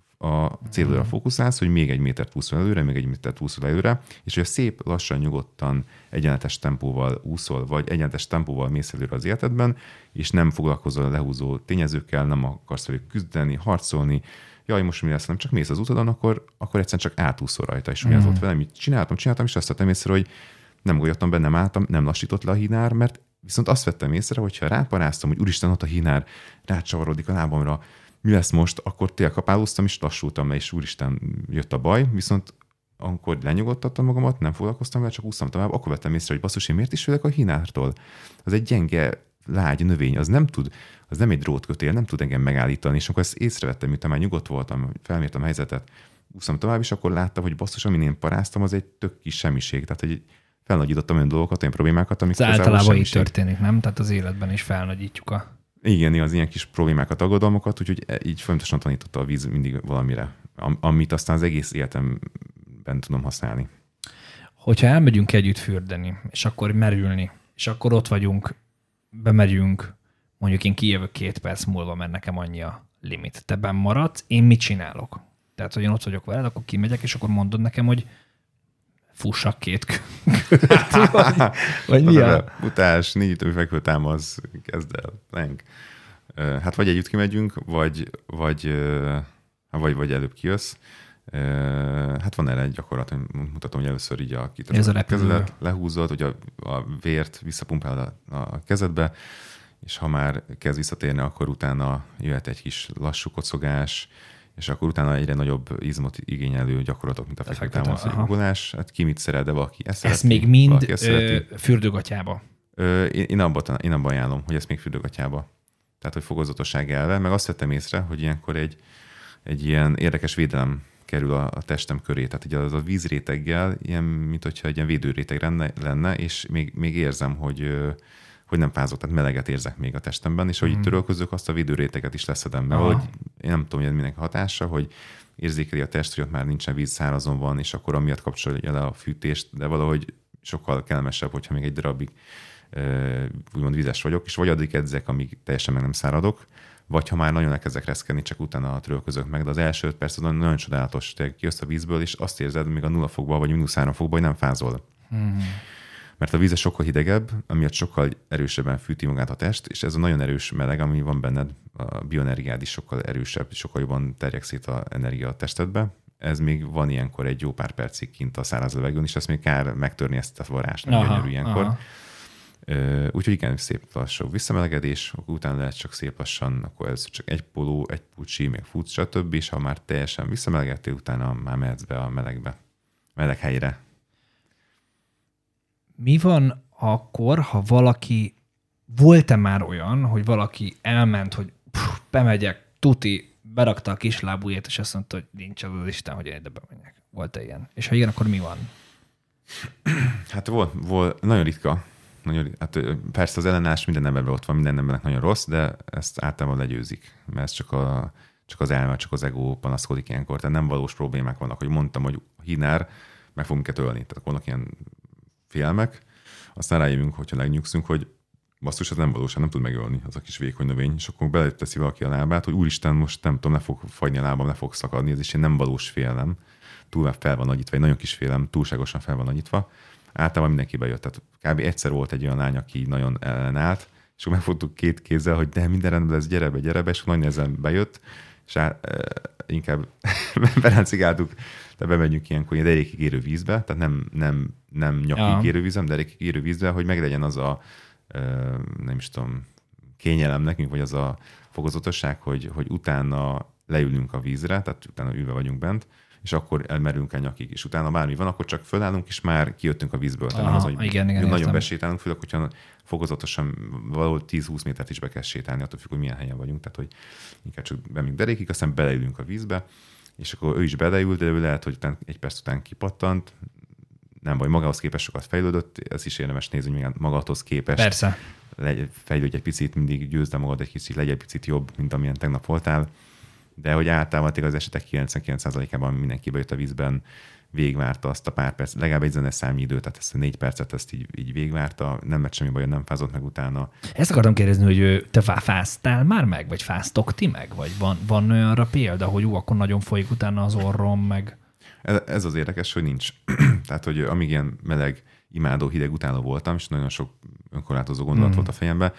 a célra fókuszálsz, hogy még egy métert úszol előre, még egy métert úszol előre, és hogy a szép, lassan, nyugodtan, egyenletes tempóval úszol, vagy egyenletes tempóval mész előre az életedben, és nem foglalkozol a lehúzó tényezőkkel, nem akarsz velük küzdeni, harcolni, jaj, most mi lesz, nem csak mész az utadon, akkor egyszerűen csak átúszol rajta, és ez volt velem, mit csináltam, és azt vettem észre, hogy nem golyottam be, nem álltam, nem lassított le a hínár, mert viszont azt vettem észre, hogyha ráparáztam, hogy úristen, ott a hínár rácsavarodik a lábamra, mi lesz most, akkor télkapálóztam, és lassultam le, és úristen, jött a baj, viszont amikor lenyugodtattam magamat, nem foglalkoztam vele, csak úsztam tovább, akkor vettem észre, hogy basszus, én miért is félek a hínártól? Az egy gyenge, lágy növény, az nem egy drótkötél, nem tud engem megállítani, és akkor ezt észrevettem, miután már nyugodt voltam, felmértem a helyzetet, úsztam tovább, és akkor láttam, hogy basszus, amin én paráztam, az egy tök kis semmiség, tehát hogy felnagyítottam olyan dolgokat, olyan problémákat, amik általában így történik, nem? Tehát az életben is felnagyítjuk a... Igen, az ilyen kis problémákat, aggodalmakat, úgyhogy így folyamatosan tanította a víz mindig valamire, amit aztán az egész életemben tudom használni. Hogyha elmegyünk együtt fürdeni, és akkor merülni, és akkor ott vagyunk, bemegyünk, mondjuk én kijövök 2 perc múlva, mert nekem annyi a limit. Te benn maradsz, én mit csinálok? Tehát, hogy én ott vagyok veled, akkor kimegyek, és akkor mondod nekem, hogy fussak 2 kört, vagy mi a... Utás, 4 üvegfő támasz, kezd el, lenk. Hát vagy együtt kimegyünk, vagy előbb kijössz. Hát van erre egy gyakorlat, mutatom, hogy először így a kezedet lehúzod, hogy a vért visszapumpálod a kezedbe, és ha már kezd visszatérni, akkor utána jöhet egy kis lassú kocogás, és akkor utána egyre nagyobb izmot igényelő gyakorlatok, mint a fekvőtámasz, vagy guggolás. Hát ki mit szeret, de valaki ezt szereti. Ez még mind fürdőgatyába? Én abban ajánlom, hogy ezt még fürdőgatyába. Tehát, hogy fokozatosság elve, meg azt vettem észre, hogy ilyenkor egy ilyen érdekes védelem kerül a testem köré. Tehát ugye az a vízréteggel ilyen, mint hogyha egy ilyen védőréteg lenne, és még érzem, hogy nem fázok, tehát meleget érzek még a testemben, és ahogy törölközök, azt a védőréteget is leszedem be. Hogy én nem tudom, hogy minek hatása, hogy érzékeli a test, hogy ott már nincsen víz, szárazon van, és akkor amiatt kapcsolja le a fűtést, de valahogy sokkal kellemesebb, hogyha még egy darabig úgymond vizes vagyok, és vagy addig edzek, amíg teljesen meg nem száradok, vagy ha már nagyon elkezdek reszkedni, csak utána törölközök meg, de az első 5 perc az nagyon csodálatos. Te kijössz a vízből, és azt érzed még a 0 fokban, vagy -3 fokban, hogy nem fázol. Mert a víz sokkal hidegebb, amiatt sokkal erősebben fűti magát a test, és ez a nagyon erős meleg, ami van benned, a bioenergiád is sokkal erősebb, sokkal jobban terjek szét az energia a testedbe. Ez még van ilyenkor egy jó pár percig kint a száraz levegőn, és ezt még kár megtörni ezt a varrást, nem gyönyörű ilyenkor. Úgyhogy igen, szép lassú visszamelegedés, utána lehet csak szép lassan, akkor ez csak egy póló, egy pucsi, még futsz, stb. És ha már teljesen visszamelegedtél, utána már mehetsz be a meleg helyre. Mi van akkor, ha valaki, volt-e már olyan, hogy valaki elment, hogy bemegyek, tuti, berakta a kislábújét, és azt mondta, hogy nincs az Isten, hogy én ide bemegyek. Volt-e ilyen? És ha igen, akkor mi van? Hát volt nagyon ritka. Hát persze az ellenállás minden emberben ott van, minden embernek nagyon rossz, de ezt általában legyőzik, mert ez csak az elme, csak az ego panaszkodik ilyenkor, tehát nem valós problémák vannak, hogy mondtam, hogy a hínár meg fogunk ölni. Tehát vannak ilyen félmek, aztán rájövünk, hogyha megnyugszunk, hogy basszus, ez nem valós, nem tud megölni az a kis vékony növény, és akkor beleteszi valaki a lábát, hogy úristen, most nem tudom, le fog fagyni a lábam, le fog szakadni, ez is egy nem valós félelem, túl fel van nagyítva, egy nagyon kis félelem, túlságosan fel van nagyítva. Általában mindenki bejött. Tehát kb. Egyszer volt egy olyan lány, aki nagyon ellenállt, és akkor megfogtuk 2 kézzel, hogy de minden rendben lesz, gyere be, és nagy nehezen bejött, és inkább belencigáltuk, de bemegyünk ilyenkor egy derékig érő vízbe, tehát nem nyakig érő vízbe, de derékig érő vízbe, hogy meglegyen az a nem is tudom, kényelem nekünk, vagy az a fokozatosság, hogy utána leülünk a vízre, tehát utána ülve vagyunk bent, és akkor elmerünk el nyakig, és utána bármi van, akkor csak fölállunk, és már kijöttünk a vízből. Tehát az, hogy igen, nagyon értem. besétálunk, főleg, hogyha fokozatosan valahol 10-20 métert is be kell sétálni, attól függ, hogy milyen helyen vagyunk, tehát hogy inkább csak bemegyünk derékig, aztán beleülünk a vízbe, és akkor ő is beleült, de ő lehet, hogy egy perc után kipattant, nem baj, magához képest sokat fejlődött, ez is érdemes nézni, hogy magadhoz képest. Persze. Fejlődj egy picit, mindig győzd magad egy kicsit, legyen egy picit jobb, mint amilyen tegnap voltál. De hogy általában az esetek 99%-ában mindenki bejött a vízben, végvárta azt a pár perc, legalább egy zeneszámnyi időt, tehát ezt a 4 percet ezt így végvárta, nem lett semmi baj, nem fázott meg utána. Ezt akartam kérdezni, hogy te fáztál már meg, vagy fáztok ti meg? Vagy van olyanra példa, hogy akkor nagyon folyik utána az orrom, meg... Ez az érdekes, hogy nincs. Tehát, hogy amíg ilyen meleg, imádó, hideg utáló voltam, és nagyon sok önkorlátozó gondolat volt a fejemben,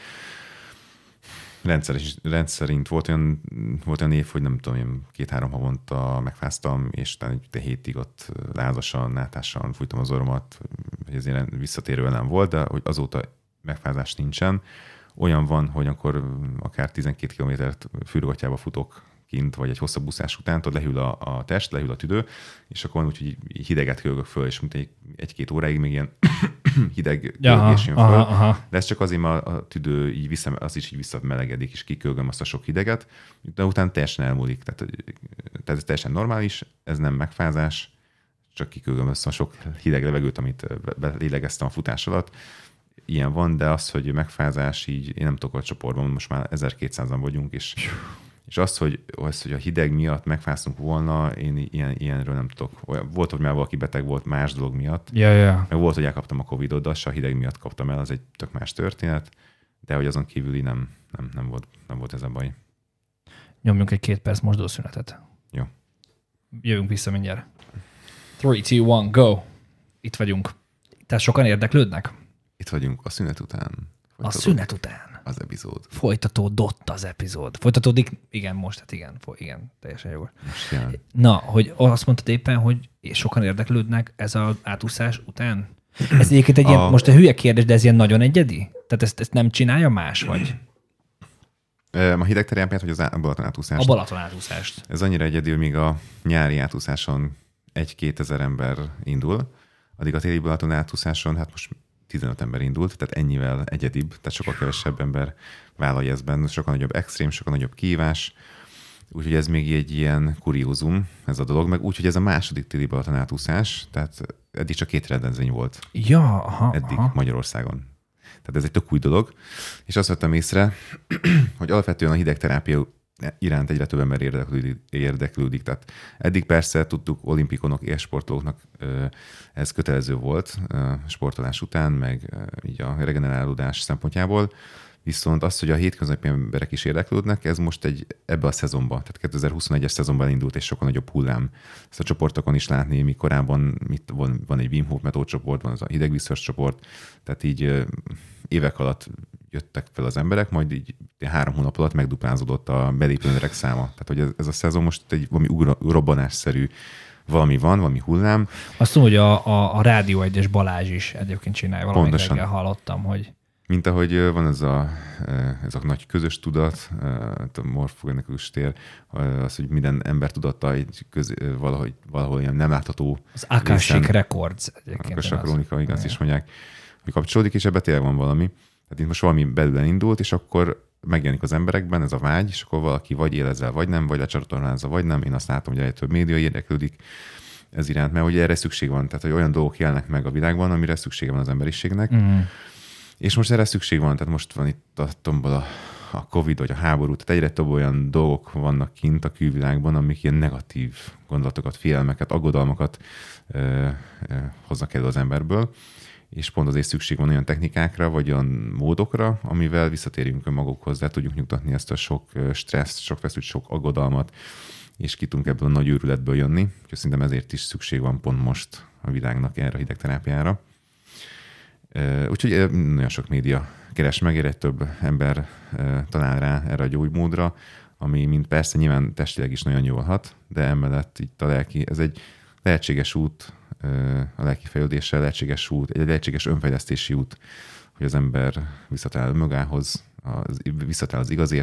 rendszerint volt olyan év, hogy nem tudom, én 2-3 havonta megfáztam, és utána egy hétig ott lázasan, nátásan fújtam az orromat, hogy ez ilyen visszatérő ellen volt, de hogy azóta megfázás nincsen. Olyan van, hogy akkor akár 12 kilométert fűrőgatyába futok kint, vagy egy hosszabb úszás után, tudod, lehűl a test, lehűl a tüdő, és akkor úgy, hogy hideget kölgök föl, és mint 1-2 óráig még ilyen hideg kölgés jön föl. De ez csak azért, mert a tüdő így az is így visszamelegedik, és kikölgöm azt a sok hideget, de utána teljesen elmúlik. Tehát ez teljesen normális, ez nem megfázás, csak kikölgöm azt a sok hideg levegőt, amit belélegeztem a futás alatt. Ilyen van, de az, hogy megfázás, így én nem tudok a csoportban, most már 1200-an vagyunk, és az, hogy a hideg miatt megfáztunk volna, én ilyenről nem tudok. Volt, hogy már valaki beteg volt más dolog miatt. Ja. Meg volt, hogy elkaptam a Covid-ot, de azt se a hideg miatt kaptam el, az egy tök más történet, de hogy azon kívüli nem volt ez a baj. Nyomjunk egy 2 perc mosdószünetet. Jó. Jövünk vissza mindjárt. 3, 2, 1, go! Itt vagyunk. Tehát sokan érdeklődnek? Itt vagyunk a szünet után. A szünet után. Az epizód. Folytatódott az epizód. Folytatódik? Igen, most, hát igen, teljesen jó. Most na, hogy azt mondtad éppen, hogy sokan érdeklődnek ez az átúszás után? Ez egyébként egy ilyen, most a hülye kérdés, de ez ilyen nagyon egyedi? Tehát ezt nem csinálja más, vagy? A hidegterápiát, vagy a Balaton átúszást? A Balaton átúszást. Ez annyira egyedi, hogy még a nyári átúszáson 1-2 ezer ember indul, addig a téli Balaton átúszáson, hát most 15 ember indult, tehát ennyivel egyedibb, tehát sokkal kevesebb ember vállalja ezt benne, sokkal nagyobb extrém, sokkal nagyobb kihívás. Úgyhogy ez még egy ilyen kuriózum, ez a dolog, meg úgyhogy ez a második téli Balaton átúszás, tehát eddig csak 2 rendezvény volt. Ja, aha, eddig Magyarországon. Tehát ez egy tök új dolog, és azt vettem észre, hogy alapvetően a hidegterápia iránt egyre több ember érdeklődik. Tehát eddig persze tudtuk, olimpikonok, élsportolóknak ez kötelező volt sportolás után, meg így a regenerálódás szempontjából, viszont az, hogy a hétköznapi emberek is érdeklődnek, ez most ebbe a szezonban, tehát 2021-es szezonban indult, és sokkal nagyobb hullám. Ezt a csoportokon is látni, mi korábban van egy Wim Hof metódcsoport, van az a hidegvízhős csoport, tehát így évek alatt jöttek fel az emberek, majd így 3 hónap alatt megduplázódott a belépő emberek száma. Tehát, hogy ez a szezon most egy valami robbanásszerű valami hullám. Azt tudom, hogy a Rádió 1-es Balázs is egyébként csinálja, valamelyik reggel hallottam, hogy... Mint ahogy van ez a nagy közös tudat, a morfogenikus tér, az, hogy minden ember tudatta valahol ilyen nem látható. Az Akashic Records egyébként. Akashic Chronika, igaz is mondják, hogy kapcsolódik, és ebbe tényleg van valami. Tehát itt most valami belül indult, és akkor megjelenik az emberekben ez a vágy, és akkor valaki vagy él ezzel, vagy nem, vagy lecsatornázza, vagy nem. Én azt látom, hogy egyre több média érdeklődik ez iránt, mert hogy erre szükség van. Tehát, hogy olyan dolgok jelnek meg a világban, amire szüksége van az emberiségnek. És most erre szükség van, tehát most van itt a tombol a Covid vagy a háború, tehát egyre több olyan dolgok vannak kint a külvilágban, amik ilyen negatív gondolatokat, félelmeket, aggodalmakat hoznak elő az emberből, és pont azért szükség van olyan technikákra, vagy olyan módokra, amivel visszatérjünk önmagukhoz, le tudjuk nyugtatni ezt a sok stresszt, sok feszült, sok aggodalmat, és ki tudunk ebből a nagy őrületből jönni. Úgyhogy szerintem ezért is szükség van pont most a világnak erre a hidegterápiára. Úgyhogy nagyon sok média keres meg, egyre több ember talál rá erre a gyógymódra, ami mint persze nyilván testileg is nagyon jól hat, de emellett itt ez egy lehetséges út, a lelki fejlődéssel lehetséges út, egy lehetséges önfejlesztési út, hogy az ember visszatalál magához, visszatalál az igaz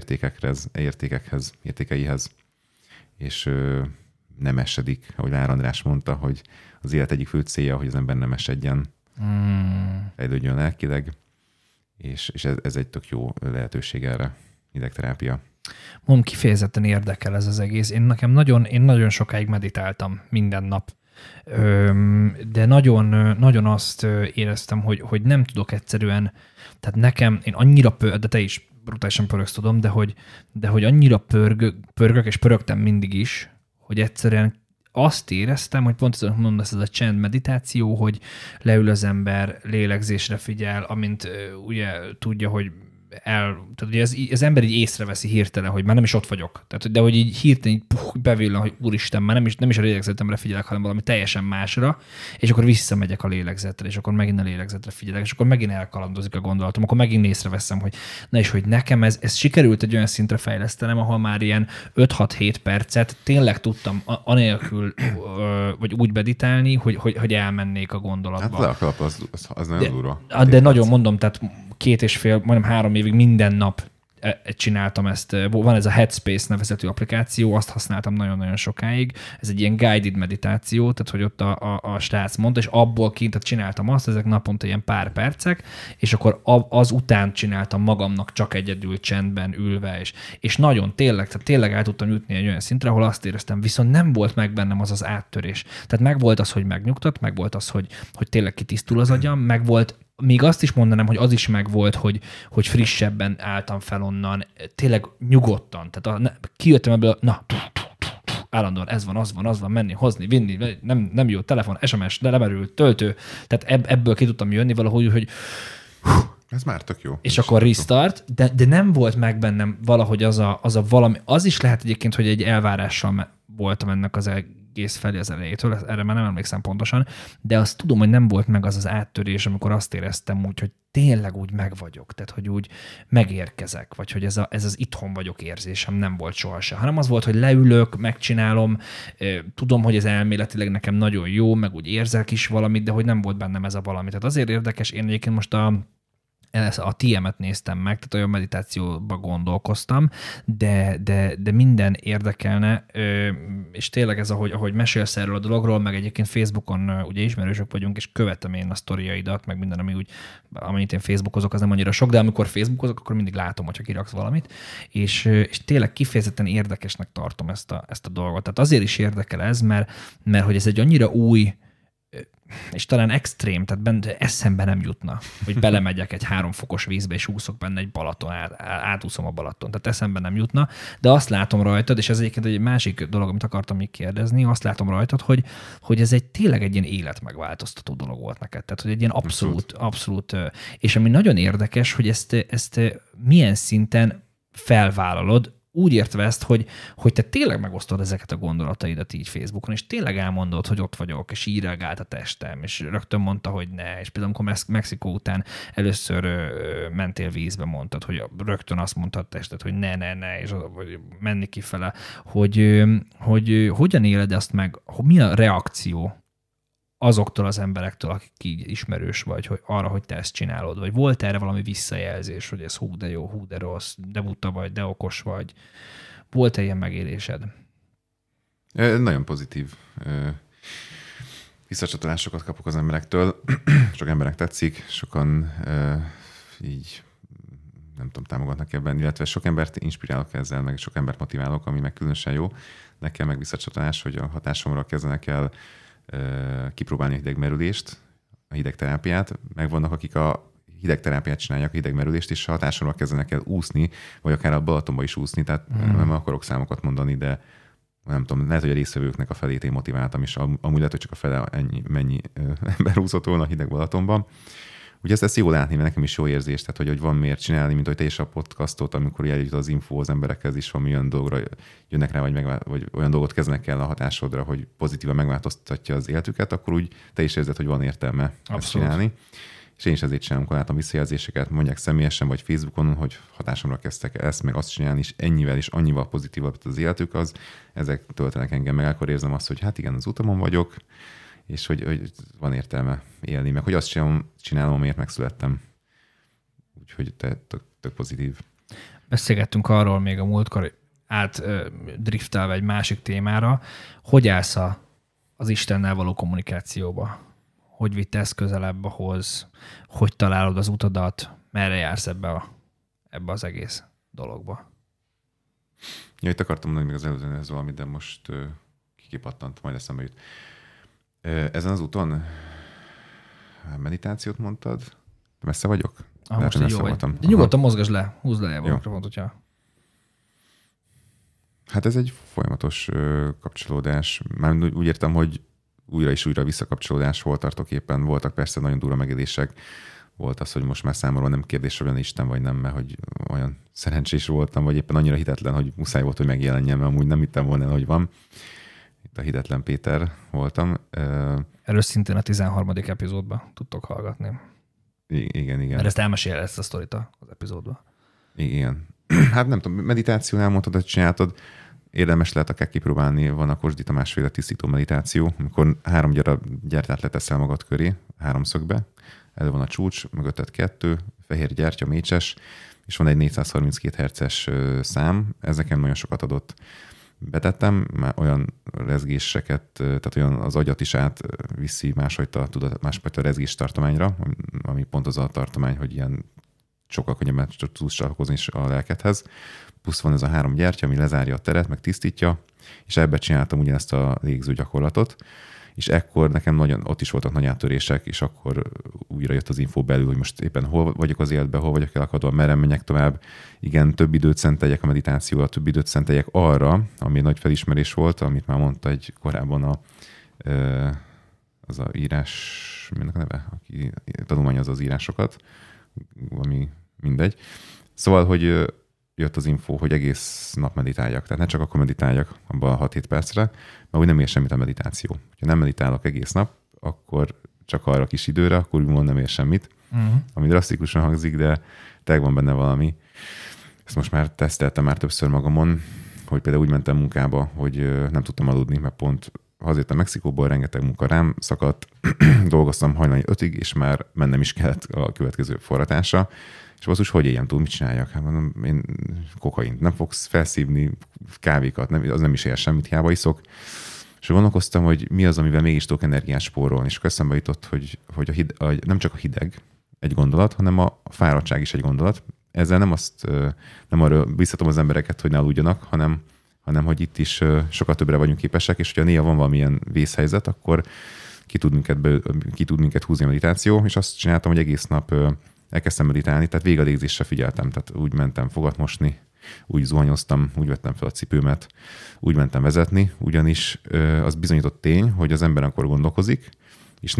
értékeihez, és nem esedik, ahogy Lár András mondta, hogy az élet egyik fő célja, hogy az ember nem esedjen, fejlődjön lelkileg, és ez egy tök jó lehetőség erre, hidegterápia. Mondom, kifejezetten érdekel ez az egész. Én nagyon sokáig meditáltam minden nap, de nagyon azt éreztem, hogy nem tudok egyszerűen, tehát nekem, én annyira de te is brutálisan pörögsz, tudom, de hogy annyira pörgök, és pörögtem mindig is, hogy egyszerűen azt éreztem, hogy pont azon mondasz, ez a csend meditáció, hogy leül az ember, lélegzésre figyel, amint ugye tudja, hogy tehát ugye az ember így észreveszi hirtelen, hogy már nem is ott vagyok. Tehát, de hogy így hirtelen így bevillan, hogy úristen, már nem is a lélegzetemre figyelek, hanem valami teljesen másra, és akkor visszamegyek a lélegzetre, és akkor megint a lélegzetre figyelek, és akkor megint elkalandozik a gondolatom, akkor megint észreveszem, hogy na és hogy nekem ez sikerült egy olyan szintre fejlesztenem, ahol már ilyen 5-6-7 percet tényleg tudtam anélkül, vagy úgy meditálni, hogy elmennék a gondolatba. Hát le a kalap, az nagyon durva. De nagyon mondom, tehát 2,5, majdnem 3 évig minden nap csináltam ezt. Van ez a Headspace nevezetű applikáció, azt használtam nagyon-nagyon sokáig. Ez egy ilyen guided meditáció, tehát hogy ott a srác mondta, és abból kint csináltam azt, ezek naponta ilyen pár percek, és akkor az után csináltam magamnak csak egyedül csendben ülve, és nagyon tényleg el tudtam jutni egy olyan szintre, ahol azt éreztem, viszont nem volt meg bennem az áttörés. Tehát meg volt az, hogy megnyugtat, meg volt az, hogy tényleg kitisztul az agyam, meg volt. Még azt is mondanám, hogy az is megvolt, hogy frissebben álltam fel onnan, tényleg nyugodtan. Tehát kijöttem ebből, állandóan ez van, az van, menni, hozni, vinni, nem jó, telefon, SMS, de lemerült, töltő. Tehát ebből ki tudtam jönni valahogy, hogy ez már tök jó. És akkor restart, de nem volt meg bennem valahogy az a valami. Az is lehet egyébként, hogy egy elvárással voltam ennek az egész felé az elejétől, erre már nem emlékszem pontosan, de azt tudom, hogy nem volt meg az áttörés, amikor azt éreztem úgy, hogy tényleg úgy meg vagyok, tehát hogy úgy megérkezek, vagy hogy ez az itthon vagyok érzésem nem volt sohasem, hanem az volt, hogy leülök, megcsinálom, tudom, hogy ez elméletileg nekem nagyon jó, meg úgy érzek is valamit, de hogy nem volt bennem ez a valami. Tehát azért érdekes, én egyébként most a TM-et néztem meg, tehát olyan meditációba gondolkoztam, de minden érdekelne, és tényleg ez, ahogy mesélsz erről a dologról, meg egyébként Facebookon ugye ismerősök vagyunk, és követem én a sztoriaidat, meg minden, amennyit én Facebookozok, az nem annyira sok, de amikor Facebookozok, akkor mindig látom, hogyha kiraksz valamit, és tényleg kifejezetten érdekesnek tartom ezt a dolgot. Tehát azért is érdekel ez, mert hogy ez egy annyira új, és talán extrém, tehát eszembe nem jutna, hogy belemegyek egy 3 fokos vízbe, és úszok benne egy Balaton, átúszom a Balaton. Tehát eszembe nem jutna, de azt látom rajtad, és ez egyébként egy másik dolog, amit akartam még kérdezni, azt látom rajtad, hogy ez tényleg egy ilyen életmegváltoztató dolog volt neked. Tehát, hogy egy ilyen abszolút, és ami nagyon érdekes, hogy ezt milyen szinten felvállalod, úgy értve ezt, hogy te tényleg megosztod ezeket a gondolataidat így Facebookon, és tényleg elmondod, hogy ott vagyok, és így reagált a testem, és rögtön mondta, hogy ne, és például amikor Mexikó után először mentél vízbe, mondtad, hogy rögtön azt mondta a tested, hogy ne, és vagy menni kifele, hogy hogyan éled ezt meg, mi a reakció azoktól az emberektől, akik így ismerős vagy, hogy arra, hogy te ezt csinálod, vagy volt erre valami visszajelzés, hogy ez hú de jó, hú de rossz, de buta vagy, de okos vagy. Volt-e ilyen megélésed? Nagyon pozitív visszacsatolásokat kapok az emberektől. Sok emberek tetszik, sokan így nem tudom, támogatnak ebben, illetve sok embert inspirálok ezzel, meg sok embert motiválok, ami meg különösen jó. Nekem meg visszacsatolás, hogy a hatásomra kezdenek el kipróbálni a hidegmerülést, a hidegterápiát, meg vannak, akik a hidegterápiát csinálják, a hidegmerülést, és hatásomra kezdenek el úszni, vagy akár a Balatonba is úszni, tehát nem akarok számokat mondani, de nem tudom, lehet, hogy a résztvevőknek a felét én motiváltam, és amúgy lehet, hogy csak a fele mennyi ember úszott volna a hideg Balatonban. Ugye ezt jó látni, mert nekem is jó érzés, tehát hogy van miért csinálni, mint hogy te is a podcastot, amikor eljut az info az emberekhez is, valami olyan dolgra jönnek rá, vagy olyan dolgot kezdenek el a hatásodra, hogy pozitívan megváltoztatja az életüket, akkor úgy te is érzed, hogy van értelme ezt csinálni. És én is ezért csinálom, amikor látom visszajelzéseket, mondják személyesen, vagy Facebookon, hogy hatásomra kezdtek ezt, meg azt csinálni, és ennyivel és annyival pozitívabb az életük, az ezek töltenek engem meg, akkor érzem azt, hogy hát igen, az utamon vagyok, és hogy van értelme élni, meg hogy azt csinálom, amiért megszülettem. Úgyhogy tök pozitív. Beszélgettünk arról még a múltkor, driftelve egy másik témára, hogy állsz az Istennel való kommunikációba? Hogy vitesz közelebb ahhoz? Hogy találod az utadat? Merre jársz ebbe az egész dologba? Ja, itt akartam mondani még az előzőnéhez valamit, de most kipattant, majd eszembe jut. Ezen az úton meditációt mondtad? Messze vagyok? Most messze voltam. De nyugodtan mozgasd le, húzd le a mikrofont, hogyha... Hát ez egy folyamatos kapcsolódás. Már úgy értem, hogy újra és újra visszakapcsolódás, hol tartok éppen. Voltak persze nagyon durva megélések. Volt az, hogy most már számomra nem kérdés, hogy olyan Isten vagy nem, mert hogy olyan szerencsés voltam, vagy éppen annyira hitetlen, hogy muszáj volt, hogy megjelenjen, mert amúgy nem hittem volna, hogy van. Itt a hitetlen Péter voltam. Erről szintén a 13. epizódban tudtok hallgatni. Igen. Mert ezt elmesélj ezt a sztorit az epizódban. Igen. Hát nem tudom, meditációnál mondtad, hogy csináltad. Érdemes lehet akár kipróbálni, van a Kossuth Tamás-féle tisztító meditáció, amikor 3 gyertyát leteszel magad köré, 3-szögbe. Elő van a csúcs, mögötted 2, fehér gyertya, mécses, és van egy 432 Hz-es szám. Ez nekem nagyon sokat adott. Betettem, már olyan rezgéseket, tehát olyan az agyat is átviszi másfajta rezgés tartományra, ami pont az a tartomány, hogy ilyen sokkal könnyebben tudsz csatlakozni is a lelkedhez. Plusz van ez a 3 gyertya, ami lezárja a teret, meg tisztítja, és ebbe csináltam ugyanezt a légző gyakorlatot, és ekkor nekem ott is voltak nagy áttörések, és akkor újra jött az info belül, hogy most éppen hol vagyok az életben, hol vagyok elakadva, merre menjek tovább. Igen, több időt szenteljek a meditációra, több időt szenteljek arra, ami nagy felismerés volt, amit már mondta egy korábban az a írás, minek a neve, aki tanulmányozza az írásokat, ami mindegy. Szóval, hogy jött az info, hogy egész nap meditáljak. Tehát ne csak akkor meditáljak abban a 6-7 percre, mert úgy nem ér semmit a meditáció. Ha nem meditálok egész nap, akkor csak arra kis időre, akkor úgymond nem ér semmit. Ami drasztikusan hangzik, de tényleg van benne valami. Ezt most már teszteltem már többször magamon, hogy például úgy mentem munkába, hogy nem tudtam aludni, mert pont hazajöttem Mexikóból, rengeteg munka rám szakadt, dolgoztam hajnali 5-ig, és már mennem is kellett a következő forratásra. És basszus, hogy éljem túl, mit csináljak? Hát mondom, én kokaint nem fogsz felszívni, kávékat, az nem is ér semmit, hiába iszok. És gondolkoztam, hogy mi az, amivel mégis tudok energiát spórolni. És akkor eszembe jutott, hogy nem csak a hideg egy gondolat, hanem a fáradtság is egy gondolat. Ezzel nem arra biztatom az embereket, hogy ne aludjanak, hanem hogy itt is sokkal többre vagyunk képesek, és hogyha néha van valamilyen vészhelyzet, akkor ki tud minket húzni a meditáció, és azt csináltam, hogy egész nap elkezdtem meditálni, tehát végig a légzésre figyeltem, tehát úgy mentem fogat mosni, úgy zuhanyoztam, úgy vettem fel a cipőmet, úgy mentem vezetni, ugyanis az bizonyított tény, hogy az ember akkor gondolkozik, és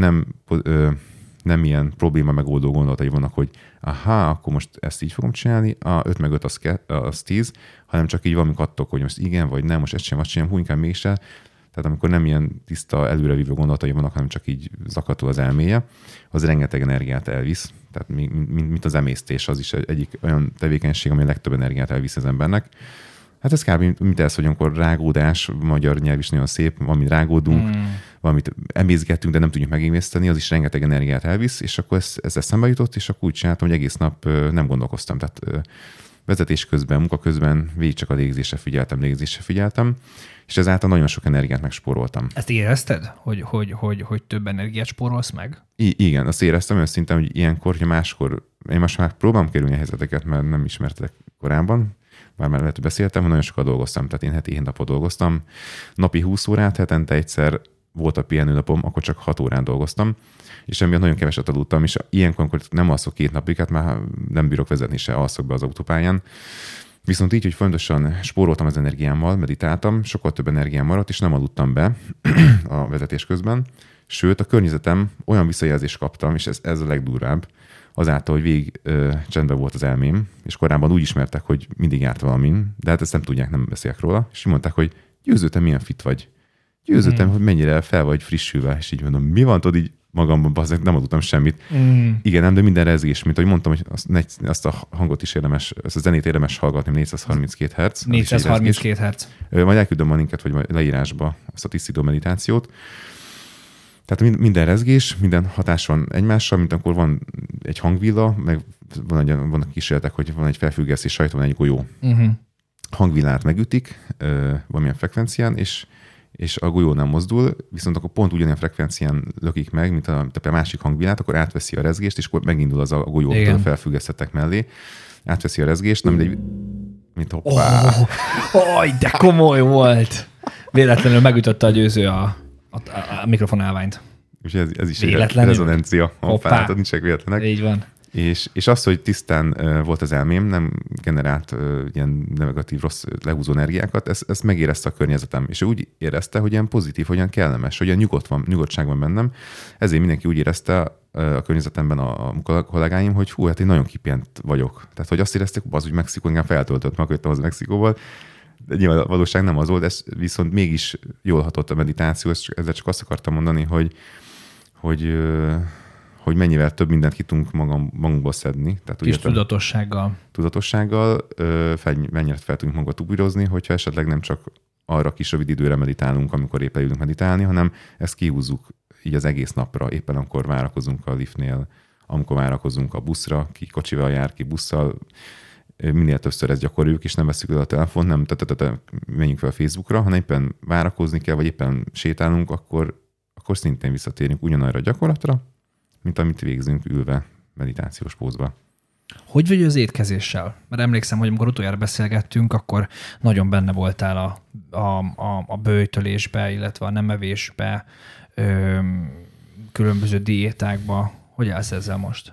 nem ilyen probléma megoldó gondolatai vannak, hogy akkor most ezt így fogom csinálni, 5 meg 5 az 10, hanem csak így valami kattog, hogy most igen vagy nem, most ezt sem, azt csinálom, inkább mégsem. Tehát amikor nem ilyen tiszta, előrevívő gondolatai vannak, hanem csak így zakatol az elméje, az rengeteg energiát elvisz. Tehát mint az emésztés, az is egyik olyan tevékenység, ami a legtöbb energiát elvisz az embernek. Hát ez kb. Mint ez, hogy amikor rágódás, magyar nyelv is nagyon szép, valamit rágódunk, valamit emészgetünk, de nem tudjuk megemészteni, az is rengeteg energiát elvisz, és akkor ez eszembe jutott, és akkor úgy csináltam, hogy egész nap nem gondolkoztam. Tehát vezetés közben, munka közben végig csak a légzésre figyeltem, és ezáltal nagyon sok energiát megspóroltam. Ezt érezted, hogy több energiát spórolsz meg? Igen, azt éreztem olyan szinten, hogy ilyenkor, hogy máskor, én most már próbálom kerülni a helyzeteket, mert nem ismertek korábban, már lehet, hogy beszéltem, hogy nagyon sokat dolgoztam, tehát én heti 7 napot dolgoztam, napi 20 órát, hetente egyszer volt a pihenőnapom, akkor csak 6 órán dolgoztam, és emiatt nagyon keveset aludtam, és ilyenkor, amikor nem alszok 2 napig, hát már nem bírok vezetni se, alszok be az autópályán. Viszont így, hogy fontosan spóroltam az energiámmal, meditáltam, sokkal több energiám maradt, és nem aludtam be a vezetés közben. Sőt, a környezetem olyan visszajelzést kaptam, és ez a legdurvább, azáltal, hogy végig csendben volt az elmém, és korábban úgy ismertek, hogy mindig járt valamin, de hát ezt nem tudják, nem beszélek róla, és így mondták, hogy győződtem, milyen fit vagy. Győződtem, hogy mennyire fel vagy frissülve, és így mondom, mi van, tudod, így magamban, bazdmeg, nem adottam semmit. Igen, nem, de minden rezgés, mint ahogy mondtam, hogy azt a hangot is érdemes, ezt a zenét érdemes hallgatni, 432 Hz. 432 Hz. Majd elküldöm a linket, vagy leírásba azt a tisztító meditációt. Tehát minden rezgés, minden hatás van egymással, mint akkor van egy hangvilla, meg vannak kísérletek, hogy van egy felfüggesztés, sajta van egy golyó. Hangvillát megütik valamilyen frekvencián, és a golyó nem mozdul, viszont akkor pont ugyanilyen frekvencián lökik meg, mint a másik hangvillát, akkor átveszi a rezgést, és akkor megindul az a golyó, a felfüggesztettek mellé. Átveszi a rezgést, nem mindegy, mint hoppá. De komoly volt. Véletlenül megütötte a győző a mikrofonálványt. És ez is egy rezonancia. Hoppá, nincsenek véletlenek. Így van. És az, hogy tisztán volt az elmém, nem generált ilyen negatív, rossz lehúzó energiákat, ezt megérezte a környezetem. És ő úgy érezte, hogy ilyen pozitív, hogy ilyen kellemes, hogy ilyen nyugodtság van bennem. Ezért mindenki úgy érezte a környezetemben a kollégáim, hogy hú, hát én nagyon kipihent vagyok. Tehát, hogy azt érezték, az, hogy Mexikó engem feltöltött, meg jöttem az Mexikóból. De nyilván a valóság nem az volt, ez viszont mégis jól hatott a meditáció, ezzel csak azt akartam mondani, hogy mennyivel több mindent ki tudunk magunkból szedni. Tehát kis tudatossággal. Tudatossággal mennyire fel tudunk magunkat újrozni, hogyha esetleg nem csak arra kis rövid időre meditálunk, amikor éppen ülünk meditálni, hanem ezt kihúzzuk így az egész napra, éppen amikor várakozunk a liftnél, amikor várakozunk a buszra, ki kocsival jár, ki busszal, minél többször ezt gyakoroljuk, és nem veszük el a telefont, nem menjünk fel a Facebookra, hanem éppen várakozni kell, vagy éppen sétálunk, akkor szintén visszatérünk ugyanarra a gyakorlatra, mint amit végzünk ülve meditációs pózba. Hogy vagy az étkezéssel? Mert emlékszem, hogy amikor utoljára beszélgettünk, akkor nagyon benne voltál a böjtölésbe, illetve a nemevésbe, különböző diétákba. Hogy állsz ezzel most?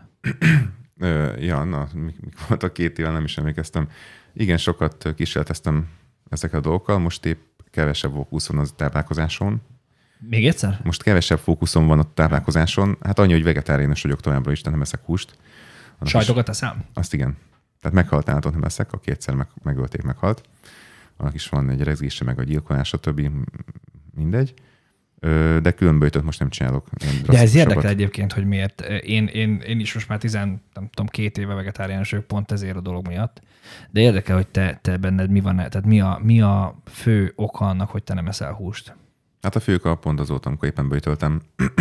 Mik volt a 2 éve, nem is emlékeztem. Igen, sokat kísérleteztem ezekkel a dolgokkal, most épp kevesebb fókuszon az táplálkozáson. Még egyszer? Most kevesebb fókuszon van a táplálkozáson. Hát annyi, hogy vegetáriánus vagyok továbbra is, de nem eszek húst. Sajtokat eszem? Azt igen. Tehát meghalt állatot nem eszek, aki egyszer megölték, meghalt. Annak is van egy rezgése, meg a gyilkolás, stb. Mindegy. De külön böjtöt most nem csinálok. De ez érdekel egyébként, hogy miért. Én is most már 2 éve vegetáriánus vagyok, pont ezért a dolog miatt. De érdekel, hogy te benned mi van, tehát mi a fő oka annak, hogy te nem eszel húst? Hát a főka pont az volt, amikor éppen böjtöltem.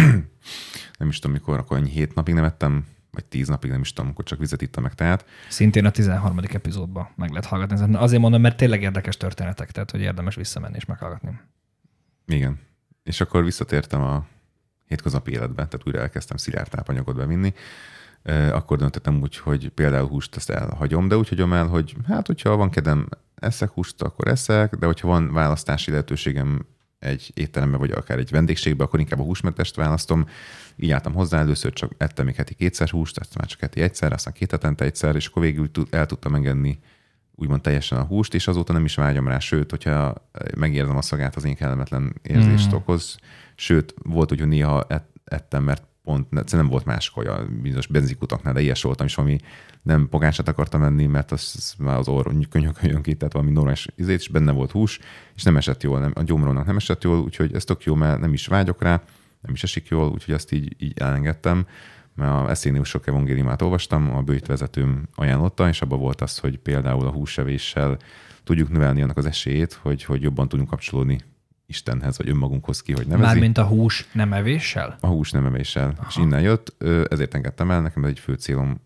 Nem is tudom mikor, akkor 7 napig nem ettem, vagy 10 napig, nem is tudom, akkor csak vizet ittam meg teát. Szintén a 13. epizódban meg lehet hallgatni. Azért mondom, mert tényleg érdekes történetek, tehát hogy érdemes visszamenni és meghallgatni. Igen. És akkor visszatértem a hétköznapi életbe, tehát újra elkezdtem szilárd tápanyagot bevinni. Akkor döntöttem úgy, hogy például húst ezt elhagyom, de úgy hagyom el, hogy hát, hogyha van kedvem, eszek húst, akkor eszek, de hogyha van választási lehetőségem egy étterembe, vagy akár egy vendégségbe, akkor inkább a húsmentest választom. Így álltam hozzá, először csak ettem még heti 2-szer húst, aztán már csak heti 1-szer, aztán 2 hetente 1-szer, és akkor végül el tudtam engedni úgymond teljesen a húst, és azóta nem is vágyom rá, sőt, hogyha megérzem a szagát, az én kellemetlen érzést okoz. Sőt, volt, hogy néha ettem, mert pont nem volt más kaja bizonyos benzinkutaknál, de ilyes voltam is, valami nem pogácsát akartam enni, mert az már az orron könyökön jön ki, tehát valami normális ízét, és benne volt hús, és nem esett jól, a gyomrónak nem esett jól, úgyhogy ez tök jó, mert nem is vágyok rá, nem is esik jól, úgyhogy azt így elengedtem. Mert a Eszénius sok evangéliumát olvastam, a bőjtvezetőm ajánlotta, és abban volt az, hogy például a húsevéssel tudjuk növelni annak az esélyét, hogy jobban tudunk kapcsolódni Istenhez, vagy önmagunkhoz ki, hogy nevezi. Mármint a hús nem evéssel? A hús nem evéssel. Aha. És innen jött, ezért engedtem el, nekem ez egy fő célom,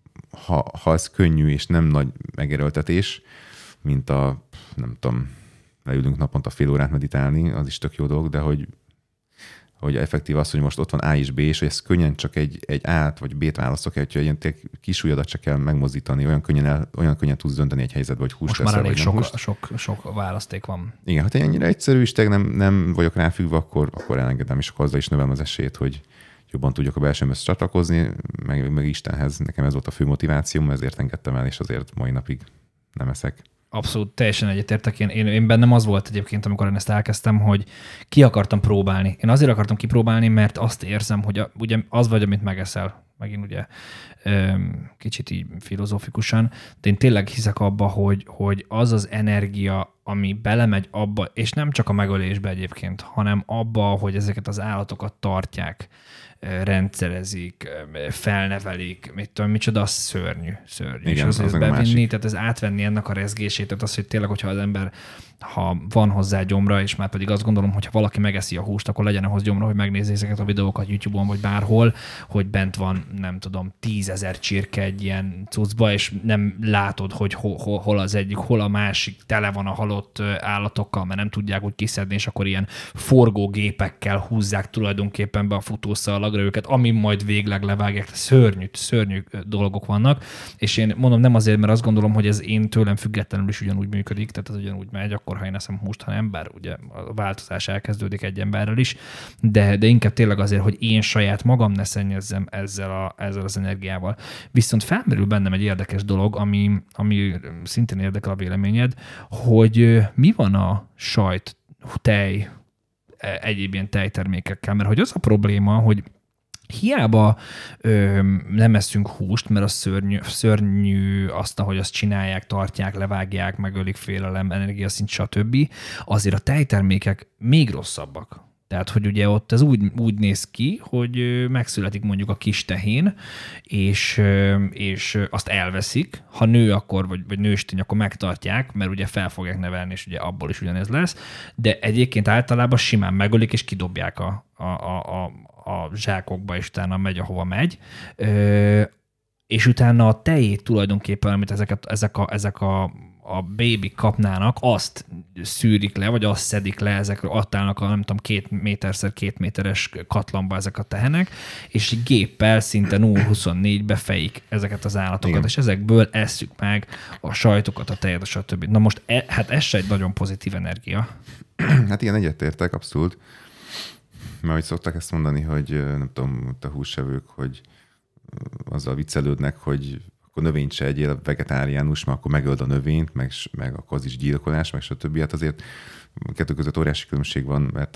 ha ez könnyű és nem nagy megerőltetés, mint nem tudom, leülünk naponta fél órát meditálni, az is tök jó dolog, de hogy effektív az, hogy most ott van A és B, és hogy ez könnyen csak egy A-t vagy B-t választok, hogyha ilyen kis ujjadat csak kell megmozdítani, olyan könnyen tudsz dönteni egy helyzetbe, hogy húst most leszel, már elég vagy nem sok választék van. Igen, hát ennyire egyszerű, és nem vagyok ráfüggve, akkor elengedem, és akkor azzal is növelem az esélyt, hogy jobban tudjak a belsőmhöz csatlakozni, meg Istenhez. Nekem ez volt a fő motivációm, ezért engedtem el, és azért mai napig nem eszek. Abszolút, teljesen egyetértek. Én bennem az volt egyébként, amikor én ezt elkezdtem, hogy ki akartam próbálni. Én azért akartam kipróbálni, mert azt érzem, hogy ugye az vagy, amit megeszel. Megint ugye kicsit így filozófikusan, de én tényleg hiszek abba, hogy az az energia, ami belemegy abba, és nem csak a megölésbe egyébként, hanem abba, hogy ezeket az állatokat tartják, rendszerezik, felnevelik, micsoda, az szörnyű. Igen, és azért bevinni, tehát ez átvenni ennek a rezgését, tehát az, hogy tényleg, hogyha az ember, ha van hozzá gyomra, és már pedig azt gondolom, hogy ha valaki megeszi a húst, akkor legyen ahhoz gyomra, hogy megnézze ezeket a videókat YouTube-on, vagy bárhol, hogy bent van, nem tudom, 10 000 csirke egy ilyen cuccba, és nem látod, hogy hol az egyik, hol a másik, tele van a halott állatokkal, mert nem tudják úgy kiszedni, és akkor ilyen forgógépekkel húzzák tulajdonképpen be a futószalagra őket, amin majd végleg levágják. Szörnyű dolgok vannak, és én mondom, nem azért, mert azt gondolom, hogy ez én tőlem függetlenül is ugyanúgy működik, tehát ez ugyanúgy megy, akkor ha én eszem húst, hanem bár ugye a változás elkezdődik egy emberrel is, de inkább tényleg azért, hogy én saját magam ne szennyezzem ezzel az energiával. Viszont felmerül bennem egy érdekes dolog, ami szintén érdekel a véleményed, hogy mi van a sajt, tej, egyéb ilyen tejtermékekkel, mert hogy az a probléma, hogy hiába nem eszünk húst, mert az szörnyű azt, ahogy azt csinálják, tartják, levágják, megölik, félelem, energiaszint, stb. Azért a tejtermékek még rosszabbak. Tehát, hogy ugye ott ez úgy néz ki, hogy megszületik mondjuk a kis tehén, és azt elveszik. Ha nő, akkor, vagy nőstény, akkor megtartják, mert ugye fel fogják nevelni, és ugye abból is ugyanez lesz. De egyébként általában simán megölik, és kidobják a zsákokba, és utána megy, ahova megy. És utána a tejét tulajdonképpen, amit ezek a baby kapnának, azt szűrik le, vagy azt szedik le, ezek ott állnak a nem tudom 2 méterszer 2 méteres katlamba ezek a tehenek, és géppel szinte 0-24-be fejik ezeket az állatokat, igen. És ezekből esszük meg a sajtokat, a tejet, stb. Na most hát ez se egy nagyon pozitív energia. Hát igen, egyetértek, abszolút. Mert hogy szokták ezt mondani, hogy nem tudom, a húsevők, hogy azzal viccelődnek, hogy akkor növényt se egyél vegetáriánus, mert akkor megöld a növényt, meg akkor az is gyilkolás, meg stb. Hát azért a kettő között óriási különbség van, mert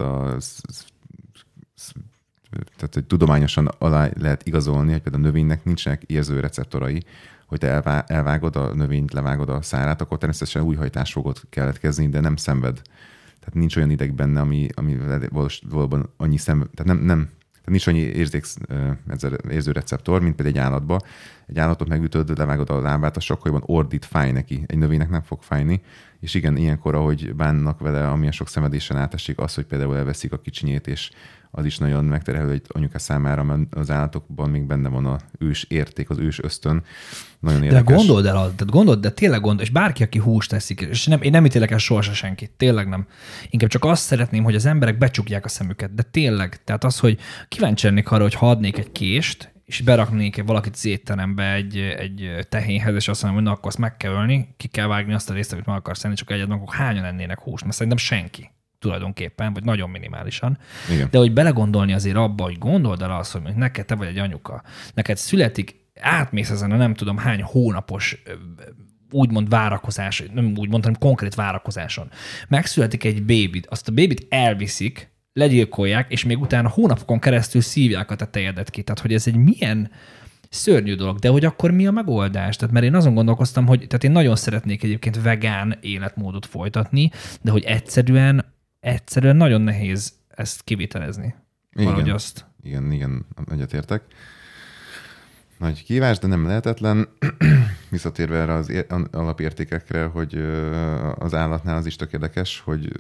tehát, hogy tudományosan alá lehet igazolni, hogy például a növénynek nincsenek érző receptorai, hogy te elvágod a növényt, levágod a szárát, akkor természetesen újhajtás fogod keletkezni, de nem szenved. Tehát nincs olyan ideg benne, ami valóban annyi szenved, tehát nem nincs annyi érzőreceptor, mint például egy állatba. Egy állatot megütöd, levágod a lábát, az sokkal jobban ordít, fáj neki. Egy növénynek nem fog fájni. És igen, ilyenkor, ahogy bánnak vele, amilyen sok szenvedésen átesik, az, hogy például elveszik a kicsinyét, és az is nagyon megterhelő egy anyuka számára, mert az állatokban még benne van az ős érték, az ős ösztön. Nagyon érdekes. De gondold, de tényleg gondold, és bárki, aki húst teszik, és én nem ítélek el sohasem senkit, tényleg nem. Inkább csak azt szeretném, hogy az emberek becsukják a szemüket, de tényleg, tehát az, hogy kíváncsi lennék arra, hogy ha adnék egy kést, és beraknék valakit az étterembe egy tehénhez, és azt mondom, hogy na, akkor azt meg kell ölni, ki kell vágni azt a részt, amit meg akarsz enni, csak egyet, akkor hányan ennének húst? Mert szerintem senki tulajdonképpen, vagy nagyon minimálisan. Igen. De hogy belegondolni azért abba, hogy gondold el azt, hogy neked te vagy egy anyuka, neked születik, átmész ezen a nem tudom hány hónapos úgymond várakozás, nem úgy mondtam, konkrét várakozáson. Megszületik egy bébid, azt a bébit elviszik, legyilkolják, és még utána hónapokon keresztül szívják a tetejedet ki. Tehát, hogy ez egy milyen szörnyű dolog, de hogy akkor mi a megoldás? Tehát, mert én azon gondolkoztam, hogy tehát én nagyon szeretnék egyébként vegán életmódot folytatni, de hogy egyszerűen nagyon nehéz ezt kivitelezni. Igen, azt. Igen, egyetértek. Nagy kihívás, de nem lehetetlen. Visszatérve erre az alapértékekre, hogy az állatnál az is tök érdekes, hogy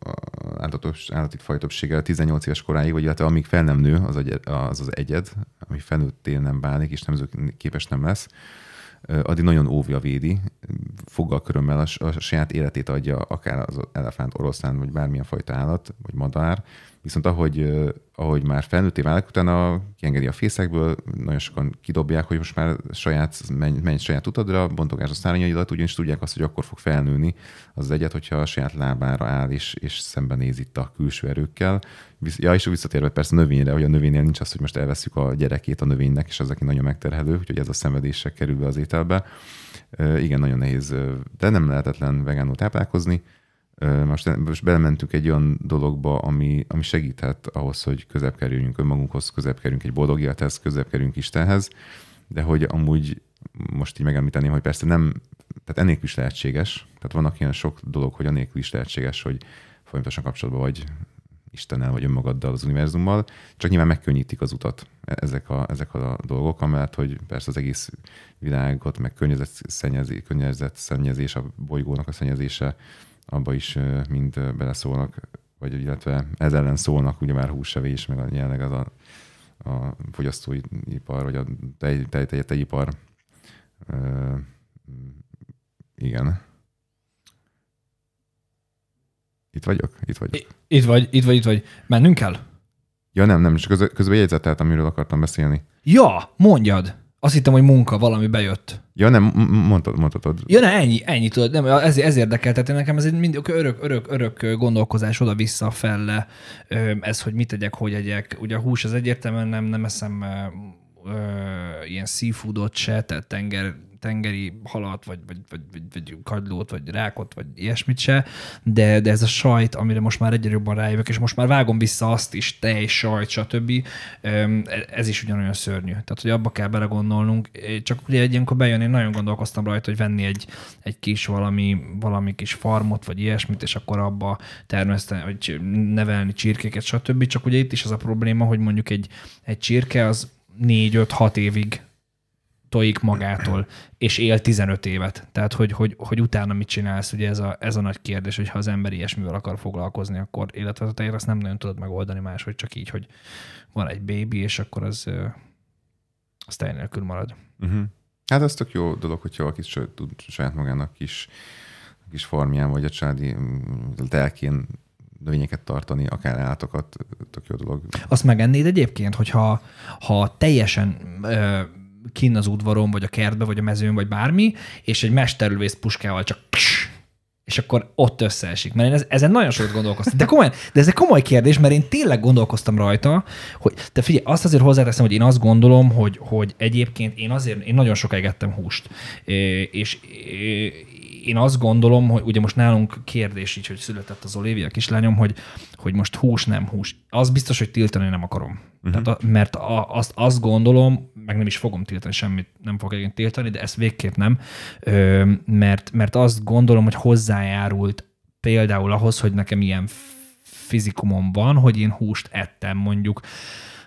állati fajtöbbséggel 18 éves koráig, vagy illetve amíg fel nem nő az egyed, ami felnőttél nem bánik, és nemzőképes nem lesz, addig nagyon óvja, védi, foggal körömmel a saját életét adja, akár az elefánt, oroszlán, vagy bármilyen fajta állat, vagy madár. Viszont ahogy már felnőtté válik, utána kiengedi a fészekből, nagyon sokan kidobják, hogy most már menj saját utadra, bontogásd a szárnyaidat, ugyanis tudják azt, hogy akkor fog felnőni az egyet, hogyha a saját lábára áll, és szembenéz itt a külső erőkkel. Ja, és visszatérve persze a növényre, hogy a növénynél nincs az, hogy most elveszük a gyerekét a növénynek, és az, aki nagyon megterhelő, úgyhogy ez a szenvedések kerül be az ételbe. Igen, nagyon nehéz, de nem lehetetlen vegánul táplálkozni. Most belementünk egy olyan dologba, ami segíthet ahhoz, hogy közebb kerüljünk önmagunkhoz, közebb kerüljünk egy boldog élethez, közebb kerüljünk Istenhez, de hogy amúgy most így megemlíteném, hogy persze nem, tehát enélkül is lehetséges, tehát vannak ilyen sok dolog, hogy anélkül is lehetséges, hogy folyamatosan kapcsolatban vagy Istennel, vagy önmagaddal, az univerzummal, csak nyilván megkönnyítik az utat ezek a dolgok, amellett, hogy persze az egész világot, meg környezetszennyezés, a bolygónak a szennyezése, abba is mind beleszólnak, vagy illetve ez ellen szólnak, ugye már húsevés, meg jelenleg az a fogyasztóipar, vagy a tejipar. Igen. Itt vagyok? Itt vagy. Mennünk kell? Ja, nem, csak közben jegyzetelt, amiről akartam beszélni. Ja, mondjad! Azt hittem, hogy munka, valami bejött. Ja, nem, mondhatod. Ja, ne, ennyi tudod. Nem, ez érdekel. Tehát nekem ez egy örök gondolkozás oda-vissza felle. Ez, hogy mit tegyek, hogy egyek. Ugye a hús az egyértelműen nem eszem ilyen seafoodot se, tehát tengeri halat, vagy kagylót, vagy rákot, vagy ilyesmit se, de ez a sajt, amire most már egyre jobban rájövök, és most már vágom vissza azt is, tej, sajt, stb. Ez is ugyanolyan szörnyű. Tehát, hogy abba kell belegondolnunk. Csak ugye ilyenkor bejön, én nagyon gondolkoztam rajta, hogy venni egy kis valami kis farmot, vagy ilyesmit, és akkor abba termeszteni, vagy nevelni csirkéket, stb. Csak ugye itt is az a probléma, hogy mondjuk egy csirke az 4-5-6 évig tojik magától, és él 15 évet. Tehát, hogy utána mit csinálsz, ugye ez a nagy kérdés, hogy ha az ember ilyesmivel akar foglalkozni, akkor életvezetőjét azt nem nagyon tudod megoldani máshogy, csak így, hogy van egy bébi, és akkor az tej nélkül marad. Uh-huh. Hát ez tök jó dolog, hogyha valaki tud saját magának kis farmján, vagy a családi telkén növényeket tartani, akár állatokat, tök jó dolog. Azt megennéd egyébként, hogyha teljesen kinn az udvaron, vagy a kertbe, vagy a mezőn, vagy bármi, és egy mesterlövész puskával csak és akkor ott összeesik. Mert én ezen nagyon sokat gondolkoztam. De ez egy komoly kérdés, mert én tényleg gondolkoztam rajta, hogy te figyelj, azt azért hozzáteszem, hogy én azt gondolom, hogy egyébként én nagyon sokáig ettem húst. És én azt gondolom, hogy ugye most nálunk kérdés így, hogy született az Olivia kislányom, hogy most hús, nem hús. Az biztos, hogy tiltani nem akarom. Uh-huh. Tehát, mert azt gondolom, meg nem is fogom tiltani, semmit nem fogok tiltani, de ezt végképp nem, mert azt gondolom, hogy hozzájárult például ahhoz, hogy nekem ilyen fizikumom van, hogy én húst ettem mondjuk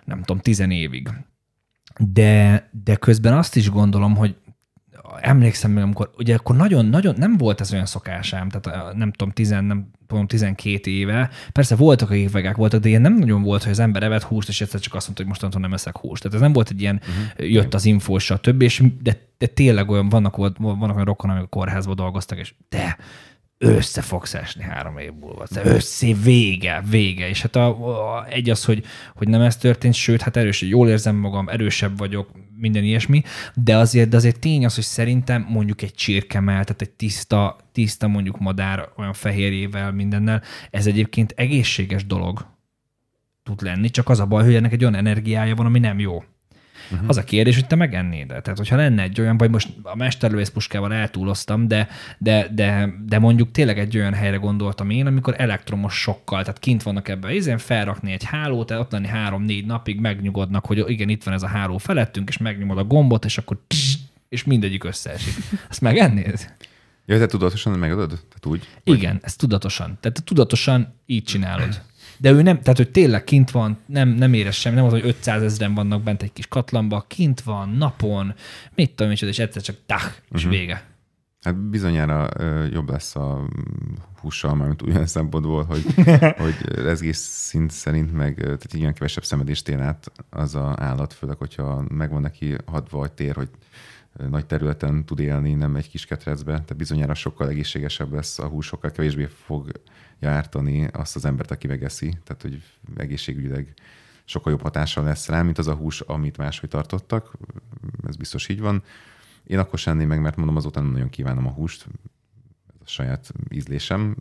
nem tudom, 10 évig. De közben azt is gondolom, hogy emlékszem még, amikor, ugye akkor nagyon nem volt ez olyan szokásám, tehát nem tudom, 12 éve. Persze voltak, akik vegák voltak, de ilyen nem nagyon volt, hogy az ember evett húst, és egyszer csak azt mondta, hogy mostantól nem eszek húst. Tehát ez nem volt egy ilyen, jött az infós, stb. De tényleg olyan, vannak olyan rokon, amik a kórházban dolgoztak, és össze fogsz esni 3 év múlva. Vége. És hát egy az, hogy nem ez történt, sőt, hát jól érzem magam, erősebb vagyok, minden ilyesmi, de azért tény az, hogy szerintem mondjuk egy csirkemell, tehát egy tiszta mondjuk madár, olyan fehérjével, mindennel, ez egyébként egészséges dolog tud lenni, csak az a baj, hogy ennek egy olyan energiája van, ami nem jó. Az a kérdés, hogy te megennéd. Tehát, hogyha lenne egy olyan, vagy most a mesterlövész puskával eltúloztam, de mondjuk tényleg egy olyan helyre gondoltam én, amikor elektromos sokkal, tehát kint vannak ebben, felrakni egy hálót, ott lenni 3-4 napig, megnyugodnak, hogy igen, itt van ez a háló felettünk, és megnyomod a gombot, és akkor és mindegyik összeesik. Ezt megennéd? Ja, te tudatosan megadod? Tehát úgy? Igen, ezt tudatosan. Tehát tudatosan így csinálod. De ő nem, tehát hogy tényleg kint van, nem érez semmi, nem az, hogy 500 000 vannak bent egy kis katlamba, kint van, napon, mit tudom én, és egyszer csak és vége. Hát bizonyára jobb lesz a hússal, mármint olyan szempontból, hogy rezgés szint szerint meg tehát igen kevesebb szenvedést él át az a állat, főleg, hogyha megvan neki hadva vagy tér, hogy nagy területen tud élni, nem egy kis ketrecbe, tehát bizonyára sokkal egészségesebb lesz a hús, sokkal kevésbé fog ártani azt az embert, aki megeszi, tehát hogy egészségügyileg sokkal jobb hatással lesz rá, mint az a hús, amit máshogy tartottak. Ez biztos így van. Én akkor sem enném meg, mert mondom, azóta nem nagyon kívánom a húst. Ez a saját ízlésem.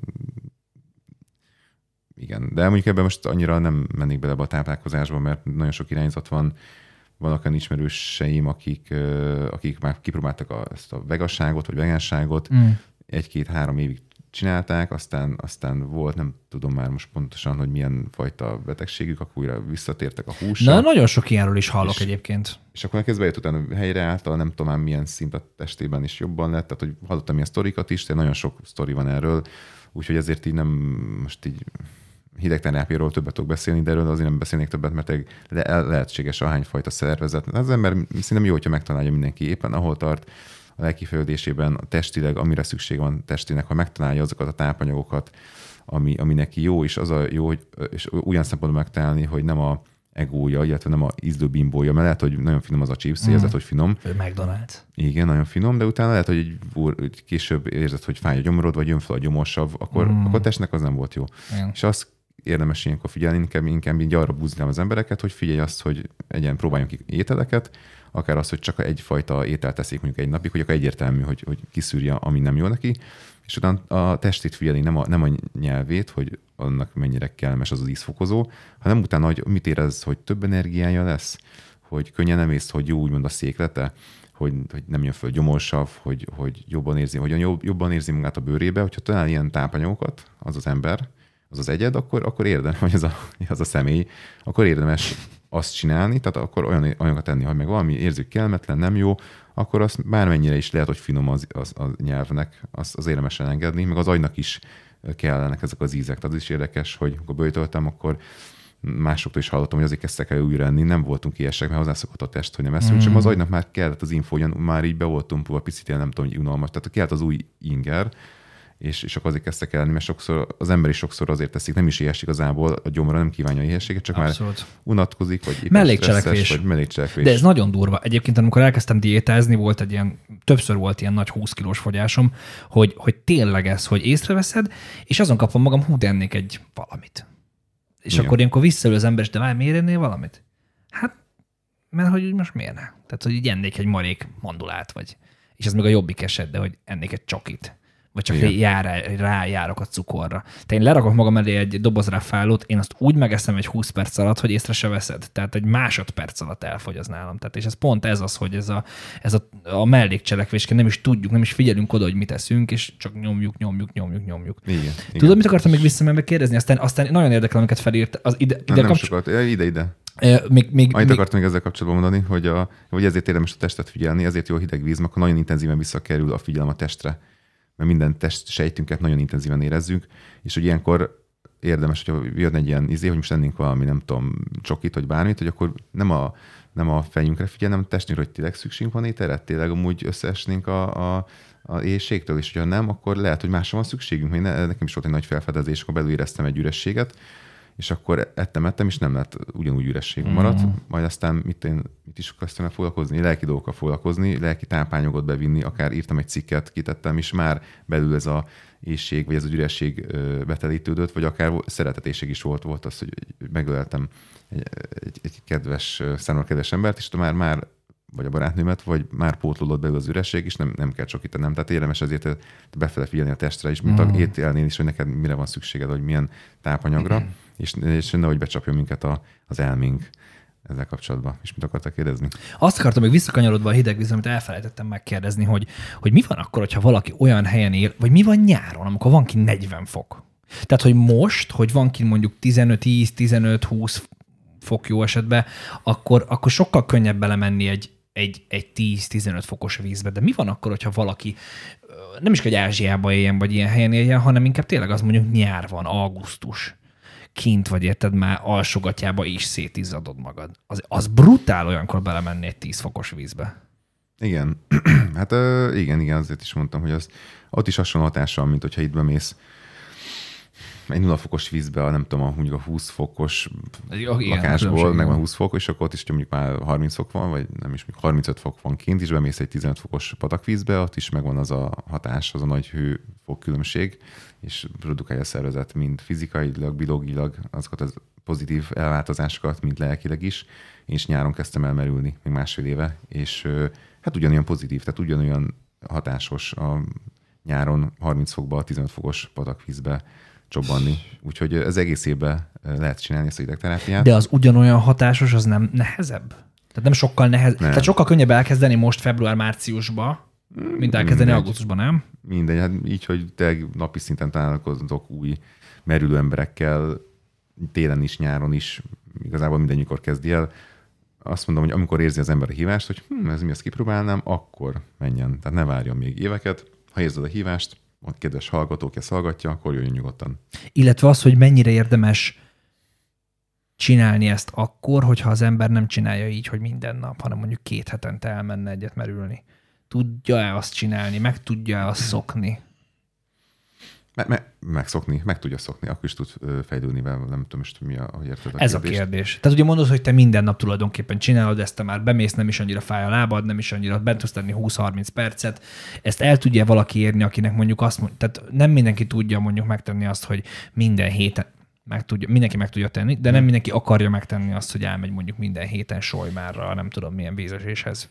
Igen, de mondjuk ebben most annyira nem mennék bele a táplálkozásba, mert nagyon sok irányzat van. Vannak olyan ismerőseim, akik már kipróbáltak ezt a vegasságot, vagy vegánságot, 1-2-3 évig csinálták, aztán volt, nem tudom már most pontosan, hogy milyen fajta betegségük, akkor újra visszatértek a húsra. Na, nagyon sok ilyenről is hallok egyébként. És akkor kezdve jött utána helyreállt, nem tudom már milyen szint a testében is jobban lett, tehát hogy hallottam ilyen sztorikat is, de nagyon sok sztori van erről, úgyhogy ezért így nem most így hidegterápiáról többet tudok beszélni, de erről azért nem beszélnék többet, mert lehetséges ahányfajta szervezet. Az ember szerintem jó, hogyha megtalálja mindenki éppen ahol tart, a lelki fejlődésében, testileg, amire szükség van testének, ha megtalálja azokat a tápanyagokat, ami neki jó, és az a jó, hogy és olyan szempontból megtalálni, hogy nem a egója, illetve nem a ízlőbimbója, mert lehet, hogy nagyon finom az a chips, érzed, hogy finom. McDonald's. Igen, nagyon finom, de utána lehet, hogy később érzed, hogy fáj a gyomrod, vagy jön fel a gyomorsav, akkor a testnek az nem volt jó. Igen. És azt érdemes ilyenkor figyelni, inkább így arra buzdítom az embereket, hogy figyelj azt, hogy próbáljunk ki ételeket, akár az, hogy csak egyfajta ételt teszik mondjuk egy napig, hogy akkor egyértelmű, hogy kiszűrje, ami nem jó neki, és utána a testét figyeli, nem a nyelvét, hogy annak mennyire kellemes az ízfokozó, hanem utána, hogy mit érez, hogy több energiája lesz, hogy könnyen emész, hogy jó úgymond a széklete, hogy nem jön föl gyomorsav, hogy jobban érzi magát a bőrébe, hogyha talál ilyen tápanyagokat az ember, az egyed, akkor érdemes, vagy az a személy, akkor érdemes azt csinálni, tehát akkor olyanokat tenni, hogy meg valami érzük kellemetlen, nem jó, akkor azt bármennyire is lehet, hogy finom a nyelvnek, az érdemes elengedni, meg az agynak is kellenek ezek az ízek. Tehát az is érdekes, hogy amikor böjtöltem, akkor másoktól is hallottam, hogy azért kezdtek el újra enni, nem voltunk ilyesek, mert hozzászokott a test, hogy nem eszünk, csak az agynak már kellett az info, hogy már így be voltunk például picit, nem tudom, hogy unalmas, tehát kellett az új inger, és akkor azért kezdtek el, mert sokszor az ember is sokszor azért teszik, nem is éhes igazából, a gyomra nem kívánja a éhességet, csak abszolút. Már unatkozik, vagy mellékcselekvés. Mellékcselekvés. De ez nagyon durva. Egyébként, amikor elkezdtem diétázni, többször volt ilyen nagy 20 kilós fogyásom, hogy tényleg ez, hogy észreveszed, és azon kapom magam, de ennék egy valamit. És igen. Akkor ilyenkor visszaül az ember, de várj, miért ennél valamit? Hát, mert hogy most miért ne? Tehát, hogy így ennék egy marék mandulát, vagy. És ez még a jobbik eset, de hogy ennék egy csokit. Vagy csak rájárok a cukorra. Tehát én lerakok magam elé egy doboz ráfálót, én azt úgy megeszem egy 20 perc alatt, hogy észre se veszed. Tehát egy másodperc alatt elfogy az nálam. Tehát, és ez pont ez az, hogy ez a mellékcselekvésként nem is tudjuk, nem is figyelünk oda, hogy mit eszünk, és csak nyomjuk. Igen. Tudod, mit akartam még visszamenve kérdezni? Aztán nagyon érdekel, amiket felírt. Nem sokat. Ide. Annyit akartam még ezzel kapcsolatban mondani, hogy ezért érdemes a testet figyelni, ezért jó a hideg víz, akkor nagyon intenzíven visszakerül a figyelem a testre, mert minden testsejtünket nagyon intenzíven érezzük, és hogy ilyenkor érdemes, hogyha jön egy ilyen hogy most ennénk valami, nem tudom, csokit, vagy bármit, hogy akkor nem a fejünkre figyel, nem a testünkre, hogy tényleg szükségünk van ételre, tényleg amúgy összeesnénk a éhségtől, és ha nem, akkor lehet, hogy másra van szükségünk. Nekem is volt egy nagy felfedezés, akkor belül éreztem egy ürességet, és akkor ettem, és nem lett ugyanúgy üresség maradt. Majd aztán mit is kezdtem el foglalkozni? Lelki dolgokkal foglalkozni, lelki tápányogot bevinni, akár írtam egy cikket, kitettem, és már belül ez a éhség, vagy ez az üresség betelítődött, vagy akár szeretetéség is volt az, hogy megöleltem egy számomra kedves embert, és már vagy a barátnőmet, vagy már pótlódott belül az üresség, és nem kell csokítanom. Tehát érdemes azért befele figyelni a testre is, mint a ételnél is, hogy neked mire van szükséged, vagy milyen tápanyagra, és nehogy becsapjon minket az elménk ezzel kapcsolatban. És mit akartak kérdezni? Azt akartam, még visszakanyarodva a hideg vízre, amit elfelejtettem megkérdezni, hogy mi van akkor, hogyha valaki olyan helyen él, vagy mi van nyáron, amikor van ki 40 fok? Tehát, hogy most, hogy van ki mondjuk 15-20 fok jó esetben, akkor sokkal könnyebb belemenni egy 10-15 fokos vízbe. De mi van akkor, hogyha valaki nem is kell, hogy Ázsiában éljen, vagy ilyen helyen éljen, hanem inkább tényleg az mondjuk nyár van, augusztus. Kint vagy, érted, már alsógatjába is szétizzadod magad. Az brutál olyankor belemenni egy 10 fokos vízbe. Igen. Hát igen, azért is mondtam, hogy ott is hasonló hatással, mint hogyha itt bemész egy 0 fokos vízbe, nem tudom, mondjuk a 20 fokos lakásból, meg van 20 fok, és akkor ott is mondjuk már 30 fok van, vagy nem is, 35 fok van kint, és bemész egy 15 fokos patakvízbe, ott is megvan az a hatás, az a nagy hőfok különbség, és produkálja a szervezet mind fizikailag, biológilag azokat az pozitív elváltozásokat, mint lelkileg is. Én is nyáron kezdtem elmerülni, még másfél éve, és hát ugyanolyan pozitív, tehát ugyanolyan hatásos a nyáron 30 fokba, 15 fokos patakvízbe csobbanni. Úgyhogy ez egész évben lehet csinálni ezt a hidegterápiát. De az ugyanolyan hatásos, az nem nehezebb? Tehát nem sokkal nehezebb? Tehát sokkal könnyebb elkezdeni most február-márciusba, mint elkezdeni augusztusban, nem? Mindegy, hát így, hogy te napi szinten találkozok új merülő emberekkel, télen is, nyáron is, igazából mindenkor kezdi el. Azt mondom, hogy amikor érzi az ember a hívást, hogy ez mi, ezt kipróbálnám, akkor menjen. Tehát ne várjon még éveket. Ha érzed a hívást, a kedves hallgatók ezt hallgatja, akkor jöjjön nyugodtan. Illetve az, hogy mennyire érdemes csinálni ezt akkor, hogyha az ember nem csinálja így, hogy minden nap, hanem mondjuk 2 hetente elmenne egyet merülni. Tudja-e azt csinálni? Meg tudja-e azt szokni? Megszokni, meg tudja szokni, akkor is tud fejlődni vele, nem tudom, hogy mi ahogy érted a Ez kérdést. A kérdés. Tehát ugye mondod, hogy te minden nap tulajdonképpen csinálod, ezt te már bemész, nem is annyira fáj a lábad, nem is annyira bent tudsz tenni 20-30 percet. Ezt el tudja valaki érni, akinek mondjuk azt mondja, tehát nem mindenki tudja mondjuk megtenni azt, hogy minden héten mindenki meg tudja tenni, de nem mindenki akarja megtenni azt, hogy elmegy mondjuk minden héten Solymárra, nem tudom milyen vízeséshez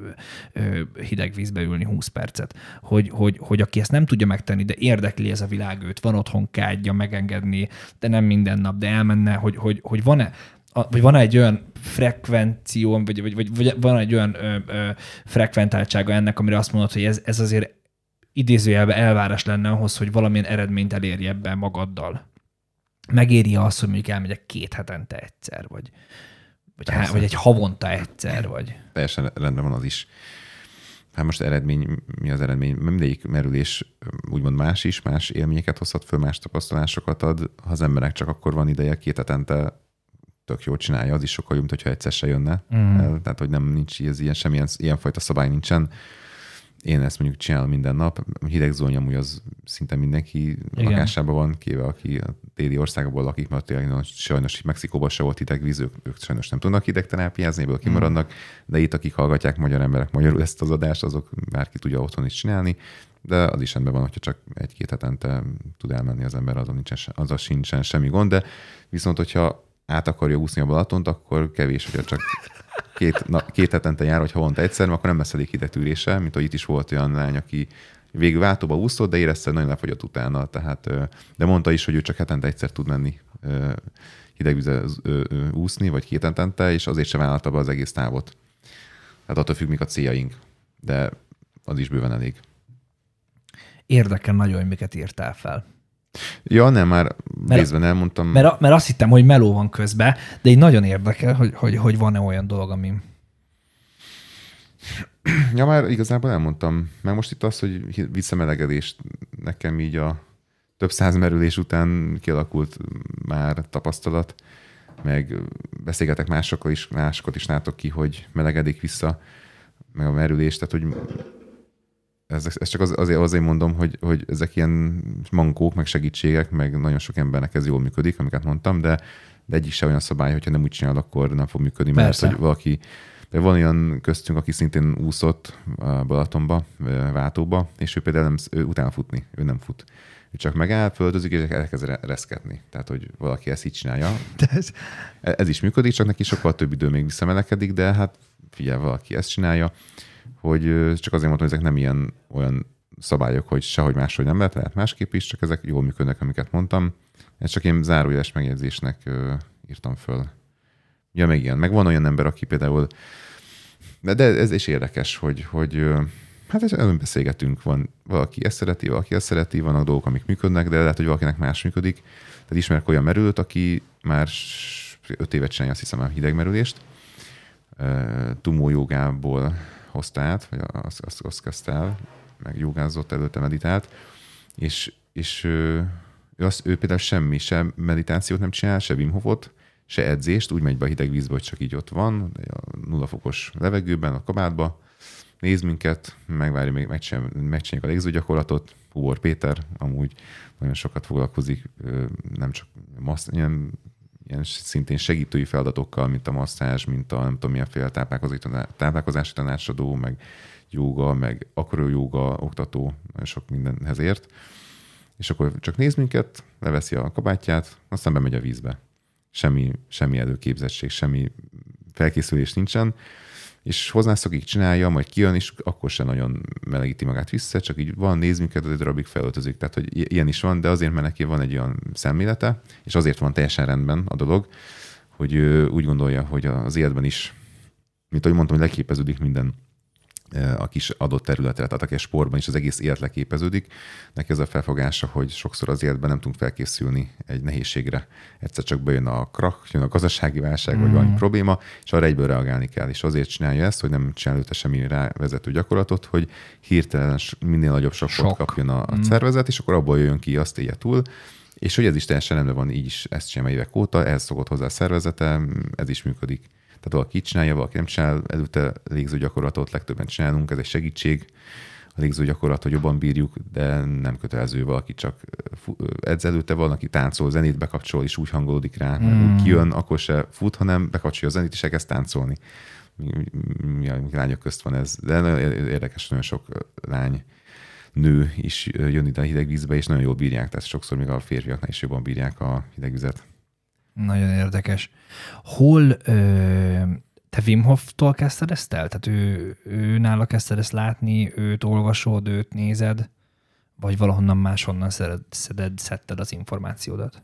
hideg vízbe ülni 20 percet. Hogy aki ezt nem tudja megtenni, de érdekli ez a világ őt, van otthon kádja megengedni, de nem minden nap, de elmenne, hogy van-e, vagy van egy olyan frekvenció, vagy van egy olyan frekventáltsága ennek, amire azt mondod, hogy ez azért idézőjelben elvárás lenne ahhoz, hogy valamilyen eredményt elérj ebben magaddal. Megéri azt, hogy mondjuk elmegyek 2 hetente egyszer, vagy egy havonta egyszer, vagy... Teljesen rendben van az is. Hát most eredmény, mi az eredmény? Mindegyik merülés úgymond más élményeket hozhat föl, más tapasztalásokat ad. Ha az emberek csak akkor van ideje, 2 hetente tök jól csinálja, az is sokkal jobb, mint hogyha egyszer se jönne. Tehát, hogy nincs semmilyen ilyenfajta szabály nincsen. Én ezt mondjuk csinálom minden nap. Hidegzóny amúgy az szinte mindenki lakásában van, kivéve aki a téli országokból lakik, mert tényleg sajnos Mexikóban se volt hidegvíz, ők sajnos nem tudnak hidegterápiázni, ebből kimaradnak, de itt akik hallgatják magyar emberek magyarul ezt az adást, azok bárki tudja otthon is csinálni, de az is rendben van, hogyha csak 1-2 hetente tud elmenni az ember, azzal sincsen semmi gond, de viszont hogyha át akarja úszni a Balatont, akkor kevés, hogyha csak 2 hetente jár, vagy havonta egyszer, akkor nem lesz elég hidegtűrése, mint hogy itt is volt olyan lány, aki végül váltóba úszott, de érezte, hogy nagyon lefogyott utána. Tehát, de mondta is, hogy ő csak hetente egyszer tud menni hidegvízzel úszni, vagy 2 hetente, és azért sem vállalta be az egész távot. Tehát attól függ, mik a céljaink. De az is bőven elég. Érdekel nagyon, hogy miket írtál fel. Ja, nem, már részben elmondtam. Mert azt hittem, hogy meló van közben, de így nagyon érdekel, hogy van-e olyan dolog, ami... Ja, már igazából elmondtam. Mert most itt az, hogy visszamelegedést nekem így a több száz merülés után kialakult már tapasztalat, meg beszélgetek másokat is látok ki, hogy melegedik vissza, meg a merülés, tehát hogy ez csak azért mondom, hogy ezek ilyen mankók, meg segítségek, meg nagyon sok embernek ez jól működik, amiket mondtam, de egyik se olyan szabály, hogyha nem úgy csinál, akkor nem fog működni, mert hogy valaki, de van olyan köztünk, aki szintén úszott a Balatonba, Váltóba, és ő például ő utána futni, ő nem fut. Ő csak megáll, földözik, és elkezd reszketni. Tehát, hogy valaki ezt így csinálja. Ez is működik, csak neki sokkal több idő még visszamelekedik, de hát figyelj, valaki ezt csinálja, hogy csak azért mondtam, hogy ezek nem ilyen olyan szabályok, hogy sehogy máshogy nem lehet másképp is, csak ezek jól működnek, amiket mondtam. Ez csak én zárójeles megjegyzésnek írtam föl. Ja, meg ilyen. Meg van olyan ember, aki például, de ez is érdekes, hogy hát ezen beszélgetünk, van valaki ezt szereti, vannak dolgok, amik működnek, de lehet, hogy valakinek más működik. Tehát ismerek olyan merülőt, aki már 5 évet csinálja, azt hiszem, a hidegmerülést. Tumó jogából hozta át, vagy azt kezdte el, meg jogázott, előtte meditált, és ő például sem meditációt nem csinál, se Wim Hofot, se edzést, úgy megy be a hideg vízbe, hogy csak így ott van, a 0 fokos levegőben, a kabátba, néz minket, megvárja, még megcsináljuk a légzőgyakorlatot. Húbor Péter amúgy nagyon sokat foglalkozik, nem csak ilyen szintén segítői feladatokkal, mint a masszázs, mint a nem tudom milyenféle táplálkozási tanácsadó, meg jóga, meg akrojóga oktató, nagyon sok mindenhez ért. És akkor csak néz minket, leveszi a kabátját, aztán bemegy a vízbe. Semmi előképzettség, semmi felkészülés nincsen, és hozzászokik, csinálja, majd kijön, és akkor sem nagyon melegíti magát vissza, csak így van, néz minket, egy darabig felöltözik. Tehát, hogy ilyen is van, de azért, mert neki van egy olyan szemlélete, és azért van teljesen rendben a dolog, hogy úgy gondolja, hogy az életben is, mint ahogy mondtam, hogy leképeződik minden a kis adott területre, tehát aki a sportban is az egész élet leképeződik. Neki ez a felfogása, hogy sokszor az életben nem tudunk felkészülni egy nehézségre. Egyszer csak bejön a krach, jön a gazdasági válság, vagy valami probléma, és arra egyből reagálni kell. És azért csinálja ezt, hogy nem csinál előtte semmi rávezető gyakorlatot, hogy hirtelen minél nagyobb sokkot kapjon a szervezet, és akkor abból jön ki, azt élje túl. És hogy ez is teljesen rendben van, így is ezt csinálja évek óta, ehhez szokott hozzá a szervezete, ez is működik. Tehát valaki így csinálja, valaki nem csinál, előtte légzőgyakorlatot legtöbben csinálunk, ez egy segítség. A légzőgyakorlat, hogy jobban bírjuk, de nem kötelező, valaki csak edz előtte, valaki táncol, zenét bekapcsol, és úgy hangolódik rá, mert kijön, akkor se fut, hanem bekapcsolja a zenét, és elkezd táncolni. Mi lányok közt van ez, de nagyon érdekes, nagyon sok lány, nő is jön ide a hidegvízbe, és nagyon jól bírják, tehát sokszor még a férfiaknál is jobban bírják a hidegvizet. Nagyon érdekes. Hol te Wim Hoftól kezdted ezt el? Tehát ő nála kezdted ezt látni, őt olvasod, őt nézed, vagy valahonnan máshonnan szedted az információdat?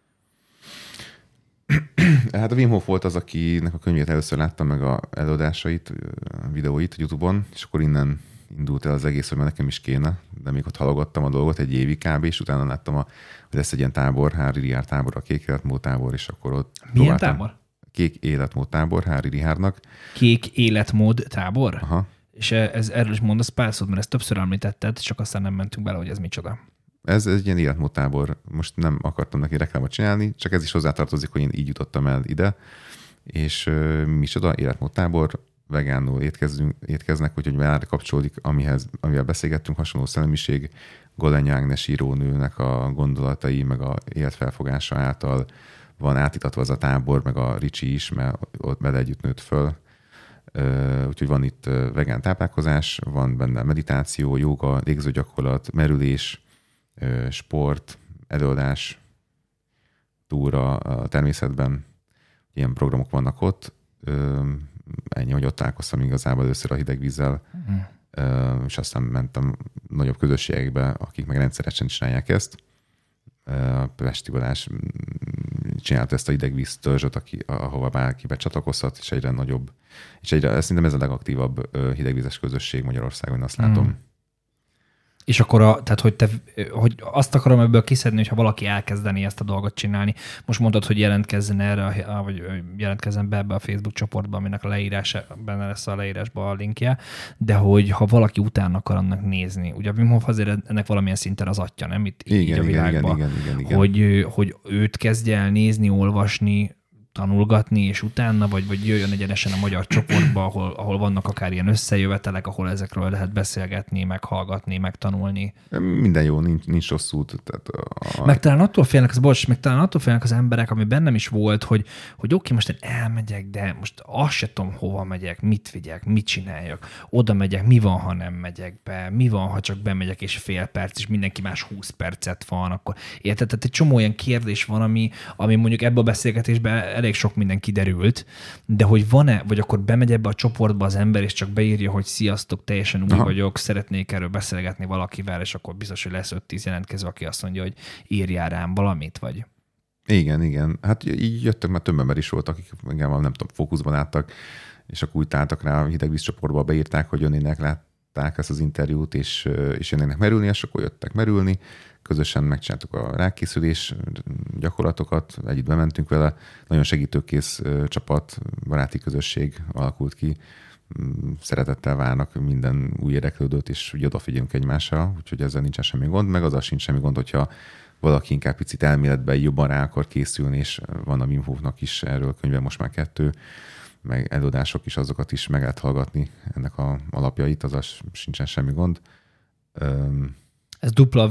Hát a Wim Hof volt az, akinek a könyvét először láttam, meg a előadásait, a videóit a YouTube-on, és akkor innen indult el az egész, hogy nekem is kéne, de még ott halogattam a dolgot egy évig kb. És utána láttam, hogy lesz egy ilyen tábor, Hári Richárd tábor, a Kék életmód tábor, és akkor ott milyen tábor? Kék életmód tábor, Hári Richárdnak. Kék életmód tábor? Aha. És erről is mondasz pár szót, mert ezt többször említetted, csak aztán nem mentünk bele, hogy ez micsoda. Ez egy ilyen életmód tábor. Most nem akartam neki reklámot csinálni, csak ez is hozzátartozik, hogy én így jutottam el ide. És micsoda életmód tábor, vegánul étkeznek, úgyhogy már kapcsolódik, amivel beszélgettünk, hasonló szellemiség, Golenya Ágnes írónőnek a gondolatai, meg a életfelfogása által van átítatva az a tábor, meg a Ricsi is, mert ott vele együtt nőtt föl. Úgyhogy van itt vegán táplálkozás, van benne meditáció, jóga, légzőgyakorlat, merülés, sport, előadás, túra a természetben. Ilyen programok vannak ott. Ennyi, hogy ott találkoztam igazából először a hidegvízzel, és aztán mentem nagyobb közösségekbe, akik meg rendszeresen csinálják ezt. Pesti Balázs csinálta ezt a hidegvíz törzsöt, ahova bárki becsatlakozhat, és egyre nagyobb. És szerintem ez a legaktívabb hidegvízes közösség Magyarországon, azt látom. És akkor, tehát hogy azt akarom ebből kiszedni, hogyha valaki elkezdeni ezt a dolgot csinálni. Most mondtad, hogy jelentkezzen erre, vagy jelentkezzen be ebbe a Facebook csoportba, aminek a leírása, benne lesz a leírásban a linkje, de hogy ha valaki utána akar annak nézni, ugye a Wim Hof azért ennek valamilyen szinten az atya, nem? Itt igen, így a világban. Igen. Hogy őt kezdje el nézni, olvasni, tanulgatni, és utána, vagy jöjjön egyenesen a magyar csoportba, ahol vannak akár ilyen összejövetelek, ahol ezekről lehet beszélgetni, meghallgatni, megtanulni. Minden jó, nincs rossz út. Tehát meg talán attól félnek az emberek, ami bennem is volt, hogy oké, most én elmegyek, de most azt se tudom, hova megyek, mit vigyek, mit csináljak. Oda megyek, mi van, ha nem megyek be, mi van, ha csak bemegyek és fél perc, és mindenki más 20 percet van, akkor érted? Tehát egy csomó olyan kérdés van, ami mondjuk ebbe a beszélgetésbe elég sok minden kiderült, de hogy van-e, vagy akkor bemegy ebbe a csoportba az ember, és csak beírja, hogy sziasztok, teljesen új vagyok, szeretnék erről beszélgetni valakivel, és akkor biztos, hogy lesz 5-10 jelentkező, aki azt mondja, hogy írjál rám valamit, vagy... Igen. Hát így jöttek, mert több ember is volt, akik engem nem tudom, fókuszban álltak, és akkor úgy táltak rá a hidegvíz csoportba, beírták, hogy jönnének, látták ezt az interjút, és jönnének merülni, és akkor jöttek merülni. Közösen megcsináltuk a rákészülés gyakorlatokat, együtt bementünk vele. Nagyon segítőkész csapat, baráti közösség alakult ki. Szeretettel várnak minden új érdeklődőt, és ugye odafigyelünk egymásra, úgyhogy ezzel nincsen semmi gond, meg azzal sincs semmi gond, hogyha valaki inkább picit elméletben jobban rá akar készülni, és van a Wim Hofnak is erről könyve, most már 2, meg előadások is, azokat is meg lehet hallgatni, ennek a alapjait, azzal sincsen semmi gond. Ez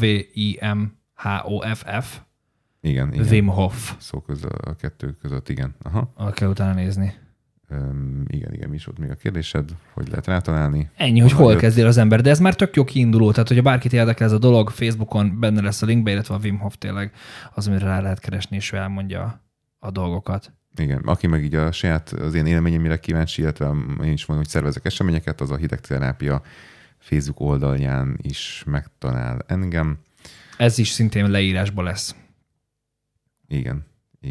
W-I-M-H-O-F-F. Igen. Wim Hof. Szó közül a 2 között, igen. Aha. Kell utána nézni. Igen, mi is volt még a kérdésed, hogy lehet rátalálni. Ennyi, hogy hol kezdél az ember, de ez már tök jó kiinduló, tehát hogyha bárkit érdekel ez a dolog, Facebookon benne lesz a linkbe, illetve a Wim Hof tényleg az, amire rá lehet keresni, és ő elmondja a dolgokat. Igen, aki meg így a saját az én élményemre kíváncsi, illetve én is mondom, hogy szervezek eseményeket, az a Hidegterápia Facebook oldalján is megtalál engem. Ez is szintén leírásban lesz. Igen.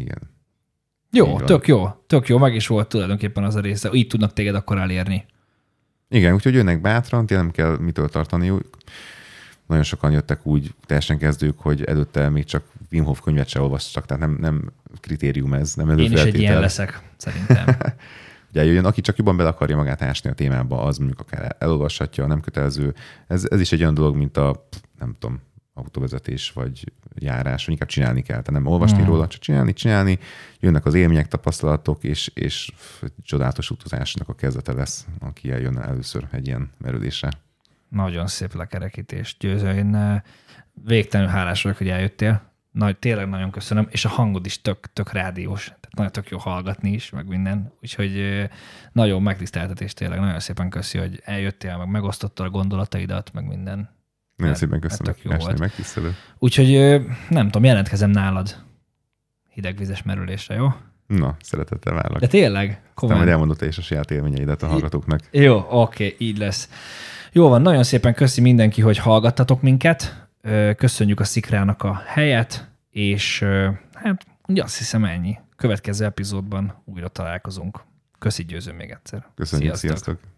Jó, tök jó, meg is volt tulajdonképpen az a része. Így tudnak téged akkor elérni. Igen, úgyhogy jönnek bátran, tényleg nem kell mitől tartaniuk. Nagyon sokan jöttek úgy teljesen kezdők, hogy előtte még csak Wim Hof könyvet se olvastak, tehát nem kritérium ez, nem előfeltétel. Én is egy ilyen leszek, szerintem. Ugye jöjjön, aki csak jobban bele akarja magát ásni a témába, az mondjuk akár elolvashatja, nem kötelező. Ez is egy olyan dolog, mint a, nem tudom, autóvezetés vagy járás, hogy inkább csinálni kell. Tehát nem olvasni róla, csak csinálni. Jönnek az élmények, tapasztalatok, és csodálatos utazásnak a kezdete lesz, aki eljön először egy ilyen merülésre. Nagyon szép lekerekítés, Győző. Én végtelenül hálás vagyok, hogy eljöttél. Tényleg nagyon köszönöm, és a hangod is tök rádiós. Tehát nagyon tök jó hallgatni is, meg minden. Úgyhogy nagyon megtiszteltetés tényleg. Nagyon szépen köszi, hogy eljöttél, meg megosztottad a gondolataidat, meg minden. Nagyon szépen köszönöm, hogy megtisztelő. Úgyhogy nem tudom, jelentkezem nálad hidegvizes merülésre, jó? Na, szeretettel várlak. De tényleg? Aztán majd elmondod te is a saját élményeidet a hallgatóknak. Jó, oké, így lesz. Jó van, nagyon szépen köszi mindenki, hogy hallgattatok minket. Köszönjük a Szikrának a helyet, és hát ugye azt hiszem ennyi. Következő epizódban újra találkozunk. Köszi, Győző, még egyszer. Köszönjük, sziasztok.